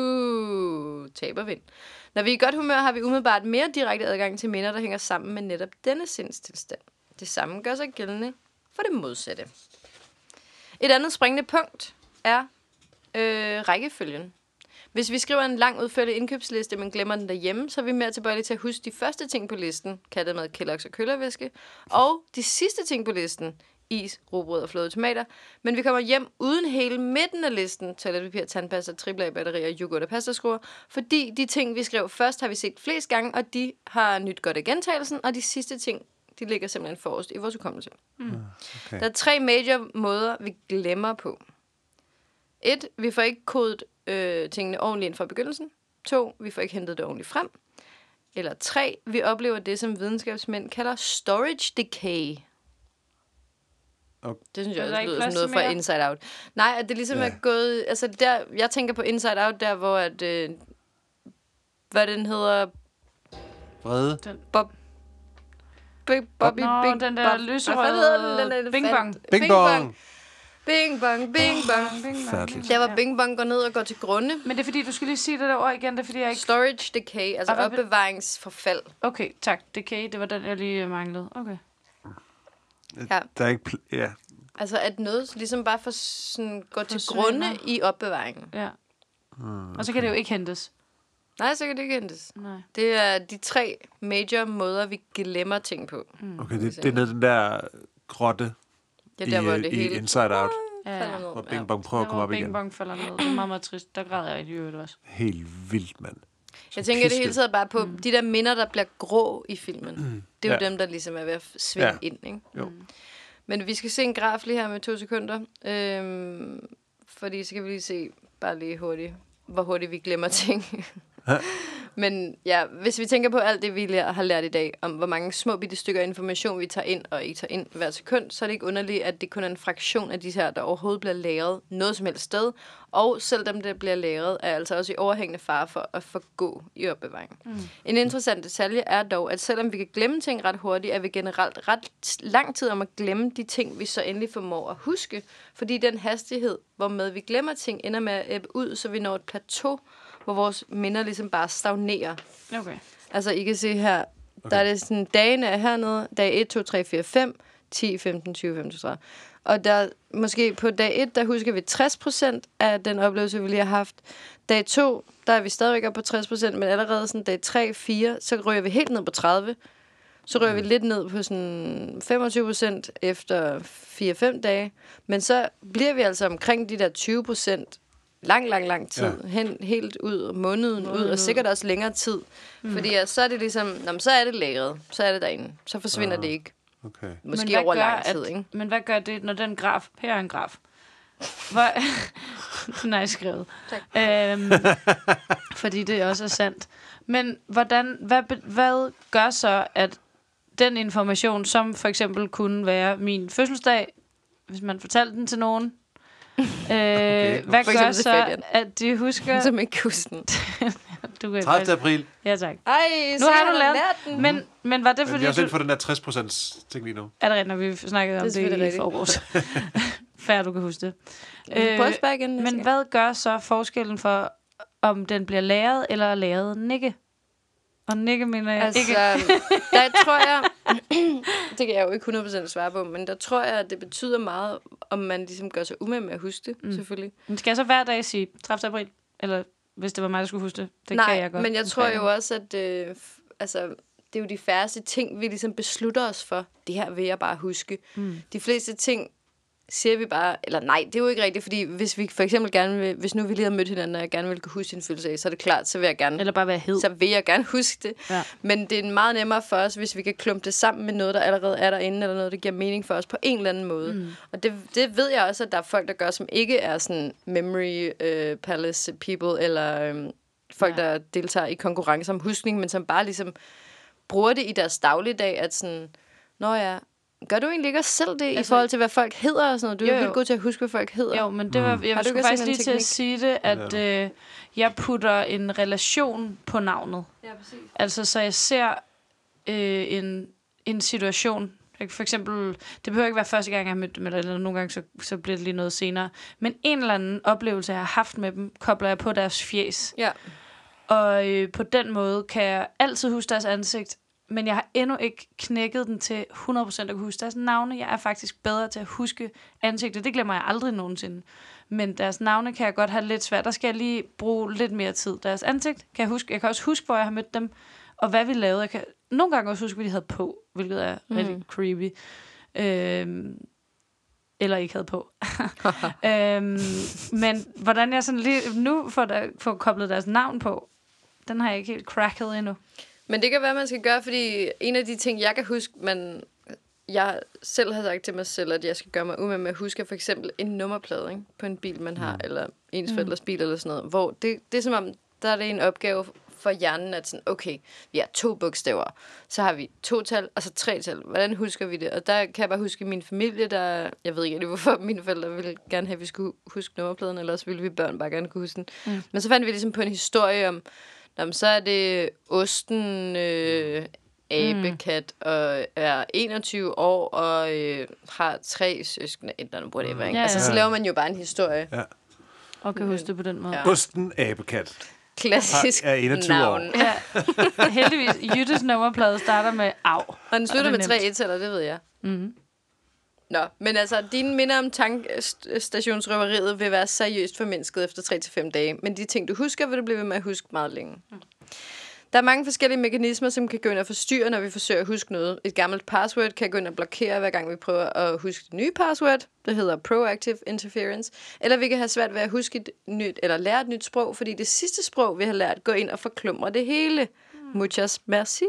Uh, tabervind. Når vi er i godt humør, har vi umiddelbart mere direkte adgang til minder, der hænger sammen med netop denne sindstilstand. Det samme gør sig gældende for det modsatte. Et andet springende punkt er øh, rækkefølgen. Hvis vi skriver en lang udførlig indkøbsliste, men glemmer den derhjemme, så er vi mere tilbøjelige til at huske de første ting på listen, kaldet med Kellogg's og kølervæske, og de sidste ting på listen, is, rugbrød og flåede tomater. Men vi kommer hjem uden hele midten af listen, toiletpapir, tandpasta, triple A-batterier, yoghurt og pastaskruer, fordi de ting, vi skrev først, har vi set flest gange, og de har nyt godt af gentagelsen, og de sidste ting, de ligger simpelthen forrest i vores hukommelse. Mm. Okay. Der er tre major måder, vi glemmer på. Et, vi får ikke kodet øh, tingene ordentligt ind fra begyndelsen. To, vi får ikke hentet det ordentligt frem. Eller tre, vi oplever det, som videnskabsmænd kalder storage decay. Okay. Det synes jeg også lyder som noget fra Inside Out. Nej, at det ligesom ja. er gået... Altså, der, jeg tænker på Inside Out, der hvor at... Øh, hvad den hedder... Vrede? Bob... Big, Bobby, Nå, Big, den der lyserøde... Bing Bong. Bing Bong. Bing Bong, Bing Bong. Færdeligt. Der var Bing Bong går ned og går til grunde. Men det er fordi, du skal lige sige det der ord igen. Det er fordi, jeg ikke... Storage decay, altså ah, opbevaringsforfald. Okay, tak. Decay, det var den, jeg lige manglede. Okay. Ja. Der er ikke... Pl- ja. Altså, at noget ligesom bare for sådan, går til grunde i opbevaringen. Ja. Hmm, okay. Og så kan det jo ikke hentes. Nej, så kan det ikke hentes. Nej. Det er de tre major måder, vi glemmer ting på. Mm. Okay, det, det er ned den der grotte ja, der, i, hvor det i hele... Inside Out. Ja, ja. Hvor Bing Bong prøver at komme op igen. Bing Bong falder ned. Det er meget, meget trist. Der græder jeg i øvrigt også. Helt vildt, mand. Jeg tænker pisket. Det hele taget bare på mm. de der minder, der bliver grå i filmen. Mm. Det er jo ja. dem, der ligesom er ved at svinge ja. ind, ikke? Jo. Mm. Men vi skal se en graf lige her med to sekunder. Øhm, fordi så kan vi lige se, bare lige hurtigt, hvor hurtigt vi glemmer ting. Men ja, hvis vi tænker på alt det, vi har lært i dag, om hvor mange små bitte stykker information, vi tager ind og ikke tager ind hver sekund, så er det ikke underligt, at det kun er en fraktion af de her, der overhovedet bliver lagret noget som helst sted. Og selv dem, der bliver lagret, er altså også i overhængende fare for at forgå i opbevaring. Mm. En interessant detalje er dog, at selvom vi kan glemme ting ret hurtigt, er vi generelt ret lang tid om at glemme de ting, vi så endelig formår at huske. Fordi den hastighed, hvormed vi glemmer ting, ender med at ebbe ud, så vi når et plateau, hvor vores minder ligesom bare stagnerer. Okay. Altså, I kan se her, okay. Der er det sådan, dagene er hernede, dag et, to, tre, fire, fem, ti, femten, tyve, femogtyve, tredive. Og der, måske på dag et, der husker vi tres procent af den oplevelse, vi lige har haft. Dag to, der er vi stadigvæk op på tres procent, men allerede sådan dag tre, fire, så ryger vi helt ned på tredive. Så ryger mm. vi lidt ned på sådan femogtyve procent efter fire fem dage. Men så bliver vi altså omkring de der tyve procent lang, lang, lang tid. Ja. Hen, helt ud, måneden ud, og sikkert også længere tid. Mm. Fordi ja, så er det ligesom, nå, så er det lagret. Så er det derinde. Så forsvinder ah. det ikke. Okay. Måske over lang tid, at, ikke? Men hvad gør det, når den graf... Her er en graf. Hvor, nice skrevet. Øhm, fordi det også er sandt. Men hvordan, hvad, hvad gør så, at den information, som for eksempel kunne være min fødselsdag, hvis man fortalte den til nogen, øh, okay. hvad for gør så, at de husker... Som ikke husker den. tredivte april. Ja, tak. Ej, nu har du lært den. Men, men var det fordi... Men vi har selv fået den der tres procent ting lige nu. Er det rigtigt, når vi snakkede om det, det i forgårs? Færdig, du kan huske det. Øh, igen, men hvad gør så forskellen for, om den bliver lagret eller lagret nikke? Og nikke mener jeg altså, ikke. Der tror jeg... det kan jeg jo ikke hundrede procent svare på, men der tror jeg, at det betyder meget, om man ligesom gør sig umage med at huske det, mm. selvfølgelig. Men skal jeg så hver dag sige tredivte april? Eller hvis det var mig, der skulle huske det? Det Nej, kan jeg godt. men jeg tror jo også, at øh, altså, det er jo de færreste ting, vi ligesom beslutter os for. Det her vil jeg bare huske. Mm. De fleste ting siger vi bare, eller nej, det er jo ikke rigtigt, fordi hvis vi for eksempel gerne vil, hvis nu vi lige har mødt hinanden, og jeg gerne vil kunne huske en fødselsdag, så er det klart, så vil jeg gerne... Eller bare være hed. Så vil jeg gerne huske det. Ja. Men det er meget nemmere for os, hvis vi kan klumpe det sammen med noget, der allerede er derinde, eller noget, der giver mening for os på en eller anden måde. Mm. Og det, det ved jeg også, at der er folk, der gør, som ikke er sådan memory uh, palace people, eller um, folk, ja. der deltager i konkurrencer om huskning, men som bare ligesom bruger det i deres dagligdag, at sådan, nå ja, gør du egentlig ikke også selv det, altså, i forhold til, hvad folk hedder og sådan noget? Du er jo vildt god til at huske, hvad folk hedder. Jo, men det var, jeg skulle faktisk lige til at sige det, at øh, jeg putter en relation på navnet. Ja, præcis. Altså, så jeg ser øh, en, en situation. For eksempel, det behøver ikke være første gang, jeg har mødt dem, eller, eller nogle gange, så, så bliver det lige noget senere. Men en eller anden oplevelse, jeg har haft med dem, kobler jeg på deres fjes. Ja. Og øh, på den måde kan jeg altid huske deres ansigt, men jeg har endnu ikke knækket den til hundrede procent at kunne huske deres navne. Jeg er faktisk bedre til at huske ansigtet. Det glemmer jeg aldrig nogensinde. Men deres navne kan jeg godt have lidt svært. Der skal jeg lige bruge lidt mere tid. Deres ansigt kan jeg huske. Jeg kan også huske, hvor jeg har mødt dem, og hvad vi lavede. Jeg kan nogle gange også huske, hvad de havde på, hvilket er mm. rigtig creepy. Øhm, eller ikke havde på. øhm, men hvordan jeg sådan lige nu får, der, får koblet deres navn på, den har jeg ikke helt cracket endnu. Men det kan være, man skal gøre, fordi en af de ting, jeg kan huske, man, jeg selv har sagt til mig selv, at jeg skal gøre mig umage med at huske for eksempel en nummerplade, ikke? På en bil, man har, mm. eller ens forældres bil eller sådan noget, hvor det, det er som om, der er det en opgave for hjernen, at sådan, okay, vi har to bogstaver, så har vi to tal, og så tre tal. Hvordan husker vi det? Og der kan jeg bare huske min familie, der, jeg ved ikke, hvorfor mine forældre ville gerne have, at vi skulle huske nummerpladen, eller også ville vi børn bare gerne kunne huske den. Mm. Men så fandt vi ligesom på en historie om, Nå, så er det osten, øh, abekat, og er enogtyve år, og øh, har tre søskende, et eller andet, whatever, ikke? Ja, ja. Altså, så laver man jo bare en historie. Ja. Og kan huske det på den måde. Ja. Osten, abekat. Klassisk er enogtyve navn. År. Ja. Heldigvis, Jyttes nummerplade starter med af. Og den slutter med tre et-taller, det ved jeg. Mhm. Nå, men altså, dine minder om tankstationsrøveriet vil være seriøst formindsket efter tre til fem dage. Men de ting, du husker, vil du blive ved med at huske meget længe. Mm. Der er mange forskellige mekanismer, som kan gå ind og forstyrre, når vi forsøger at huske noget. Et gammelt password kan gå ind og blokere, hver gang vi prøver at huske det nye password. Det hedder proactive interference. Eller vi kan have svært ved at huske et nyt, eller lære et nyt sprog, fordi det sidste sprog, vi har lært, går ind og forklumrer det hele. Mm. Muchas merci.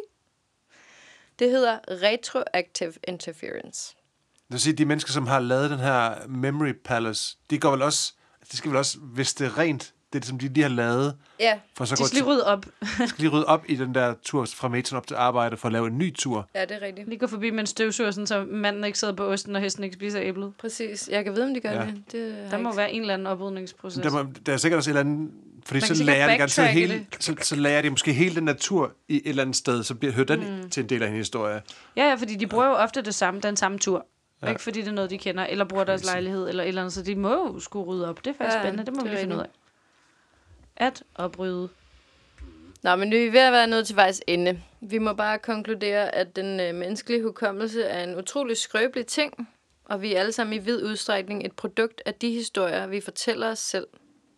Det hedder retroactive interference. Det vil sige, de mennesker, som har lavet den her Memory Palace, de går vel også, de skal vel også, hvis det rent det, som de lige har lavet. Ja, for så de skal lige rydde op. skal lige rydde op i den der tur fra Maidstone op til arbejde, for at lave en ny tur. Ja, det er rigtigt. Lige gå forbi med en støvsuger, sådan, så manden ikke sidder på osten, og hesten ikke spiser æblet. Præcis. Jeg kan vide, om de gør ja. det. det der må ikke... være en eller anden oprydningsproces. Der, må, der er sikkert også et eller andet... Fordi så lærer, de ganske hele, så, så lærer de måske hele den natur i et eller andet sted, så bliver hørt den mm. til en del af en historie. Ja, ja, fordi de bruger jo ofte det samme, den samme tur. Ja. Ikke fordi det er noget, de kender, eller bruger deres lejlighed, eller et eller andet, så de må jo skulle rydde op. Det er faktisk ja, spændende, det må det vi lige finde ud af. At oprydde. Nå, men nu er vi ved at være nødt til vejs ende. Vi må bare konkludere, at den øh, menneskelige hukommelse er en utrolig skrøbelig ting, og vi er alle sammen i vid udstrækning et produkt af de historier, vi fortæller os selv.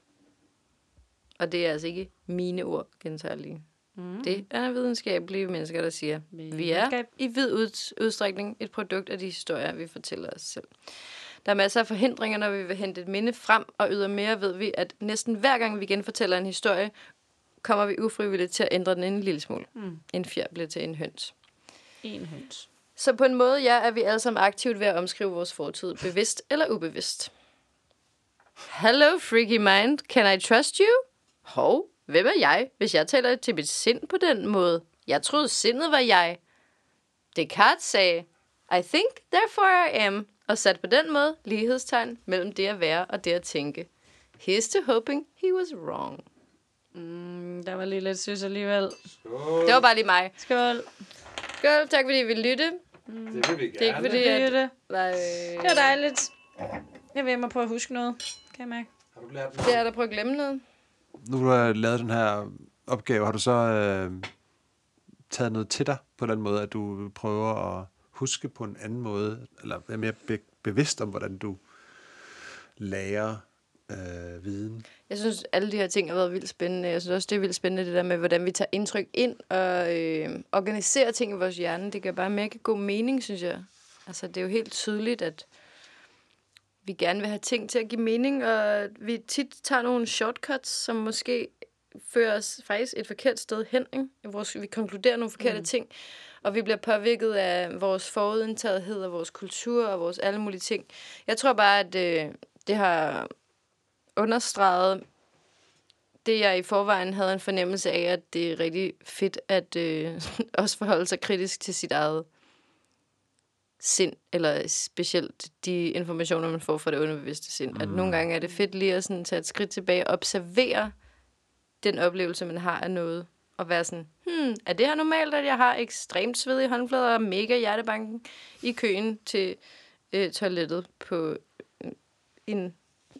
Og det er altså ikke mine ord, gentager lige. Mm. Det er videnskabelige mennesker, der siger, vi er i vid udstrækning et produkt af de historier, vi fortæller os selv. Der er masser af forhindringer, når vi vil hente et minde frem, og ydermere ved vi, at næsten hver gang vi genfortæller en historie, kommer vi ufrivilligt til at ændre den en lille smule. Mm. En fjer bliver til en høns. En høns. Så på en måde, ja, er vi alle sammen aktivt ved at omskrive vores fortid, bevidst eller ubevidst. Hello, freaky mind. Can I trust you? Hov, hvem er jeg, hvis jeg taler til mit sind på den måde? Jeg troede, sindet var jeg. Descartes sagde, I think, therefore I am, og sat på den måde lighedstegn mellem det at være og det at tænke. Here's to hoping he was wrong. Mm, der var lige lidt søs alligevel. Skål. Det var bare lige mig. Skål. Skål, tak fordi I ville lytte. Mm. Det vil vi gerne. Det er ikke fordi, at... Det. Nej. Det var dejligt. Jeg vil mig prøve at huske noget, kan jeg mærke. Har du lært noget? Det er der prøve at glemme noget. Nu har du har lavet den her opgave, har du så øh, taget noget til dig på den måde, at du prøver at huske på en anden måde, eller er mere be- bevidst om, hvordan du lærer øh, viden? Jeg synes, alle de her ting har været vildt spændende. Jeg synes også, det er vildt spændende, det der med, hvordan vi tager indtryk ind og øh, organiserer ting i vores hjerne. Det gør bare mega god mening, synes jeg. Altså, det er jo helt tydeligt, at vi gerne vil have ting til at give mening, og vi tit tager nogle shortcuts, som måske fører os faktisk et forkert sted hen. Ikke? Vores, vi konkluderer nogle forkerte mm. ting, og vi bliver påvirket af vores forudindtagethed, og vores kultur, og vores alle mulige ting. Jeg tror bare, at øh, det har understreget det, jeg i forvejen havde en fornemmelse af, at det er rigtig fedt at øh, også forholde sig kritisk til sit eget sind, eller specielt de informationer, man får fra det underbevidste sind. Mm. At nogle gange er det fedt lige at sådan tage et skridt tilbage og observere den oplevelse, man har af noget. Og være sådan, hmm, er det her normalt, at jeg har ekstremt svedige håndflader og mega hjertebanken i køen til øh, toilettet på en...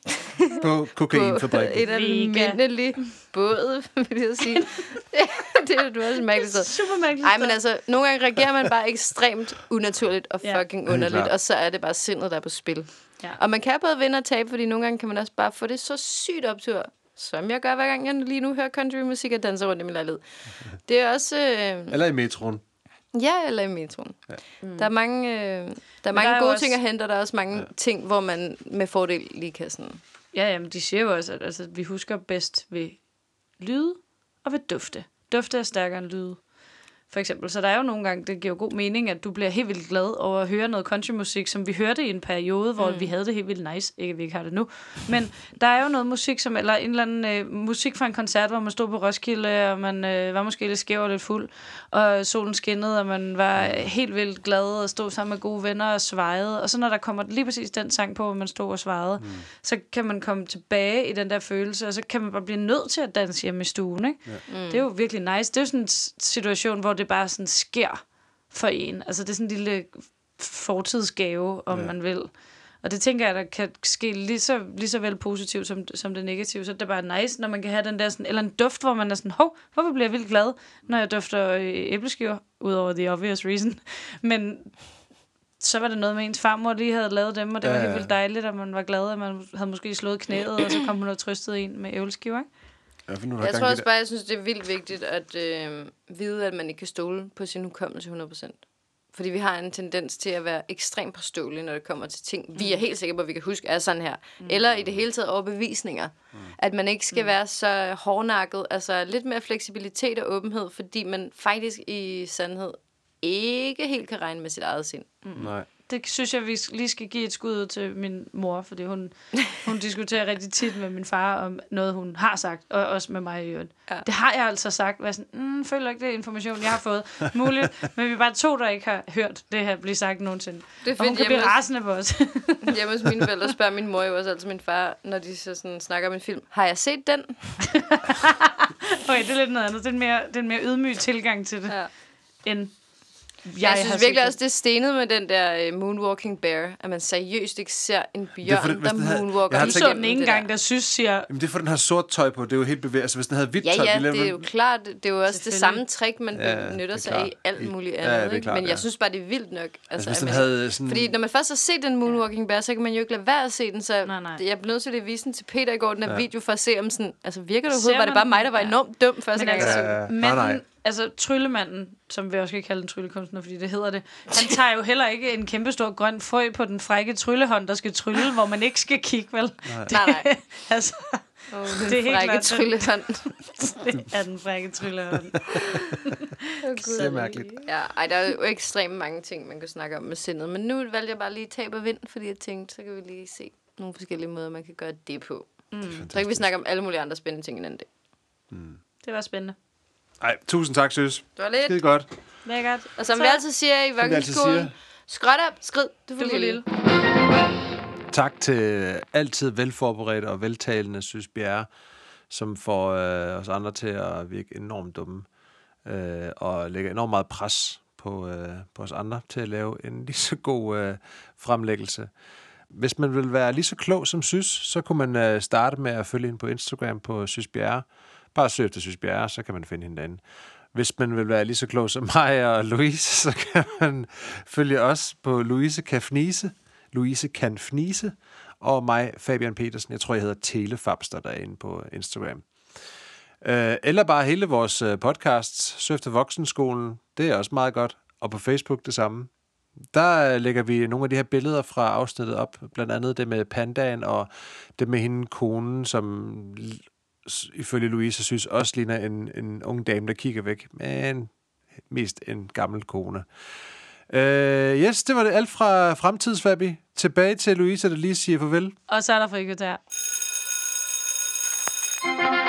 på kokainfabrikken. En almindelig båd, vil jeg sige. Det er du også mærkeligt sted. Super mærkeligt. Ej, men altså, nogle gange reagerer man bare ekstremt unaturligt og fucking ja. underligt, og så er det bare sindet, der er på spil. Ja. Og man kan både vinde og tabe, fordi nogle gange kan man også bare få det så sygt optur, som jeg gør, hver gang jeg lige nu hører countrymusik og danser rundt i min lejlighed. Det er også... Øh... Eller i metroen. Ja, eller i metroen. Ja. Mm. Der er mange, øh, der er mange der er gode også... ting at hente, og der er også mange ja. ting, hvor man med fordel lige kan sådan... Ja, jamen, de siger jo også, at altså, vi husker bedst ved lyde og ved dufte. Dufte er stærkere end lyde, for eksempel. Så der er jo nogle gange, det giver god mening, at du bliver helt vildt glad over at høre noget countrymusik, som vi hørte i en periode, hvor mm. vi havde det helt vildt nice. Ikke, at vi ikke har det nu. Men der er jo noget musik, som, eller en eller anden øh, musik fra en koncert, hvor man stod på Roskilde, og man øh, var måske lidt skæv og lidt fuld, og solen skinnede, og man var helt vildt glad og stod sammen med gode venner og svajede. Og så når der kommer lige præcis den sang på, hvor man stod og svajede, mm. så kan man komme tilbage i den der følelse, og så kan man bare blive nødt til at danse hjemme i stuen. Ikke? Ja. Mm. Det er jo virkelig nice. Det er jo sådan en situation, hvor det bare sådan sker for en. Altså det er sådan en lille fortidsgave, om ja. man vil. Og det tænker jeg, der kan ske lige så, lige så vel positivt som, som det negative. Så det er bare nice, når man kan have den der sådan, eller en duft, hvor man er sådan, hov, hvorfor bliver jeg vildt glad, når jeg dufter æbleskiver, udover the obvious reason. Men så var det noget med ens farmor lige havde lavet dem, og det var ja, ja. helt vildt dejligt, at man var glad, at man havde måske slået knæet, og så kom hun og trøstede en med æbleskiver, ikke? Jeg tror også bare, jeg synes, det er vildt vigtigt at øh, vide, at man ikke kan stole på sin hukommelse hundrede procent. Fordi vi har en tendens til at være ekstremt påståelige, når det kommer til ting, mm. vi er helt sikre på, at vi kan huske, er sådan her. Mm. Eller i det hele taget overbevisninger. Mm. At man ikke skal mm. være så hårdnakket. Altså lidt mere fleksibilitet og åbenhed, fordi man faktisk i sandhed ikke helt kan regne med sit eget sind. Mm. Nej. det synes jeg, vi lige skal give et skud ud til min mor, fordi hun, hun diskuterer rigtig tit med min far om noget, hun har sagt, og også med mig i øvrigt. Ja. Det har jeg altså sagt. Hvad sådan, mm, føler ikke, det er information, jeg har fået. Muligt, men vi er bare to, der ikke har hørt det her blive sagt nogensinde. Det og hun kan blive rasende på os. Hjemme hos mine forældre spørger min mor jo også altid min far, når de så sådan snakker om en film. Har jeg set den? Okay, det er lidt noget andet. Det er en mere, det er en mere ydmyg tilgang til det, ja. end... Jeg, jeg synes virkelig også, det er stenet med den der uh, Moonwalking Bear, at man seriøst ikke ser en bjørn, den, der moonwalker. Du så den ikke engang, der synes, siger... Jamen, det er for, den har sort tøj på. Det er jo helt bevæget. Altså, hvis den havde hvidt ja, tøj... Ja, ja, det er jo klart. Det er jo også det samme trick, man ja, benytter sig af alt muligt andet. Ja, klart, men jeg ja. synes bare, det er vildt nok. Altså, altså, man, havde sådan... Fordi når man først har set den Moonwalking Bear, så kan man jo ikke lade være at se den. Så nej, nej. jeg blev nødt til at vise den til Peter i går, den her ja. video, for at se om sådan... Altså, virker det overhovedet? Var det bare mig, der var enormt dum første gang? Men altså, tryllemanden, som vi også skal kalde en tryllekunstner, fordi det hedder det, han tager jo heller ikke en kæmpestor grøn frø på den frække tryllehånd, der skal trylle, hvor man ikke skal kigge, vel? Nej, det, nej. altså, oh, det er frække klart, tryllehånd. Det er den frække tryllehånd. oh, det er mærkeligt. Ja, ej, der er jo ekstremt mange ting, man kan snakke om med sindet, men nu valgte jeg bare lige tab og vind, fordi jeg tænkte, så kan vi lige se nogle forskellige måder, man kan gøre det på. Mm. Så kan vi snakke om alle mulige andre spændende ting en anden dag. Mm. Det var spændende. Ej, tusind tak, søs. Det var lidt. Skide godt. Lækkert. Og som så, vi altid siger i voksenskolen, skråt op, skrid, du får lille. lille. Tak til altid velforberedte og veltalende Søs Bjerre, som får øh, os andre til at virke enormt dumme, øh, og lægger enormt meget pres på, øh, på os andre til at lave en lige så god øh, fremlæggelse. Hvis man vil være lige så klog som Søs, så kunne man øh, starte med at følge hende på Instagram på Søs Bjerre. Bare søg efter Søs Bjerre, så kan man finde hende derinde. Hvis man vil være lige så klog som mig og Louise, så kan man følge os på Louise Kafnise, Louise Kanfnise, og mig, Fabian Petersen. Jeg tror, jeg hedder Telefabster derinde på Instagram. Eller bare hele vores podcast, Søg efter Voksenskolen. Det er også meget godt. Og på Facebook det samme. Der lægger vi nogle af de her billeder fra afsnittet op. Blandt andet det med pandaen, og det med hende konen, som... ifølge Louise synes også ligner en, en ung dame, der kigger væk, men mest en gammel kone. Uh, yes, det var det alt fra Fremtidsfabi. Tilbage til Louise, der lige siger farvel. Og så er der frikvarter.